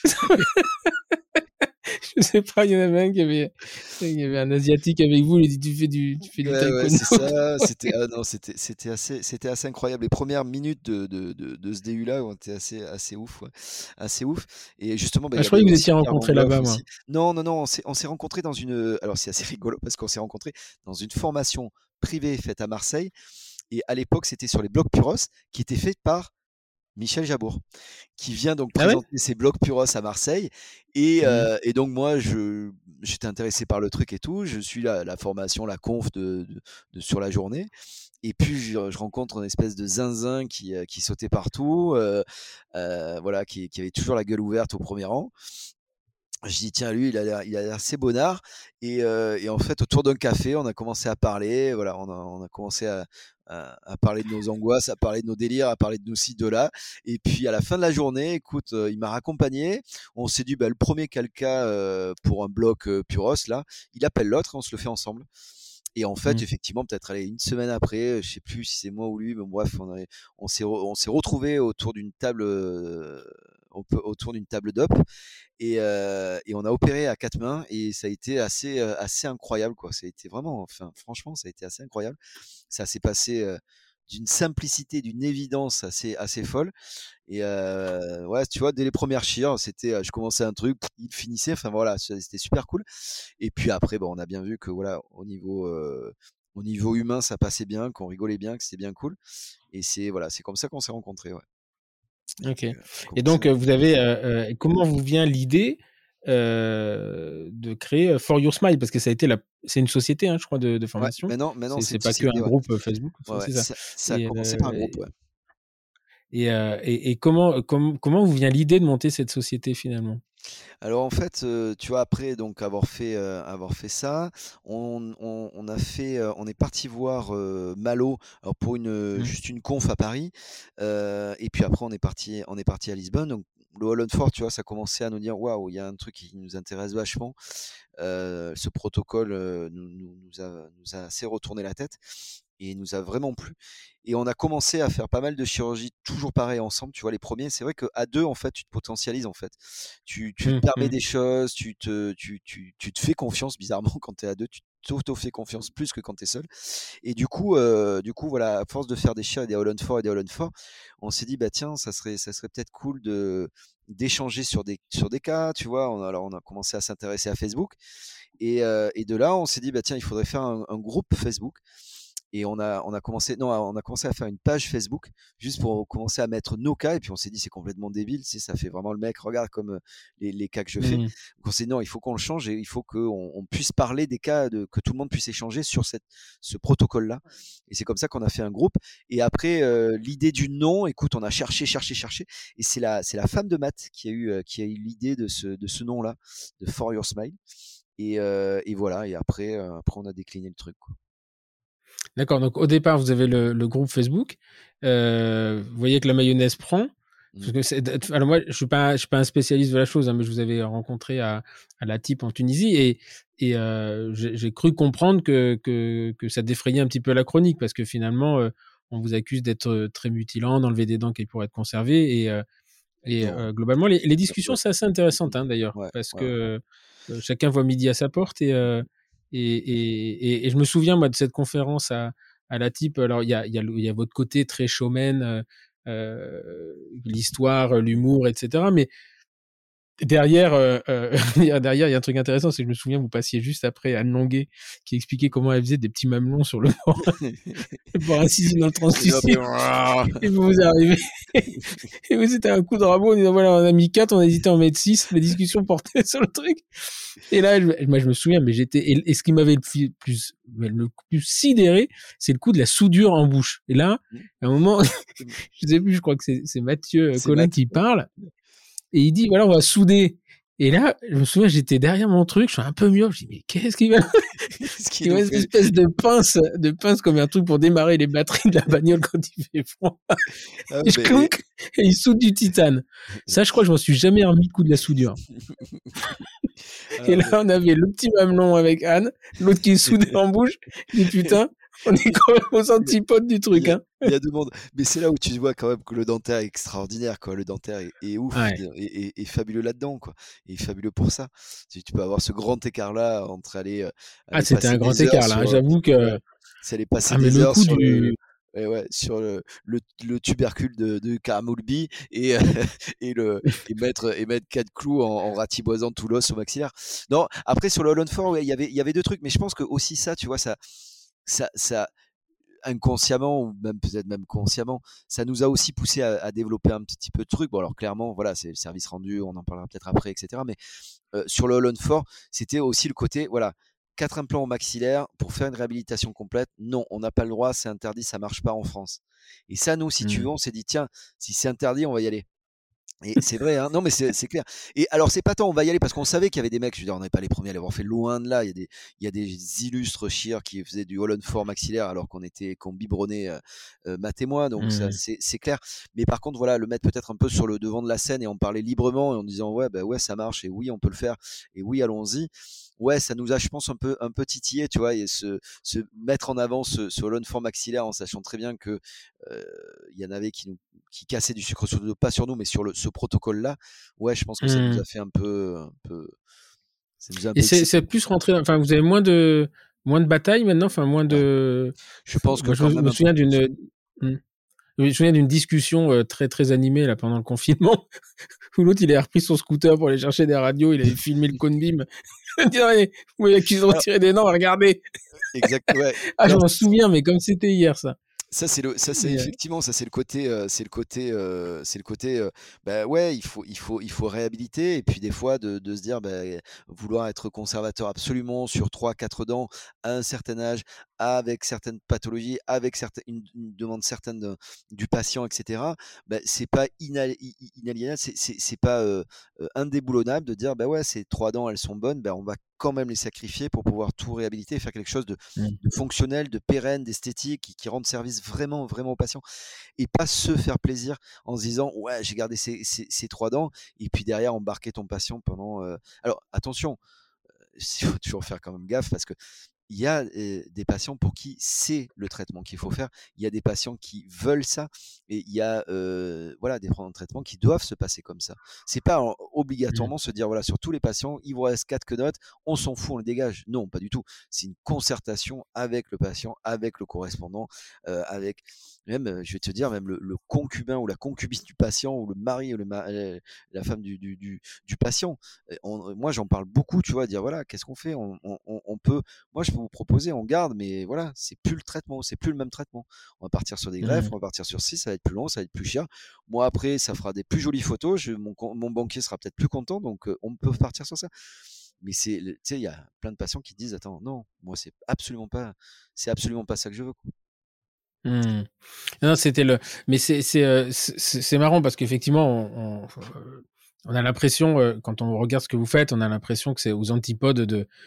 Je sais pas, il y en avait un il y avait un Asiatique avec vous, il a dit, tu fais du ouais, taekwondo. c'est ça. C'était assez incroyable. Les premières minutes de ce DU-là ont été assez ouf, ouais. Assez ouf. Et justement, bah, Ah, il je y avait croyais que vous aussi étiez Pierre Van rencontrés Gogh là-bas, moi. aussi. Non, non, non, on s'est rencontrés dans une. Alors, c'est assez rigolo parce qu'on s'est rencontrés dans une formation privée faite à Marseille. Et à l'époque, c'était sur les blocs Puros qui étaient faits par Michel Jabour, qui vient donc Ah ouais? présenter ses blocs Puros à Marseille. Et, Hmm. euh, et donc moi, j'étais intéressé par le truc et tout. Je suis la formation, la conf sur la journée. Et puis je rencontre une espèce de zinzin qui sautait partout, voilà, qui avait toujours la gueule ouverte au premier rang. Je dis tiens, lui il a l'air assez bonnard. Et en fait, autour d'un café, on a commencé à parler, voilà, on a commencé à parler de nos angoisses, à parler de nos délires, à parler de nous ci, de là. Et puis à la fin de la journée, écoute, il m'a raccompagné. On s'est dit, bah, le premier calca pour un bloc Puros, là, il appelle l'autre et on se le fait ensemble. Et en fait, Hmm. effectivement, peut-être allez, une semaine après, je sais plus si c'est moi ou lui, mais bref, on s'est retrouvés autour d'une table d'op. Et on a opéré à quatre mains et ça a été assez incroyable, quoi. Ça a été vraiment, enfin, franchement, ça a été assez incroyable. Ça s'est passé d'une simplicité, d'une évidence assez folle. Et ouais, tu vois, dès les premières chires, je commençais un truc, il finissait. Enfin voilà, c'était super cool. Et puis après, bon, on a bien vu que voilà, au niveau humain, ça passait bien, qu'on rigolait bien, que c'était bien cool. Et c'est comme ça qu'on s'est rencontrés, ouais. Et Ok. puis, on a Et commencé donc, à vous avez, comment vous vient l'idée de créer For Your Smile? Parce que ça a été c'est une société, hein, je crois, de ouais, formation. maintenant c'est C'est une pas que un société, ouais. groupe Facebook, Ouais, ouais, c'est ça. ça a Et, commencé par un groupe, ouais. comment vous vient l'idée de monter cette société finalement? Alors en fait, tu vois, après donc avoir fait ça, on est parti voir Malo, alors pour Hmm. juste une conf à Paris, et puis après on est parti à Lisbonne. Donc le Holland Fort, tu vois, ça commençait à nous dire waouh, il y a un truc qui nous intéresse vachement. Ce protocole nous a assez retourné la tête et nous a vraiment plu. Et on a commencé à faire pas mal de chirurgie, toujours pareil ensemble. Tu vois, les premiers, c'est vrai qu'à deux, en fait, tu te potentialises, en fait. Tu te Hmm, permets hmm. des choses, tu te fais confiance, bizarrement, quand tu es à deux. Tu t'auto-fais confiance plus que quand tu es seul. Et du coup, voilà, à force de faire des chats et des Holland Fort et des Holland Fort, on s'est dit, bah tiens, ça serait peut-être cool d'échanger sur des cas, tu vois. Alors, on a commencé à s'intéresser à Facebook. Et de là, on s'est dit, bah tiens, il faudrait faire un groupe Facebook. Et on a commencé, non, on a commencé à faire une page Facebook juste pour commencer à mettre nos cas. Et puis on s'est dit, c'est complètement débile, ça fait vraiment le mec, regarde comme les cas que je fais. Hmm. Donc on s'est dit, non, il faut qu'on le change et il faut qu'on puisse parler des cas, que tout le monde puisse échanger sur ce protocole-là. Et c'est comme ça qu'on a fait un groupe. Et après, l'idée du nom, écoute, on a cherché, cherché, cherché. Et c'est la femme de Matt qui a eu l'idée de ce nom-là, de For Your Smile. Et voilà, et après, on a décliné le truc, quoi. D'accord. Donc au départ, vous avez le groupe Facebook. Vous voyez que la mayonnaise prend. Mm. Parce que alors moi, je suis pas un spécialiste de la chose, hein, mais je vous avais rencontré à La Type en Tunisie et j'ai cru comprendre que ça défrayait un petit peu la chronique parce que finalement, on vous accuse d'être très mutilant, d'enlever des dents qui pourraient être conservées Non, globalement, les discussions, ouais. c'est assez intéressant, hein, d'ailleurs, Ouais, parce ouais, ouais. que chacun voit midi à sa porte et je me souviens moi de cette conférence à La Type. Alors il y a votre côté très showman, l'histoire, l'humour, etc. Mais derrière, derrière, il y a un truc intéressant, c'est que je me souviens, vous passiez juste après Anne Longuet qui expliquait comment elle faisait des petits mamelons sur le bord incisive dans le Et après, translucide. Et vous arrivez, et vous c'était un coup de rabot en disant voilà, on a mis 4, on a hésité à en mettre 6, la discussion portait sur le truc. Et là, moi, je me souviens, mais et ce qui m'avait le plus sidéré, c'est le coup de la soudure en bouche. Et là, à un moment, je sais plus, je crois que c'est Mathieu c'est Collin Matt. qui parle, et il dit, voilà, on va souder. Et là, je me souviens, j'étais derrière mon truc, je suis un peu myope, je dis, mais qu'est-ce qu'il va, Ce qui il nous va cette fait. espèce de pince comme un truc pour démarrer les batteries de la bagnole quand il fait froid. Ah, Et je clonque, et il soude du titane. Ça, je crois que je m'en suis jamais remis le coup de la soudure. Et là, on avait le petit mamelon avec Anne, l'autre qui est soudé en bouche. Je dis, putain, on est quand même aux antipodes du truc, hein. Il y a deux mondes. Mais c'est là où tu vois quand même que le dentaire est extraordinaire, quoi. Le dentaire est ouf, Ouais. et fabuleux là-dedans, quoi. Et fabuleux pour ça. Tu peux avoir ce grand écart-là entre Ah, aller c'était un passer grand des heures écart, là, hein. sur, J'avoue ouais, que, c'est aller passer mais des le heures coup sur du, sur le tubercule de Karamoulbi et, et mettre quatre clous en ratiboisant tout l'os au maxillaire. Non, après sur le Holland 4, ouais, il y avait deux trucs, mais je pense que aussi ça, tu vois, ça inconsciemment ou même peut-être même consciemment, ça nous a aussi poussé à développer un petit peu de trucs. Bon, alors clairement, voilà, c'est le service rendu, on en parlera peut-être après, etc. Mais sur le Holland 4, c'était aussi le côté, voilà, 4 implants au maxillaire pour faire une réhabilitation complète. Non, on n'a pas le droit, c'est interdit, ça marche pas en France. Et ça, nous, si tu veux, on s'est dit, tiens, si c'est interdit, on va y aller. Et c'est vrai, hein. Non, mais c'est clair. Et alors, c'est pas tant, on va y aller parce qu'on savait qu'il y avait des mecs, je veux dire, on n'est pas les premiers à l'avoir fait loin de là. Il y a des illustres chieurs qui faisaient du Holland 4 maxillaire alors qu'on biberonnait Matt et moi, donc ça, c'est clair. Mais par contre, voilà, le mettre peut-être un peu sur le devant de la scène et en parler librement et en disant, ouais, bah ouais, ça marche et oui, on peut le faire et oui, allons-y. Ouais, ça nous a, je pense, un peu titillé, tu vois, et se mettre en avant ce Holland 4 maxillaire en sachant très bien que il y en avait qui cassaient du sucre sur le dos, pas sur nous, mais sur ce protocole-là. Ouais, je pense que ça nous a fait ça nous a un Et peu c'est excité. plus rentré, enfin, vous avez moins de batailles maintenant, enfin, moins Ouais. de, Je pense que moi, je quand même me un peu souviens plus. Hmm. Je me souviens d'une discussion très, très animée, là, pendant le confinement, où l'autre, il avait repris son scooter pour aller chercher des radios, il avait filmé le Conbim. Il dit, allez, vous voyez qu'ils ont Alors, tiré des dents, regardez. exact, ouais. Ah, je Alors, m'en souviens, mais comme c'était hier, ça. ça c'est Mais, effectivement, ça c'est le côté, bah ouais, il faut réhabiliter et puis des fois de se dire, bah, vouloir être conservateur absolument sur trois quatre dents à un certain âge, avec certaines pathologies, avec une demande certaine du patient, etc. Bah, c'est pas inaliénable, c'est pas indéboulonnable de dire, bah ouais, ces trois dents, elles sont bonnes, bah, on va quand même les sacrifier pour pouvoir tout réhabiliter et faire quelque chose de fonctionnel, de pérenne, d'esthétique, qui rende service vraiment, vraiment aux patients. Et pas se faire plaisir en se disant, ouais, j'ai gardé ces trois dents, et puis derrière, embarquer ton patient pendant. Alors, attention, il faut toujours faire quand même gaffe parce que il y a des patients pour qui c'est le traitement qu'il faut faire. Il y a des patients qui veulent ça et il y a voilà, des traitements qui doivent se passer comme ça. C'est pas obligatoirement se dire voilà, sur tous les patients, il vous reste 4 quenottes, on s'en fout, on les dégage. Non, pas du tout. C'est une concertation avec le patient, avec le correspondant, avec même, je vais te dire, même le concubin ou la concubine du patient ou le mari ou la femme du patient. Moi, j'en parle beaucoup, tu vois, dire voilà, qu'est-ce qu'on fait, on peut, moi, je peux vous proposer, on garde, mais voilà, c'est plus le traitement, c'est plus le même traitement. On va partir sur des greffes, on va partir sur 6, ça va être plus long, ça va être plus cher. Moi, après, ça fera des plus jolies photos, mon banquier sera peut-être plus content, donc on peut partir sur ça. Mais tu sais, il y a plein de patients qui disent, attends, non, moi, c'est absolument pas ça que je veux, quoi. Non, c'était mais c'est marrant parce qu'effectivement, on a l'impression, quand on regarde ce que vous faites, on a l'impression que c'est aux antipodes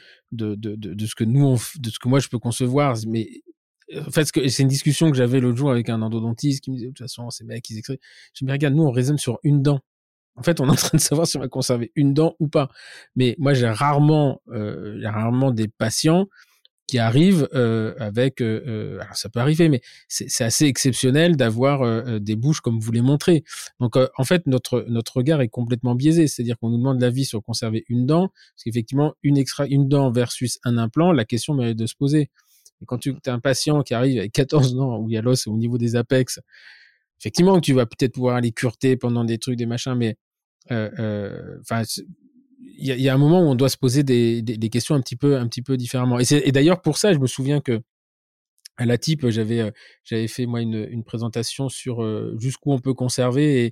de ce que de ce que moi je peux concevoir. Mais en fait, c'est une discussion que j'avais l'autre jour avec un endodontiste qui me disait, de toute façon, ces mecs, ils écrivent. Je me dis, regarde, nous, on raisonne sur une dent. En fait, on est en train de savoir si on va conserver une dent ou pas. Mais moi, j'ai rarement des patients qui arrivent avec. Alors, ça peut arriver, mais c'est assez exceptionnel d'avoir des bouches comme vous les montrez. Donc, en fait, notre regard est complètement biaisé. C'est-à-dire qu'on nous demande l'avis sur conserver une dent, parce qu'effectivement, une dent versus un implant, la question mérite de se poser. Et quand tu as un patient qui arrive avec 14 dents où il y a l'os au niveau des apex, effectivement, tu vas peut-être pouvoir aller cureter pendant des trucs, des machins, mais Enfin, il y a un moment où on doit se poser des questions un petit peu différemment. Et d'ailleurs pour ça, je me souviens que à la type, j'avais fait moi une présentation sur jusqu'où on peut conserver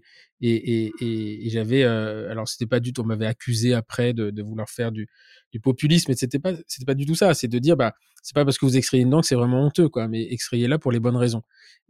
et j'avais alors c'était pas du tout, on m'avait accusé après de vouloir faire du populisme, mais c'était pas du tout ça. C'est de dire bah c'est pas parce que vous extrayez une dent que c'est vraiment honteux quoi, mais extrayez-la pour les bonnes raisons.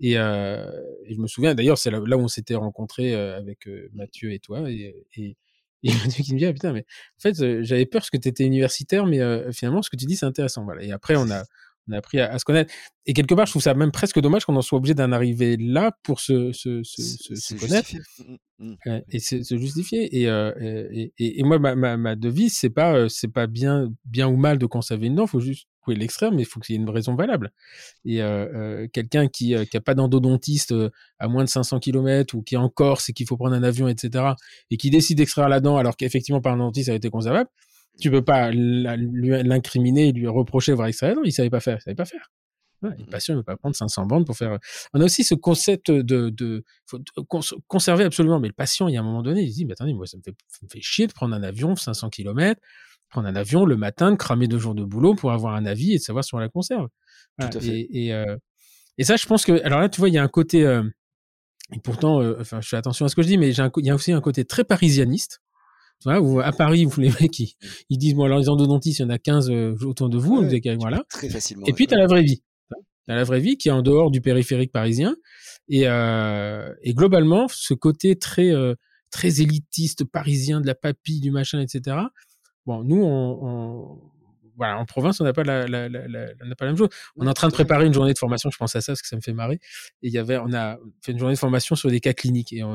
Et je me souviens d'ailleurs c'est là où on s'était rencontrés avec Mathieu et toi et Mathieu qui me dit ah putain mais en fait j'avais peur parce que tu étais universitaire mais finalement ce que tu dis c'est intéressant voilà. Et après on a appris à se connaître. Et quelque part, je trouve ça même presque dommage qu'on en soit obligé d'en arriver là pour se C'est connaître justifié. et se justifier. Et moi, ma devise, c'est pas bien ou mal de conserver une dent, faut juste couper l'extraire, mais il faut qu'il y ait une raison valable. Et quelqu'un qui a pas d'endodontiste à moins de 500 kilomètres ou qui est en Corse et qu'il faut prendre un avion, etc., et qui décide d'extraire la dent alors qu'effectivement par un dentiste ça a été conservable, tu peux pas l'incriminer et lui reprocher d'avoir extrait la dent, il savait pas faire, il savait pas faire. Ouais, une patient ne peut pas prendre 500 bandes pour faire. On a aussi ce concept de faut conserver absolument, mais le patient, il y a un moment donné, il se dit, mais attendez, moi, ça me fait chier de prendre un avion 500 kilomètres, prendre un avion le matin, de cramer 2 jours de boulot pour avoir un avis et de savoir si on la conserve. Tout Voilà. à fait. Et ça, je pense que, alors là, tu vois, il y a un côté, et pourtant, enfin, je fais attention à ce que je dis, mais il y a aussi un côté très parisianiste. Tu vois, où à Paris, où les mecs, ils disent, bon, alors les endodontistes, il y en a 15 autour de vous, Ouais, vous ouais, avez qu'à- tu peux voilà. très facilement, Et ouais, puis, tu ouais. as la vraie vie. T'as la vraie vie qui est en dehors du périphérique parisien. Et globalement, ce côté très élitiste parisien de la papille, du machin, etc. Bon, nous, voilà, en province, on n'a pas on n'a pas la même chose. On est Ouais, en train de tout à fait. préparer une journée de formation. Je pense à ça parce que ça me fait marrer. Et on a fait une journée de formation sur des cas cliniques. Et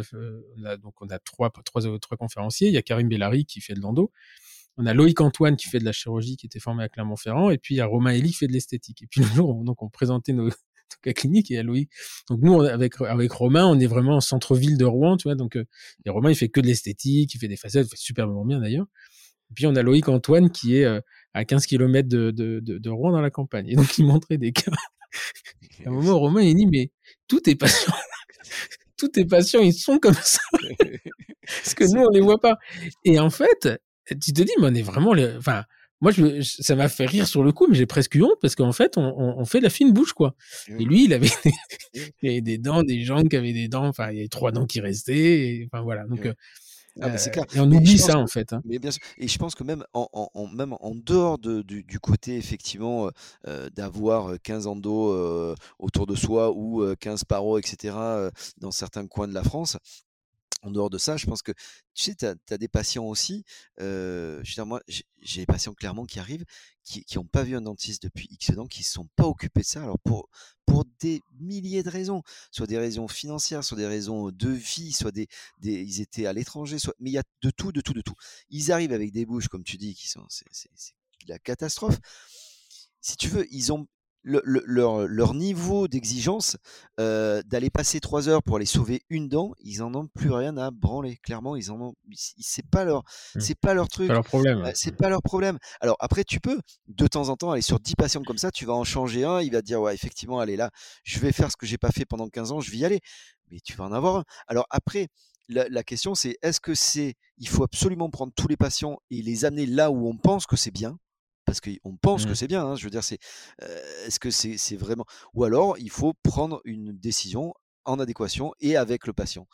on a trois conférenciers. Il y a Karim Bellari qui fait de l'endo. On a Loïc Antoine qui fait de la chirurgie, qui était formé à Clermont-Ferrand, et puis il y a Romain Elie qui fait de l'esthétique. Et puis le jour, on présentait nos cas cliniques et à Loïc. Donc nous, avec Romain, on est vraiment en centre-ville de Rouen, tu vois. Donc et Romain, il fait que de l'esthétique, il fait des facettes, il fait superbement bien d'ailleurs. Et puis on a Loïc Antoine qui est à 15 kilomètres de Rouen dans la campagne. Et donc il montrait des cas. À un moment, Romain, il dit, mais tous tes patients, tous tes patients, ils sont comme ça. Parce que nous, C'est on les clair. voit pas. Et en fait, tu te dis, mais on est vraiment enfin, moi, ça m'a fait rire sur le coup, mais j'ai presque eu honte parce qu'en fait, on fait de la fine bouche, quoi. Et Oui, lui, il avait, oui, il avait des dents, des jambes qui avaient des dents, enfin, il y avait 3 dents qui restaient, enfin, voilà. Donc, oui. Ah mais c'est clair. et on Mais je oublie pense ça, que en fait, hein. mais bien sûr et je pense que même même en dehors du côté effectivement, d'avoir, 15 endos, autour de soi ou, 15 paros et cetera, dans certains coins de la France. En dehors de ça, je pense que, tu sais, tu as des patients aussi, je veux dire, moi, j'ai des patients clairement qui arrivent, qui ont pas vu un dentiste depuis X ans, qui se sont pas occupés de ça, alors pour des milliers de raisons, soit des raisons financières, soit des raisons de vie, soit ils étaient à l'étranger, soit mais il y a de tout, de tout, de tout. Ils arrivent avec des bouches, comme tu dis, qui sont c'est la catastrophe. Si tu veux, ils ont leur niveau d'exigence, d'aller passer 3 heures pour aller sauver une dent, ils en ont plus rien à branler. Clairement, ils en ont Mmh. c'est pas leur C'est pas truc, leur problème, ouais. c'est pas leur problème. Alors après, tu peux, de temps en temps, aller sur 10 patients comme ça, tu vas en changer un, il va te dire: «Ouais, effectivement, allez là, je vais faire ce que j'ai pas fait pendant 15 ans, je vais y aller». Mais tu vas en avoir un. Alors après, la question c'est, est-ce que il faut absolument prendre tous les patients et les amener là où on pense que c'est bien? Parce qu'on pense que Mmh. c'est bien, hein, je veux dire, heu, est-ce que c'est vraiment ou alors il faut prendre une décision en adéquation et avec le patient.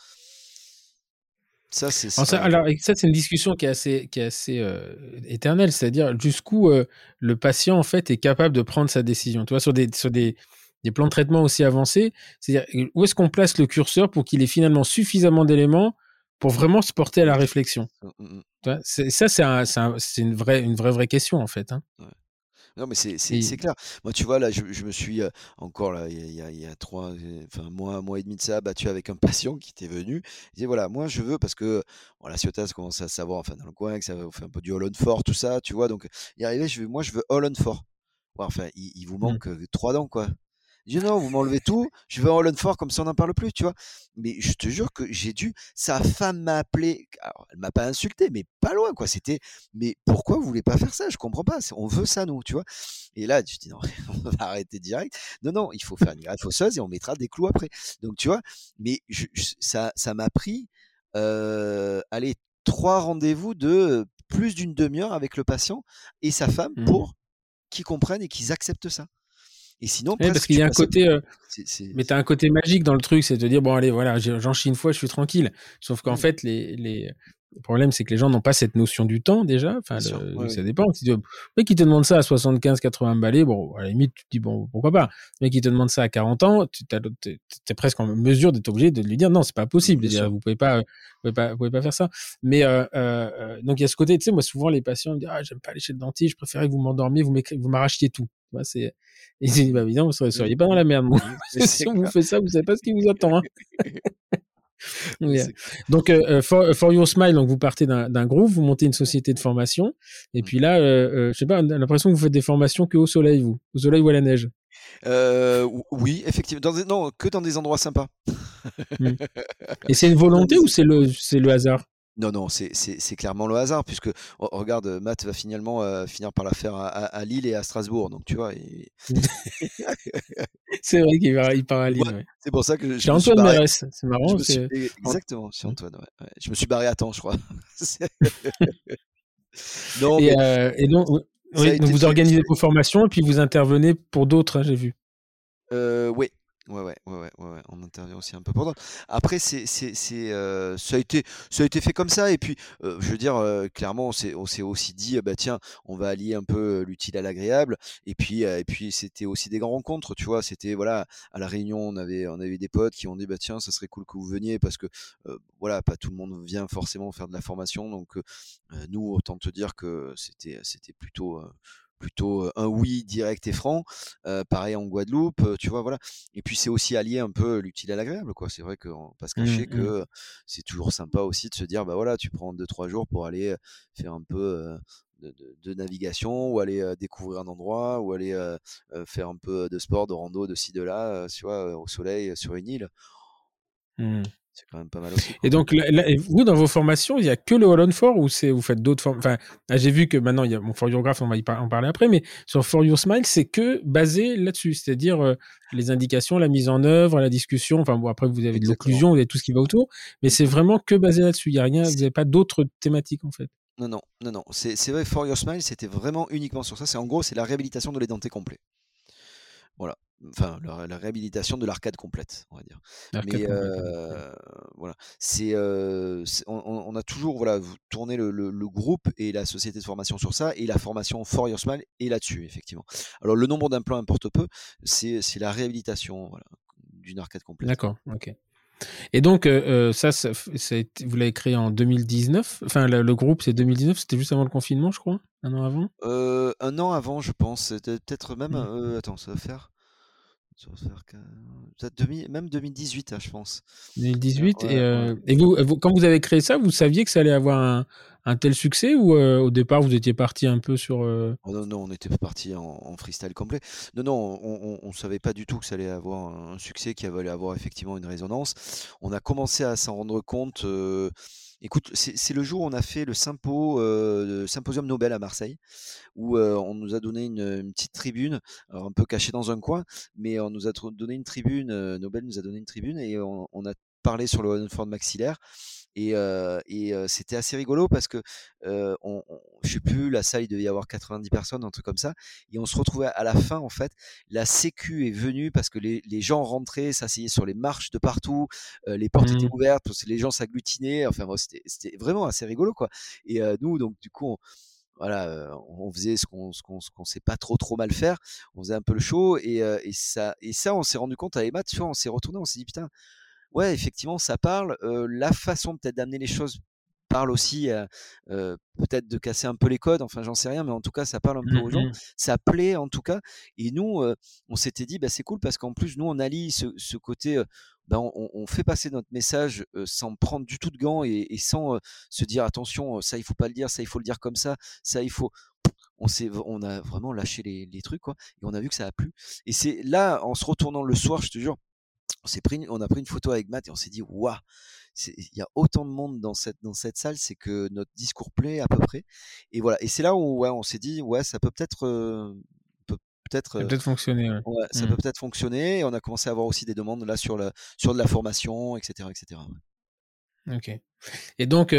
Ça, ce sera Alors, et ça, c'est une discussion qui est assez éternelle, c'est-à-dire jusqu'où le patient en fait est capable de prendre sa décision. Tu vois, des plans de traitement aussi avancés, c'est-à-dire où est-ce qu'on place le curseur pour qu'il ait finalement suffisamment d'éléments pour vraiment se porter à la oui. réflexion. Mmh. Tu vois, c'est une vraie question en fait, hein. Ouais. Non, mais c'est Et clair. Moi, tu vois, là, je me suis, encore là, il y a 3, enfin, un mois et demi de ça, battu avec un patient qui était venu. Il disait: «Voilà, moi, je veux» parce que, bon, la Ciotat commence à savoir, enfin, dans le coin, que ça fait un peu du All on 4, tout ça, tu vois? Donc, il est arrivé, moi, je veux All on 4. Ouais, enfin, il vous mmh. manque, 3 dents, quoi. Je dis: «Non, vous m'enlevez tout, je vais en All on 4 comme ça on n'en parle plus», tu vois? Mais je te jure que sa femme m'a appelé, alors elle m'a pas insulté, mais pas loin, quoi. C'était: «Mais pourquoi vous voulez pas faire ça? Je comprends pas, on veut ça nous», tu vois? Et là, je dis: «Non, on va arrêter direct. Non, non, il faut faire une greffe osseuse et on mettra des clous après». Donc tu vois? Mais ça m'a pris, allez, 3 rendez-vous de plus d'une demi-heure avec le patient et sa femme Mmh. pour qu'ils comprennent et qu'ils acceptent ça. Et sinon, Ouais, parce presque, qu'il y tu a un passais pour côté, mais tu c'est as un côté magique dans le truc, c'est de dire: «Bon allez, voilà, j'en chie une fois, je suis tranquille». Sauf qu'en mmh, fait, le problème, c'est que les gens n'ont pas cette notion du temps déjà. Enfin, bien sûr, oui, ça oui. dépend. Si tu le mec qui te demande ça à 75-80 balais, bon, à la limite, tu te dis: «Bon, pourquoi pas?» Le mec qui te demande ça à 40 ans, tu es presque en mesure d'être obligé de lui dire: «Non, c'est pas possible. Bien Déjà, sûr. vous pouvez pas faire ça». Mais donc il y a ce côté, tu sais, moi, souvent, les patients me disent: «Ah, j'aime pas aller chez le dentiste, je préférais que vous m'endormiez, vous m'arrachiez tout». Tu vois, c'est et j'ai dit: «Bah, Mmh. évidemment, vous Mmh, seriez pas dans mmh, la merde, moi. mmh. Si C'est on vous clair. fait ça, vous savez pas ce qui vous attend, hein». Oui, Yeah. c'est clair. Donc, for Your Smile, donc vous partez d'un groupe, vous montez une société de formation, et Mmh. puis là, je sais pas, on a l'impression que vous faites des formations que au soleil, vous, au soleil ou à la neige. Ou oui, effectivement, non, que dans des endroits sympas. Hmm. Et c'est une Que dans volonté des ou c'est le hasard? Non, non, c'est clairement le hasard puisque regarde, Matt va finalement, finir par la faire à Lille et à Strasbourg, donc tu vois? Et C'est vrai il part à et moi, Lille, ouais. c'est pour ça que je Chez me suis Antoine barré. Mérès, c'est Je marrant, me suis c'est Ant- exactement, c'est Hmm. Antoine, ouais, ouais. Je me suis barré à temps, je crois. C'est non, mais Et donc, ça a oui, donc été vous fait ça organisez vos formations et puis vous intervenez pour d'autres, hein, j'ai vu. Oui. Ouais, on intervient aussi un peu pendant. Après ça a été fait comme ça et puis, je veux dire, clairement on s'est aussi dit: «Bah, tiens, on va allier un peu, l'utile à l'agréable» et puis c'était aussi des grandes rencontres, tu vois? C'était voilà, à la Réunion, on avait des potes qui ont dit: «Bah, tiens, ça serait cool que vous veniez» parce que, voilà, pas tout le monde vient forcément faire de la formation donc, nous, autant te dire que c'était plutôt un oui direct et franc. Pareil en Guadeloupe, tu vois? Voilà et puis c'est aussi allier un peu l'utile à l'agréable, quoi. C'est vrai qu'on va pas se Hmm, cacher que, hmm. c'est toujours sympa aussi de se dire, bah, voilà, tu prends 2-3 jours pour aller, faire un peu, de navigation ou aller, découvrir un endroit ou aller, faire un peu de sport, de rando, de ci de là, tu vois? Au soleil, sur une île. Hmm. C'est quand même pas mal aussi, Et quoi. donc, et vous, dans vos formations, il y a que le All on Four ou vous faites d'autres formes? Enfin, là, j'ai vu que maintenant, il y a mon For Your Graph, on va en parler après, mais sur For Your Smile, c'est que basé là-dessus, c'est-à-dire les indications, la mise en œuvre, la discussion. Enfin, bon, après, vous avez de Exactement. l'occlusion, vous avez tout ce qui va autour, mais Mmh c'est mh. vraiment que basé là-dessus. Il y a rien, vous C'est n'avez pas d'autres thématiques, en fait. Non, non, non, non, c'est vrai, For Your Smile, c'était vraiment uniquement sur ça. C'est en gros, c'est la réhabilitation de l'édenté complet. Voilà, enfin la réhabilitation de l'arcade complète, on va dire. Arcade Mais complète, ok. voilà, on a toujours voilà, tourné le groupe et la société de formation sur ça et la formation For Your Smile est là-dessus effectivement. Alors le nombre d'implants importe peu, c'est la réhabilitation, voilà, d'une arcade complète, quoi. D'accord, ok. Et donc, vous l'avez créé en 2019. Enfin, le groupe, c'est 2019, c'était juste avant le confinement, je crois, un an avant. 1 an avant je pense, c'était peut-être même, Hmm. attends, ça va faire que peut-être même 2018, hein, je pense. Ouais, 2018 ouais. et vous, quand vous avez créé ça, vous saviez que ça allait avoir un tel succès ou au départ vous étiez parti un peu sur Oh non, non, on était parti en freestyle complet. Non, non, on savait pas du tout que ça allait avoir un succès, qu'il allait avoir effectivement une résonance. On a commencé à s'en rendre compte, écoute, c'est le jour où on a fait le symposium Nobel à Marseille, où, on nous a donné une petite tribune, alors un peu cachée dans un coin, mais on nous a donné une tribune, Nobel nous a donné une tribune et on a parlé sur le Rutherford maxillaire c'était assez rigolo parce que, je sais plus, la salle, il devait y avoir 90 personnes, un truc comme ça et on se retrouvait à la fin, en fait, la sécu est venue parce que les gens rentraient, s'asseyaient sur les marches de partout, les portes étaient mmh, ouvertes parce que les gens s'agglutinaient, enfin bon, c'était vraiment assez rigolo, quoi et nous, donc du coup, voilà, on faisait ce qu'on sait pas trop mal faire. On faisait un peu le show et ça, on s'est rendu compte avec Matt, tu vois, on s'est retourné, on s'est dit: «Putain, ouais, effectivement, ça parle. La façon peut-être d'amener les choses parle aussi, peut-être de casser un peu les codes, enfin, j'en sais rien, mais en tout cas, ça parle un peu mmh aux gens. mh. Ça plaît en tout cas et nous, on s'était dit: «Bah, c'est cool» parce qu'en plus, nous, on allie ce côté, bah, on fait passer notre message, sans prendre du tout de gants et sans, se dire: «Attention, ça, il faut pas le dire, ça, il faut le dire comme ça, il faut» on a vraiment lâché les trucs, quoi et on a vu que ça a plu et c'est là, en se retournant le soir, je te jure, on a pris une photo avec Matt et on s'est dit: «Waouh! Il y a autant de monde dans cette salle, c'est que notre discours plaît à peu près» et voilà et c'est là où, ouais, on s'est dit: «Ouais, ça peut peut-être, Ça a peut-être fonctionné, ouais. ouais, ça Mmh. peut peut-être fonctionner» et on a commencé à avoir aussi des demandes là sur de la formation et cetera, ouais. Ok. Et donc,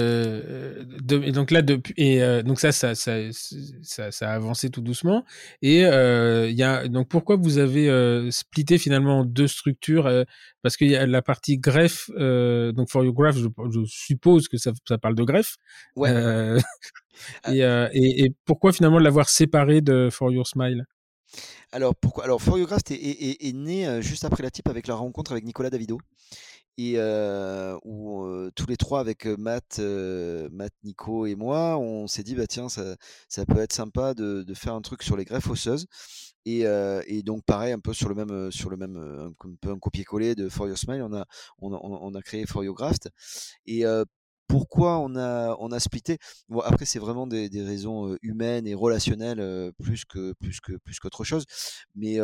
et donc là, depuis, donc ça a avancé tout doucement. Et il y a donc pourquoi vous avez splitté finalement en deux structures, parce qu'il y a la partie greffe, donc For Your Graph, je suppose que ça parle de greffe. Ouais. Euh, a- et pourquoi finalement l'avoir séparé de For Your Smile? Alors pourquoi? Alors Furiograft est né juste après la type avec la rencontre avec Nicolas Davido. Et où tous les trois avec Matt, Nico et moi, on s'est dit bah tiens ça peut être sympa de faire un truc sur les greffes osseuses et donc pareil un peu sur le même un peu un copier-coller de For Your Smile, on a créé For Your Graft et pourquoi on a splitté. Bon, après c'est vraiment des raisons humaines et relationnelles plus qu'autre chose, mais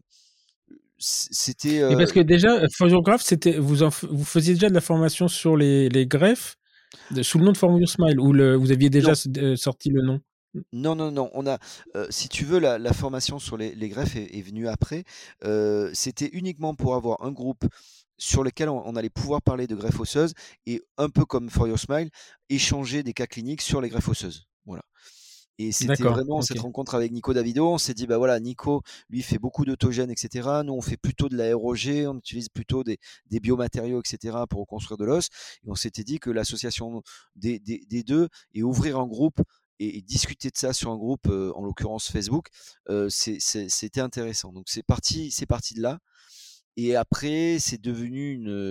c'était Et parce que déjà, For Your Graph, c'était vous faisiez déjà de la formation sur les greffes sous le nom de For Your Smile, ou vous aviez déjà non. sorti le nom? Non, non, non, on a, si tu veux, la formation sur les greffes est venue après. C'était uniquement pour avoir un groupe sur lequel on allait pouvoir parler de greffe osseuse et un peu comme For Your Smile, échanger des cas cliniques sur les greffes osseuses. Voilà. Et c'était D'accord, vraiment ok. cette rencontre avec Nico Davido. On s'est dit, bah voilà, Nico, lui, fait beaucoup d'autogènes, etc. Nous, on fait plutôt de l'aérogé, on utilise plutôt des biomatériaux, etc. pour reconstruire de l'os. Et on s'était dit que l'association des deux et ouvrir un groupe et discuter de ça sur un groupe, en l'occurrence Facebook, c'était intéressant. Donc c'est parti de là. Et après, c'est devenu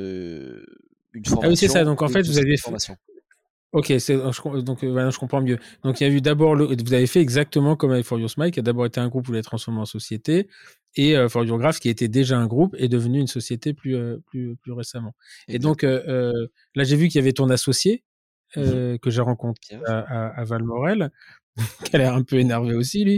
une Ah oui, c'est ça. formation Donc en et une fait, vous société avez de formation. ok, donc maintenant je comprends mieux. Donc il y a eu d'abord vous avez fait exactement comme avec For Your Smile, qui a d'abord été un groupe, vous l'avez transformé en société, et For Your Graph, qui était déjà un groupe, est devenu une société plus récemment. Et donc Exactement. là, j'ai vu qu'il y avait ton associé Mhm. que j'ai rencontré Pierre. à Valmorel, qui a l'air un peu énervé aussi lui,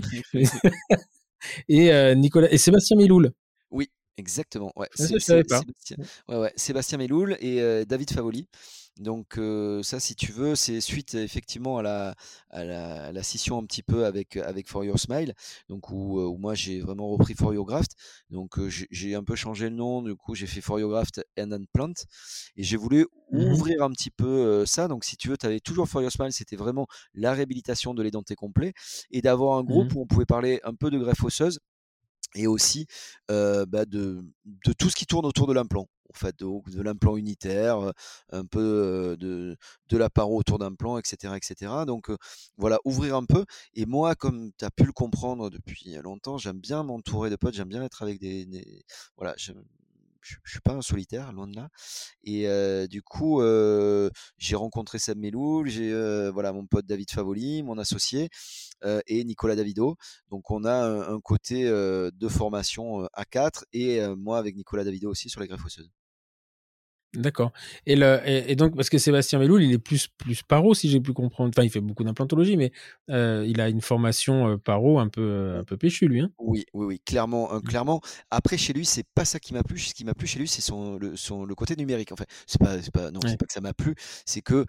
et Nicolas et Sébastien Miloul. Oui, exactement, ouais, Ah, ça je savais pas. Sébastien, ouais, ouais, Sébastien Meloul et David Favoli. Donc ça, si tu veux, c'est suite effectivement à la scission un petit peu avec For Your Smile, donc où moi j'ai vraiment repris For Your Graft. Donc j'ai un peu changé le nom, du coup j'ai fait For Your Graft and Plant et j'ai voulu Mhm, ouvrir un petit peu ça. Donc si tu veux, tu avais toujours For Your Smile, c'était vraiment la réhabilitation de l'édenté complet et d'avoir un groupe mhm. où on pouvait parler un peu de greffe osseuse et aussi bah, de tout ce qui tourne autour de l'implant. En fait, de l'implant unitaire, un peu de la paro autour d'un plan, etc., etc. Donc voilà, ouvrir un peu. Et moi, comme tu as pu le comprendre depuis longtemps, j'aime bien m'entourer de potes, j'aime bien être avec voilà, je suis pas un solitaire, loin de là. Et du coup, j'ai rencontré Seb Meloul, j'ai voilà mon pote David Favoli, mon associé, et Nicolas Davido. Donc on a un côté de formation à 4 et moi avec Nicolas Davido aussi sur les greffes osseuses. D'accord. Et donc, parce que Sébastien Meloul, il est plus paro, si j'ai pu comprendre. Enfin, il fait beaucoup d'implantologie, mais il a une formation paro un peu péchu, lui. Hein. Oui, oui, oui, clairement, Mm. clairement. Après, chez lui, c'est pas ça qui m'a plu. Ce qui m'a plu chez lui, c'est le côté numérique. En fait, c'est pas, non, c'est Ouais, pas que ça m'a plu, c'est que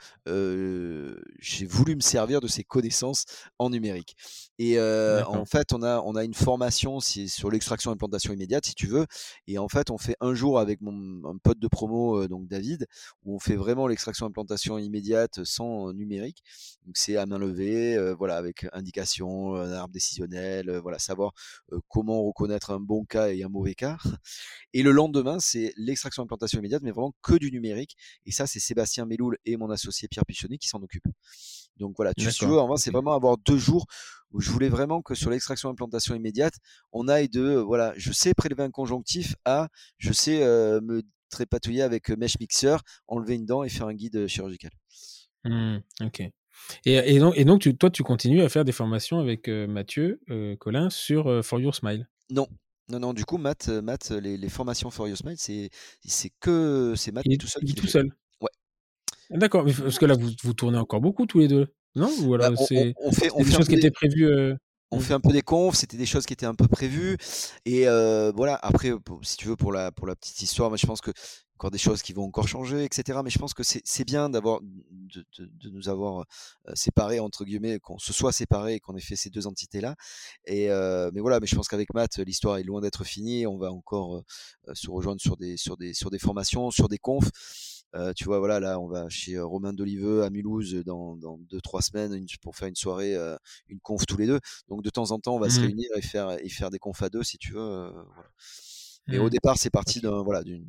j'ai voulu me servir de ses connaissances en numérique. Et en d'accord. fait, on a une formation sur l'extraction et implantation immédiate, si tu veux. Et en fait, on fait un jour avec un pote de promo, donc David, où on fait vraiment l'extraction et implantation immédiate sans numérique. Donc c'est à main levée, voilà, avec indication, un arbre décisionnel, voilà, savoir comment reconnaître un bon cas et un mauvais cas. Et le lendemain, c'est l'extraction implantation immédiate, mais vraiment que du numérique. Et ça, c'est Sébastien Meloul et mon associé Pierre Pichonnet qui s'en occupent. Donc voilà, si tu veux, D'accord. en vrai, c'est Ok. vraiment avoir 2 jours où je voulais vraiment que sur l'extraction implantation immédiate, on aille voilà, je sais prélever un conjonctif à, je sais me trépatouiller avec mèche mixeur, enlever une dent et faire un guide chirurgical. Ok. Et donc toi, tu continues à faire des formations avec Mathieu Collin sur For Your Smile. Non, non, non, du coup, Matt, les formations For Your Smile, c'est Matt tout seul Il est qui les tout fait. seul. Ouais. D'accord. Mais parce que là, vous tournez encore beaucoup tous les deux, non? Ou Bah, alors on c'était des fait un choses peu qui des, étaient prévues. on Hmm. fait un peu des confs, c'était des choses qui étaient un peu prévues. Et voilà, après, si tu veux, pour la petite histoire, moi je pense que encore des choses qui vont encore changer, etc. Mais je pense que c'est bien de nous avoir séparés, entre guillemets, qu'on se soit séparés et qu'on ait fait ces deux entités-là. Et mais voilà, mais je pense qu'avec Matt, l'histoire est loin d'être finie. On va encore se rejoindre sur des formations, sur des confs. Tu vois, voilà, là, on va chez Romain Doliveux à Mulhouse dans 2-3 semaines pour faire une soirée, une conf tous les deux. Donc de temps en temps, on va se Mmh. réunir et faire des confs à deux, si tu veux. Voilà. Mais au Mmh. départ, c'est parti OK.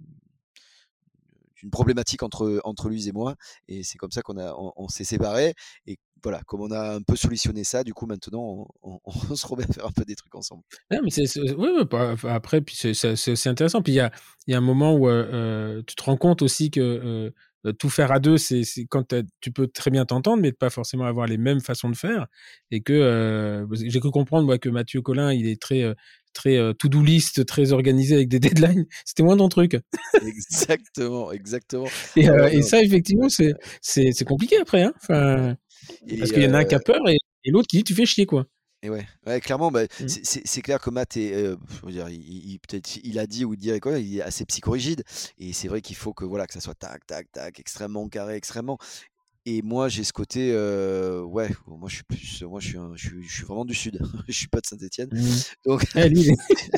d'une problématique entre lui et moi, et c'est comme ça qu'on s'est séparés. Et voilà, comme on a un peu solutionné ça, du coup maintenant on se remet à faire un peu des trucs ensemble. Non, mais c'est oui, oui, bah, enfin, après, puis c'est aussi intéressant. Puis il y a un moment où, tu te rends compte aussi que, tout faire à 2, c'est quand tu peux très bien t'entendre, mais pas forcément avoir les mêmes façons de faire et que, j'ai cru comprendre, moi, que Mathieu Collin, il est très, to-do list, très organisé avec des deadlines. C'était moins ton truc Exactement, exactement. et Ouais, ouais, et non, ça, effectivement, c'est compliqué après, hein. Enfin, parce et qu'il y en a un qui a peur et l'autre qui dit: «Tu fais chier, quoi». Et ouais, ouais, clairement, bah, Mmh. c'est clair que Matt est, je veux dire, peut-être il a dit ou il dirait quoi, il est assez psychorigide, et c'est vrai qu'il faut que voilà, que ça soit tac, tac, tac, extrêmement carré, extrêmement. Et moi, j'ai ce côté, ouais, moi je suis plus, moi je suis vraiment du sud, je suis pas de Saint-Étienne, Mmh. donc Ouais, lui, il est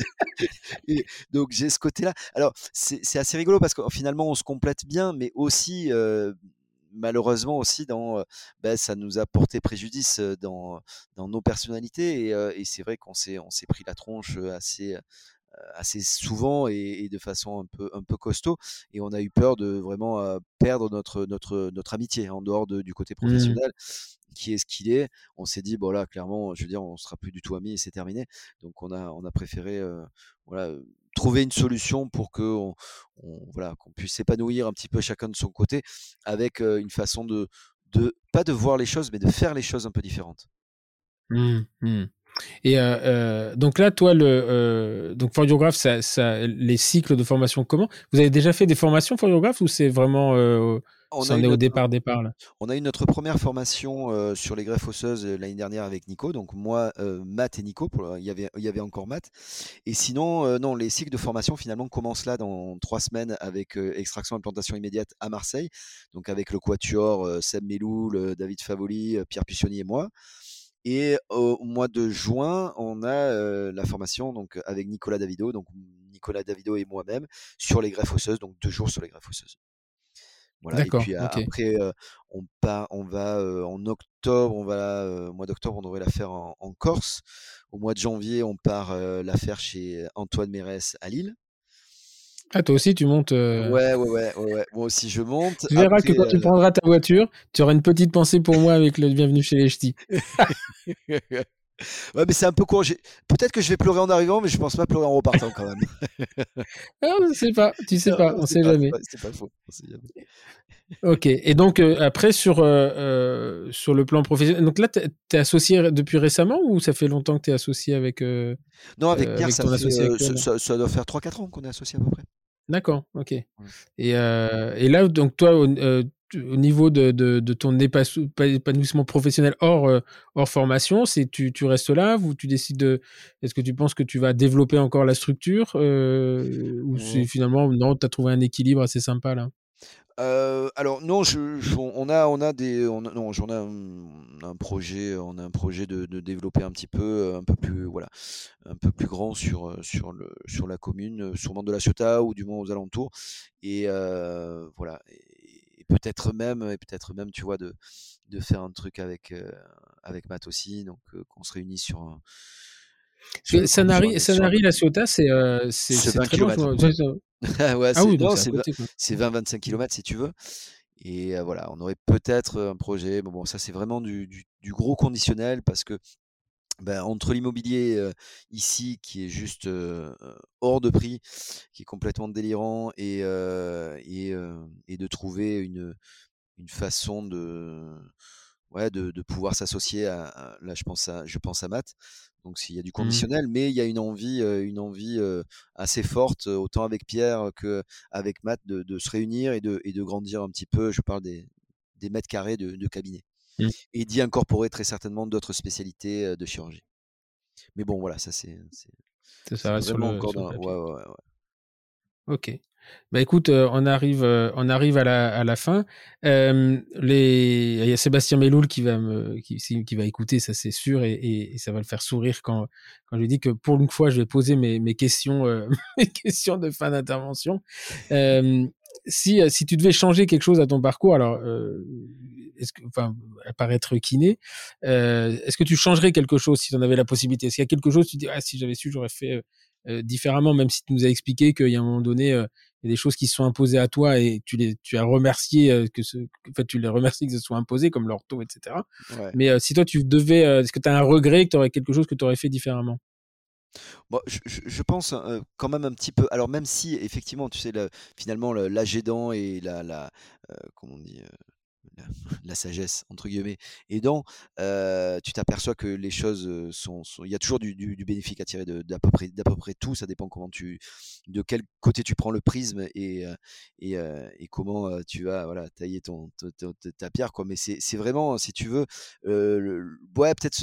et donc j'ai ce côté-là. Alors c'est assez rigolo parce que finalement on se complète bien, mais aussi, malheureusement aussi bah, ça nous a porté préjudice, dans nos personnalités, et c'est vrai qu'on s'est pris la tronche, assez souvent, et de façon un peu costaud, et on a eu peur de vraiment, perdre notre amitié en dehors du côté mmh. professionnel, qui est ce qu'il est. On s'est dit: «Bon là, clairement, je veux dire, on sera plus du tout amis et c'est terminé». Donc on a préféré, voilà, trouver une solution pour voilà, qu'on puisse s'épanouir un petit peu chacun de son côté, avec, une façon de pas de voir les choses, mais de faire les choses un peu différentes. Mmh, mmh. Et donc là, toi, donc chorégraphe, les cycles de formation, comment? Vous avez déjà fait des formations chorégraphe ou c'est vraiment, On a c'en eu est au notre départ là? On a eu notre première formation, sur les greffes osseuses, l'année dernière avec Nico. Donc moi, Matt et Nico, il y avait encore Matt. Et sinon, non, les cycles de formation finalement commencent là dans 3 semaines avec, extraction implantation immédiate à Marseille. Donc avec le quatuor, Seb Meloul, David Favoli, Pierre Puccioni et moi. Et au mois de juin, on a, la formation donc avec Nicolas Davido, donc Nicolas Davido et moi-même, sur les greffes osseuses, donc 2 jours sur les greffes osseuses. Voilà. Et D'accord, puis OK. après, on va, en octobre, au mois d'octobre, on devrait la faire en Corse. Au mois de janvier, on part, la faire chez Antoine Mérès à Lille. Ah, toi aussi tu montes, Ouais, ouais, ouais, ouais, ouais. Moi aussi, je monte. tu verras que Après, quand tu prendras ta voiture, tu auras une petite pensée pour moi avec le bienvenue chez les ch'tis. ouais, mais c'est un peu court. Peut-être que je vais pleurer en arrivant, mais je pense pas pleurer en repartant quand même. Ah, on sait pas, tu sais Non, pas, non, on c'est sait pas, jamais. c'est pas faux. On sait jamais. OK et donc après sur le plan professionnel, donc là, tu es associé depuis récemment ou ça fait longtemps que tu es associé Non, avec Pierre, avec ça ton fait, associé actuel? ça doit faire 3-4 ans qu'on est associés à peu près. D'accord, OK. Voilà. Et là, donc toi, au niveau de ton épanouissement professionnel hors formation, tu restes là ou tu décides est-ce que tu penses que tu vas développer encore la structure, ou c'est Mmh. finalement non, tu as trouvé un équilibre assez sympa là? Alors non, on a des on a non, j'en ai un projet de développer un petit peu, un peu plus, voilà, un peu plus grand sur la commune, sûrement de La Ciotat ou du moins aux alentours. Et voilà, et peut-être même, tu vois, de faire un truc avec Matt aussi, donc qu'on se réunisse Parce que sur un Sanary-La Ciotat, c'est c'est 20 très loin, kilomètres à peu près. c'est ça? Ouais, Ah oui, donc non, c'est à côté, quoi. c'est 20-25 kilomètres si tu veux. Et voilà, on aurait peut-être un projet, mais bon, ça c'est vraiment du gros conditionnel, parce que ben, entre l'immobilier, ici, qui est juste, hors de prix, qui est complètement délirant, et de trouver une façon ouais, de pouvoir s'associer là, je pense à Matt. Donc s'il y a du Mmh. conditionnel, mais il y a une envie, assez forte, autant avec Pierre qu'avec Matt, de se réunir et de grandir un petit peu. Je parle des mètres carrés de cabinet, Mmh. et d'y incorporer très certainement d'autres spécialités, de chirurgie. Mais bon, voilà, ça Ça c'est reste vraiment encore sur le dans, ouais, papier. ouais, ouais, ouais. OK. Bah, écoute, on arrive à la fin. Il y a Sébastien Meloul qui va écouter, ça c'est sûr et ça va le faire sourire quand je lui dis que pour une fois, je vais poser mes questions, mes questions de fin d'intervention. Hem, si tu devais changer quelque chose à ton parcours, alors, à part être kiné, est-ce que tu changerais quelque chose si tu en avais la possibilité? Est-ce qu'il y a quelque chose, tu dis, ah, si j'avais su, j'aurais fait différemment, même si tu nous as expliqué qu'il y a un moment donné, il y a des choses qui se sont imposées à toi et tu as remercié tu les remercies que ce soit imposé, comme l'ortho, etc. Ouais. Mais si toi, tu devais, est-ce que tu as un regret, que tu aurais quelque chose que tu aurais fait différemment? Bon, je pense quand même un petit peu. Alors même si effectivement, tu sais, finalement, l'âge aidant et comment on dit, la, la sagesse entre guillemets aidant, tu t'aperçois que les choses il y a toujours du bénéfique à tirer d'à peu près tout. Ça dépend de quel côté tu prends le prisme et comment tu vas voilà tailler ta pierre quoi. Mais c'est vraiment, si tu veux, ouais, peut-être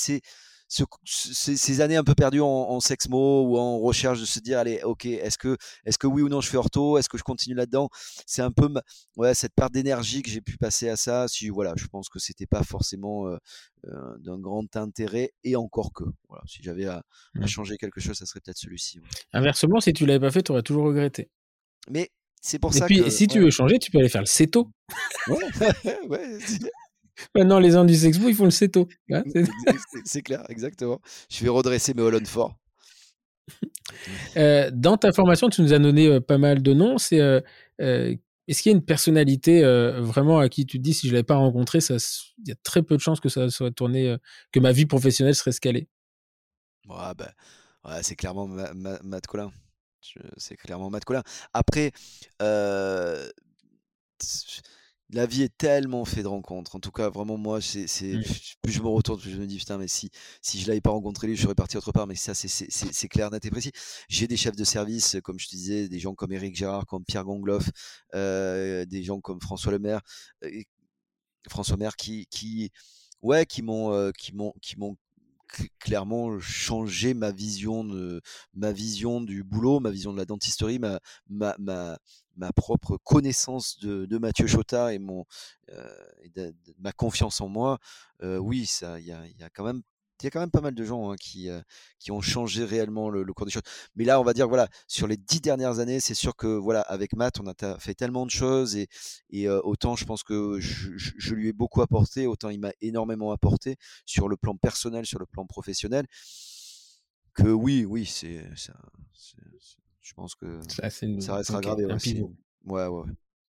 ces années un peu perdues en sexmo ou en recherche de se dire allez ok est-ce que oui ou non je fais ortho, est-ce que je continue là-dedans, c'est un peu ouais, cette part d'énergie que j'ai pu passer à ça. Si voilà, je pense que c'était pas forcément d'un grand intérêt, et encore que voilà, si j'avais à Hmm. changer quelque chose, ça serait peut-être celui-ci, ouais. Inversement, si tu l'avais pas fait, tu aurais toujours regretté. Mais c'est pour Et ça puis, que si tu ouais, veux changer, tu peux aller faire le CETO. ouais, ouais, Maintenant, les gens du Sexpo, ils font le CETO. Hein, c'est clair, exactement. Je vais redresser mes Holland Fort. Dans ta formation, tu nous as donné pas mal de noms. Est-ce qu'il y a une personnalité vraiment à qui tu te dis, si je l'avais pas rencontré, il y a très peu de chances que ça soit tourné, que ma vie professionnelle serait scalée. Ouais, bah, ouais, c'est clairement Matt Collin. C'est clairement Matt Collin. Après, euh, la vie est tellement fait de rencontres. En tout cas, vraiment, moi, Mm. plus je me retourne, plus je me dis, putain, mais si je l'avais pas rencontré lui, je serais parti autre part. Mais ça, c'est clair, net et précis. J'ai des chefs de service, comme je te disais, des gens comme Éric Gérard, comme Pierre Gongloff, des gens comme François Maire ouais, qui m'ont clairement changé ma vision du boulot, ma vision de la dentisterie, ma, ma, ma propre connaissance de Mathieu Chotard et de ma confiance en moi. Oui, ça, il y a quand même pas mal de gens hein, qui ont changé réellement le cours des choses. Mais là, on va dire, voilà, sur les 10 dernières années, c'est sûr que, voilà, avec Matt, on a fait tellement de choses et autant je pense que je lui ai beaucoup apporté, autant il m'a énormément apporté sur le plan personnel, sur le plan professionnel, que oui, oui, je pense que Ça, ça restera ok, gravé. un Ouais, pivot. ouais, ouais.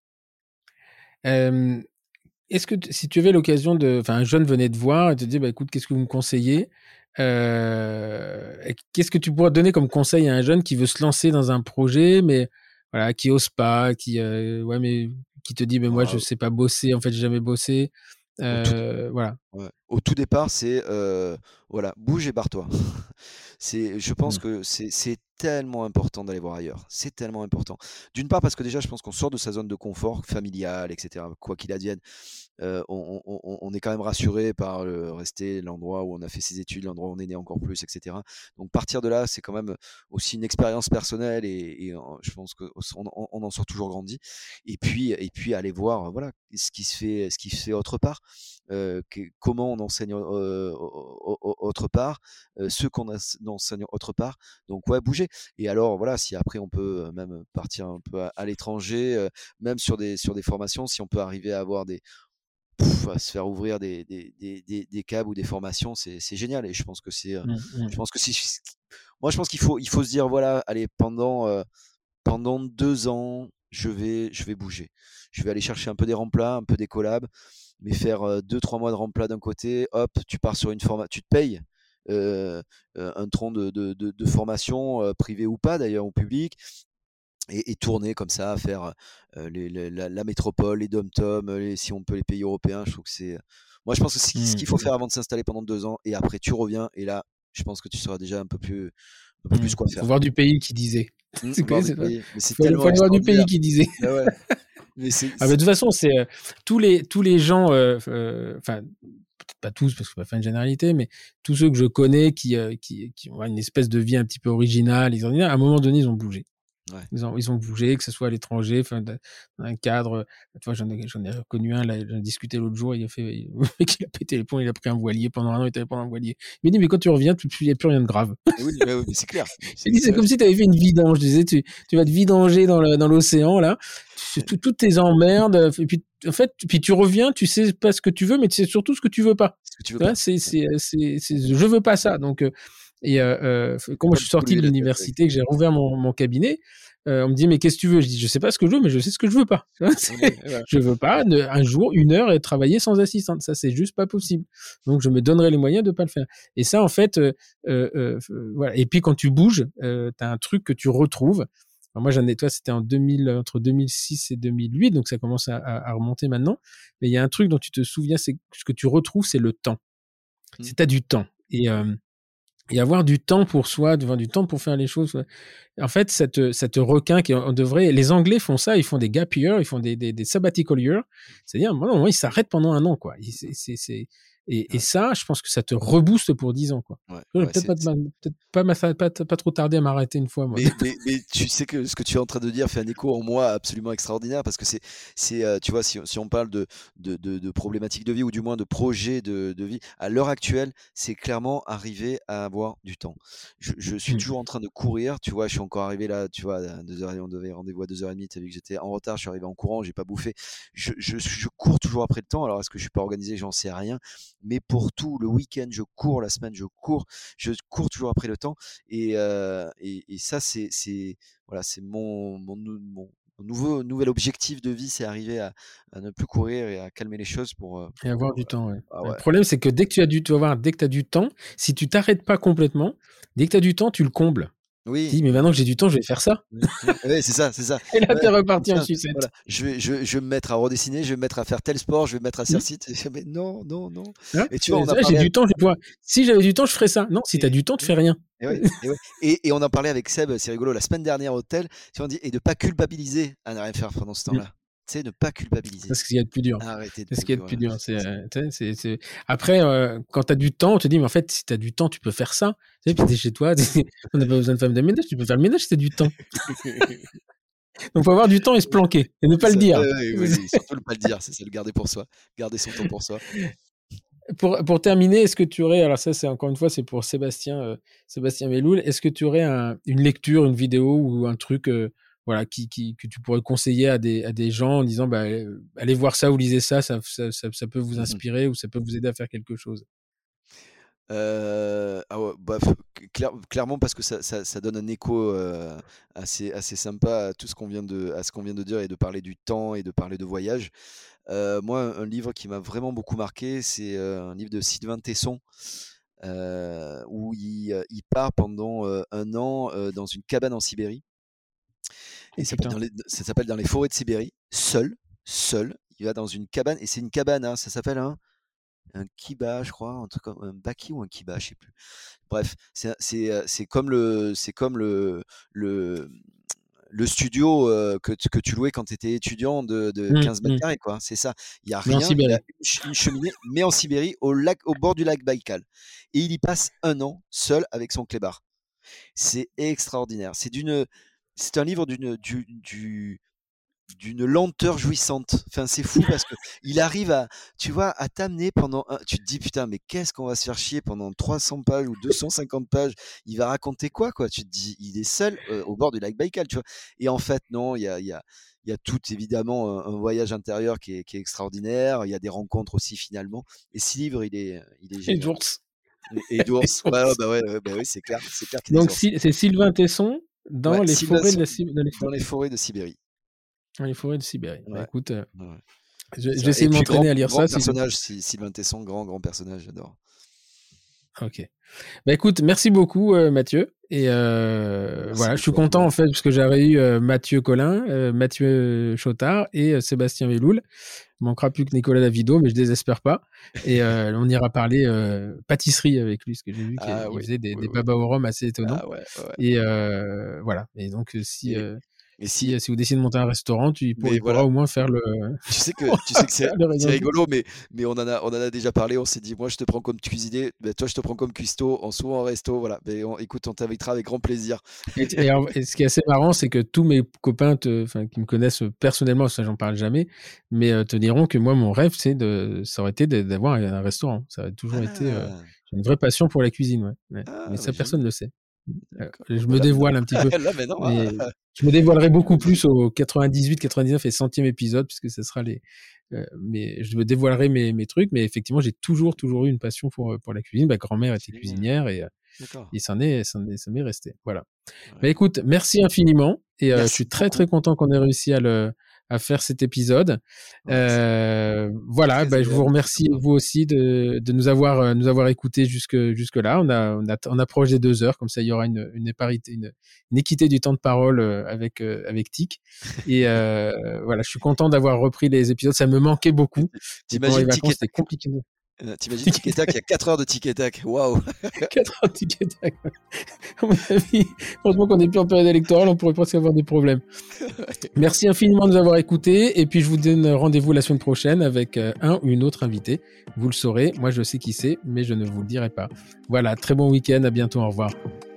Euh, Est-ce que si tu avais l'occasion enfin, un jeune venait te voir et te dit, bah, écoute, qu'est-ce que vous me conseillez? Qu'est-ce que tu pourrais donner comme conseil à un jeune qui veut se lancer dans un projet, mais voilà, qui ose pas, ouais, mais qui te dit, mais moi, je Ouais, sais pas bosser, en fait, j'ai jamais bossé. au tout, Voilà. ouais. Au tout départ, c'est voilà, bouge et barre-toi. Je pense Mm. que c'est tellement important d'aller voir ailleurs. C'est tellement important. D'une part parce que déjà, je pense qu'on sort de sa zone de confort familial, etc. Quoi qu'il advienne, on est quand même rassuré par rester l'endroit où on a fait ses études, l'endroit où on est né encore plus, etc. Donc partir de là, c'est quand même aussi une expérience personnelle et je pense qu'on en sort toujours grandi. Et puis aller voir voilà ce qui se fait autre part, comment on enseigne autre part, ce qu'on enseigne autre part. Donc ouais, bouger. Et alors voilà, si après on peut même partir un peu à l'étranger, même sur des formations, si on peut arriver à avoir à se faire ouvrir des câbles ou des formations, c'est génial. Et je pense que Mm, je mm. pense que moi je pense qu'il faut se dire voilà, allez, pendant 2 ans, je vais bouger. Je vais aller chercher un peu des remplats, un peu des collabs, mais faire 2, 3 mois de remplat d'un côté, hop, tu pars sur une formation, tu te payes un tronc de formation, privé ou pas d'ailleurs, ou public, et tourner comme ça, faire la métropole, les dom-toms, si on peut les pays européens. Je trouve que moi, je pense que c'est ce Mm. qu'il faut faire avant de s'installer pendant 2 ans, et après tu reviens, et là, je pense que tu sauras déjà un peu plus quoi Faut faire, voir quoi. du pays qui disait. C'est quoi, Voir du c'est ça? pays, mais c'est Faut tellement aller voir du pays extraordinaire. qui disait. Ah ouais, mais Ah, mais de toute façon, c'est tous les gens, enfin, peut-être pas tous, parce que c'est pas faire une généralité, mais tous ceux que je connais qui ont une espèce de vie un petit peu originale, extraordinaire, à un moment donné, ils ont bougé. Ouais. Ils ont bougé, que ce soit à l'étranger, enfin, dans un cadre. Tu vois, j'en ai connu un, là, j'en ai discuté l'autre jour, il a pété les plombs, il a pris un voilier pendant un an, il était pendant un voilier. Il m'a dit, mais quand tu reviens, il n'y a plus rien de grave. Oui, mais c'est clair. Il dit, c'est comme si tu avais fait une vidange. Je disais, tu vas te vidanger dans l'océan, là. Toutes tes emmerdes. Et puis, en fait, puis tu reviens, tu sais pas ce que tu veux, mais tu sais surtout ce que tu veux pas. Ce que tu veux Tu vois, pas. je veux pas ça. Donc, quand moi je suis sorti de l'université, que j'ai rouvert mon cabinet, on me dit, mais qu'est-ce que tu veux? Je dis, je sais pas ce que je veux, mais je sais ce que je veux pas. Je veux pas un jour, une heure, et travailler sans assistante. Ça, c'est juste pas possible. Donc, je me donnerai les moyens de pas le faire. Et ça, en fait, voilà. Et puis, quand tu bouges, t'as un truc que tu retrouves. Alors moi, toi, c'était entre 2006 et 2008, donc ça commence à remonter maintenant. Mais il y a un truc dont tu te souviens, c'est ce que tu retrouves, c'est le temps. C'est t'as du temps. Et avoir du temps pour soi, du temps pour faire les choses. Ouais. En fait, ça te requin on devrait. Les Anglais font ça, ils font des gap years, ils font des sabbatical years. C'est-à-dire, moi, ils s'arrêtent pendant un an, quoi. Et ça, je pense que ça te rebooste pour 10 ans, quoi. Peut-être pas trop tarder à m'arrêter une fois, moi. Mais tu sais que ce que tu es en train de dire fait un écho en moi absolument extraordinaire, parce que tu vois, si on parle de problématiques de vie, ou du moins de projets de vie, à l'heure actuelle, c'est clairement arriver à avoir du temps. Je suis toujours en train de courir, tu vois, je suis encore arrivé là, tu vois, à 2h30, on devait rendez-vous à 2h30, tu as vu que j'étais en retard, je suis arrivé en courant, j'ai pas bouffé. Je cours toujours après le temps. Alors, est-ce que je suis pas organisé? J'en sais rien. Mais pour tout, le week-end, je cours, la semaine, je cours toujours après le temps. Et ça, voilà, c'est mon nouvel objectif de vie, c'est arriver à ne plus courir et à calmer les choses et avoir du temps, ouais. Ah ouais. Le problème, c'est que dès que tu vas voir, dès que tu as du temps, si tu t'arrêtes pas complètement, dès que tu as du temps, tu le combles. Oui. Tu dis, mais maintenant que j'ai du temps, je vais faire ça. Oui, c'est ça. Et là, t'es reparti en sucette. Voilà. Je vais me mettre à redessiner, je vais me mettre à faire tel sport, je vais me mettre à faire site. Mais non. Hein, Et tu vois, j'ai du temps, je vais pouvoir. Si j'avais du temps, je ferais ça. Non, si tu as du temps, tu fais rien. Et on en parlait avec Seb, c'est rigolo, la semaine dernière au tel, on dit, et de pas culpabiliser à ne rien faire pendant ce temps-là. Tu sais, ne pas culpabiliser. C'est ce qu'il y a de plus dur. Arrêtez C'est ce qu'il y a de plus dur. Après, quand tu as du temps, on te dit, mais en fait, si tu as du temps, tu peux faire ça. Tu sais, puis tu es chez toi, on n'a pas besoin de faire le ménage, tu peux faire le ménage si tu as du temps. Donc, il faut avoir du temps et se planquer, et ne pas le dire. Oui, surtout ne pas le dire, c'est le garder pour soi, garder son temps pour soi. Pour terminer, est-ce que tu aurais, alors ça, c'est encore une fois, c'est pour Sébastien Meloul, est-ce que tu aurais une lecture, une vidéo ou un truc voilà, que tu pourrais conseiller à des gens en disant, bah, allez voir ça ou lisez ça peut vous inspirer ou ça peut vous aider à faire quelque chose? Clairement, parce que ça donne un écho assez sympa à tout ce qu'on vient de dire, et de parler du temps et de parler de voyage. Moi, un livre qui m'a vraiment beaucoup marqué, c'est un livre de Sylvain Tesson, où il part pendant un an dans une cabane en Sibérie. Et ça s'appelle Dans les forêts de Sibérie, seul. Il va dans une cabane, et c'est une cabane, hein, ça s'appelle un kiba, je crois, un truc comme un baki ou un kiba, je sais plus. Bref, c'est comme le studio que tu louais quand tu étais étudiant de 15 mètres carrés, quoi. C'est ça. Il n'y a rien, il y a une cheminée, mais en Sibérie, au bord du lac Baïkal. Et il y passe un an seul avec son clébard. C'est extraordinaire. C'est un livre d'une lenteur jouissante. Enfin, c'est fou parce que il arrive à t'amener tu te dis, putain, mais qu'est-ce qu'on va se faire chier pendant 300 pages ou 250 pages? Il va raconter quoi? Tu te dis, il est seul au bord du lac Baïkal, tu vois. Et en fait, non, il y a tout évidemment un voyage intérieur qui est extraordinaire. Il y a des rencontres aussi finalement. Et ce livre, il est génial. Et d'ours. Et d'ours. Ouais, c'est clair. Donc c'est Sylvain Tesson dans les forêts de Sibérie. Dans les forêts de Sibérie. Dans les forêts de Sibérie. Ouais. Bah, écoute, j'essaie de m'entraîner à lire ça. Personnage, Sylvain Tesson, grand personnage, j'adore. Ok. Bah écoute, merci beaucoup Mathieu. Et voilà, je suis content en fait parce que j'avais eu Mathieu Collin, Mathieu Chotard et Sébastien Meloul. Il manquera plus que Nicolas Davido, mais je désespère pas. Et on ira parler pâtisserie avec lui, parce que j'ai vu qu'il faisait des baba au rhum assez étonnants. Et voilà. Et donc si Et si vous décidez de monter un restaurant, il pourra au moins faire le. Tu sais que c'est rigolo, mais on en a déjà parlé. On s'est dit, moi, je te prends comme cuisinier, toi, je te prends comme cuistot, on s'ouvre en resto, voilà. Mais écoute, on t'invitera avec grand plaisir. Et ce qui est assez marrant, c'est que tous mes copains qui me connaissent personnellement, ça, j'en parle jamais, mais te diront que moi, mon rêve, ça aurait été d'avoir un restaurant. Ça a toujours été j'ai une vraie passion pour la cuisine, ouais. Mais ça, personne ne le sait. Je me dévoile un petit peu. Là, mais non, mais je me dévoilerai beaucoup plus au 98, 99 et 100e épisode, puisque ce sera mais je me dévoilerai mes trucs. Mais effectivement, j'ai toujours eu une passion pour la cuisine. Ma grand-mère était cuisinière et ça m'est resté. Voilà. Ouais. Bah, écoute, merci infiniment. Et je suis très, très content qu'on ait réussi à faire cet épisode. Voilà, je vous remercie vous aussi de nous avoir écoutés jusque là. On approche des 2 heures, comme ça il y aura une équité du temps de parole avec Tic. Et voilà, je suis content d'avoir repris les épisodes. Ça me manquait beaucoup. Pendant les vacances, c'était compliqué. T'imagines Tic et Tac, il y a 4 heures de Tic et Tac. Waouh. 4 heures de Tic et Tac. À mon avis, franchement, qu'on n'est plus en période électorale, on pourrait presque avoir des problèmes. Merci infiniment de nous avoir écoutés. Et puis, je vous donne rendez-vous la semaine prochaine avec un ou une autre invité. Vous le saurez. Moi, je sais qui c'est, mais je ne vous le dirai pas. Voilà. Très bon week-end. À bientôt. Au revoir.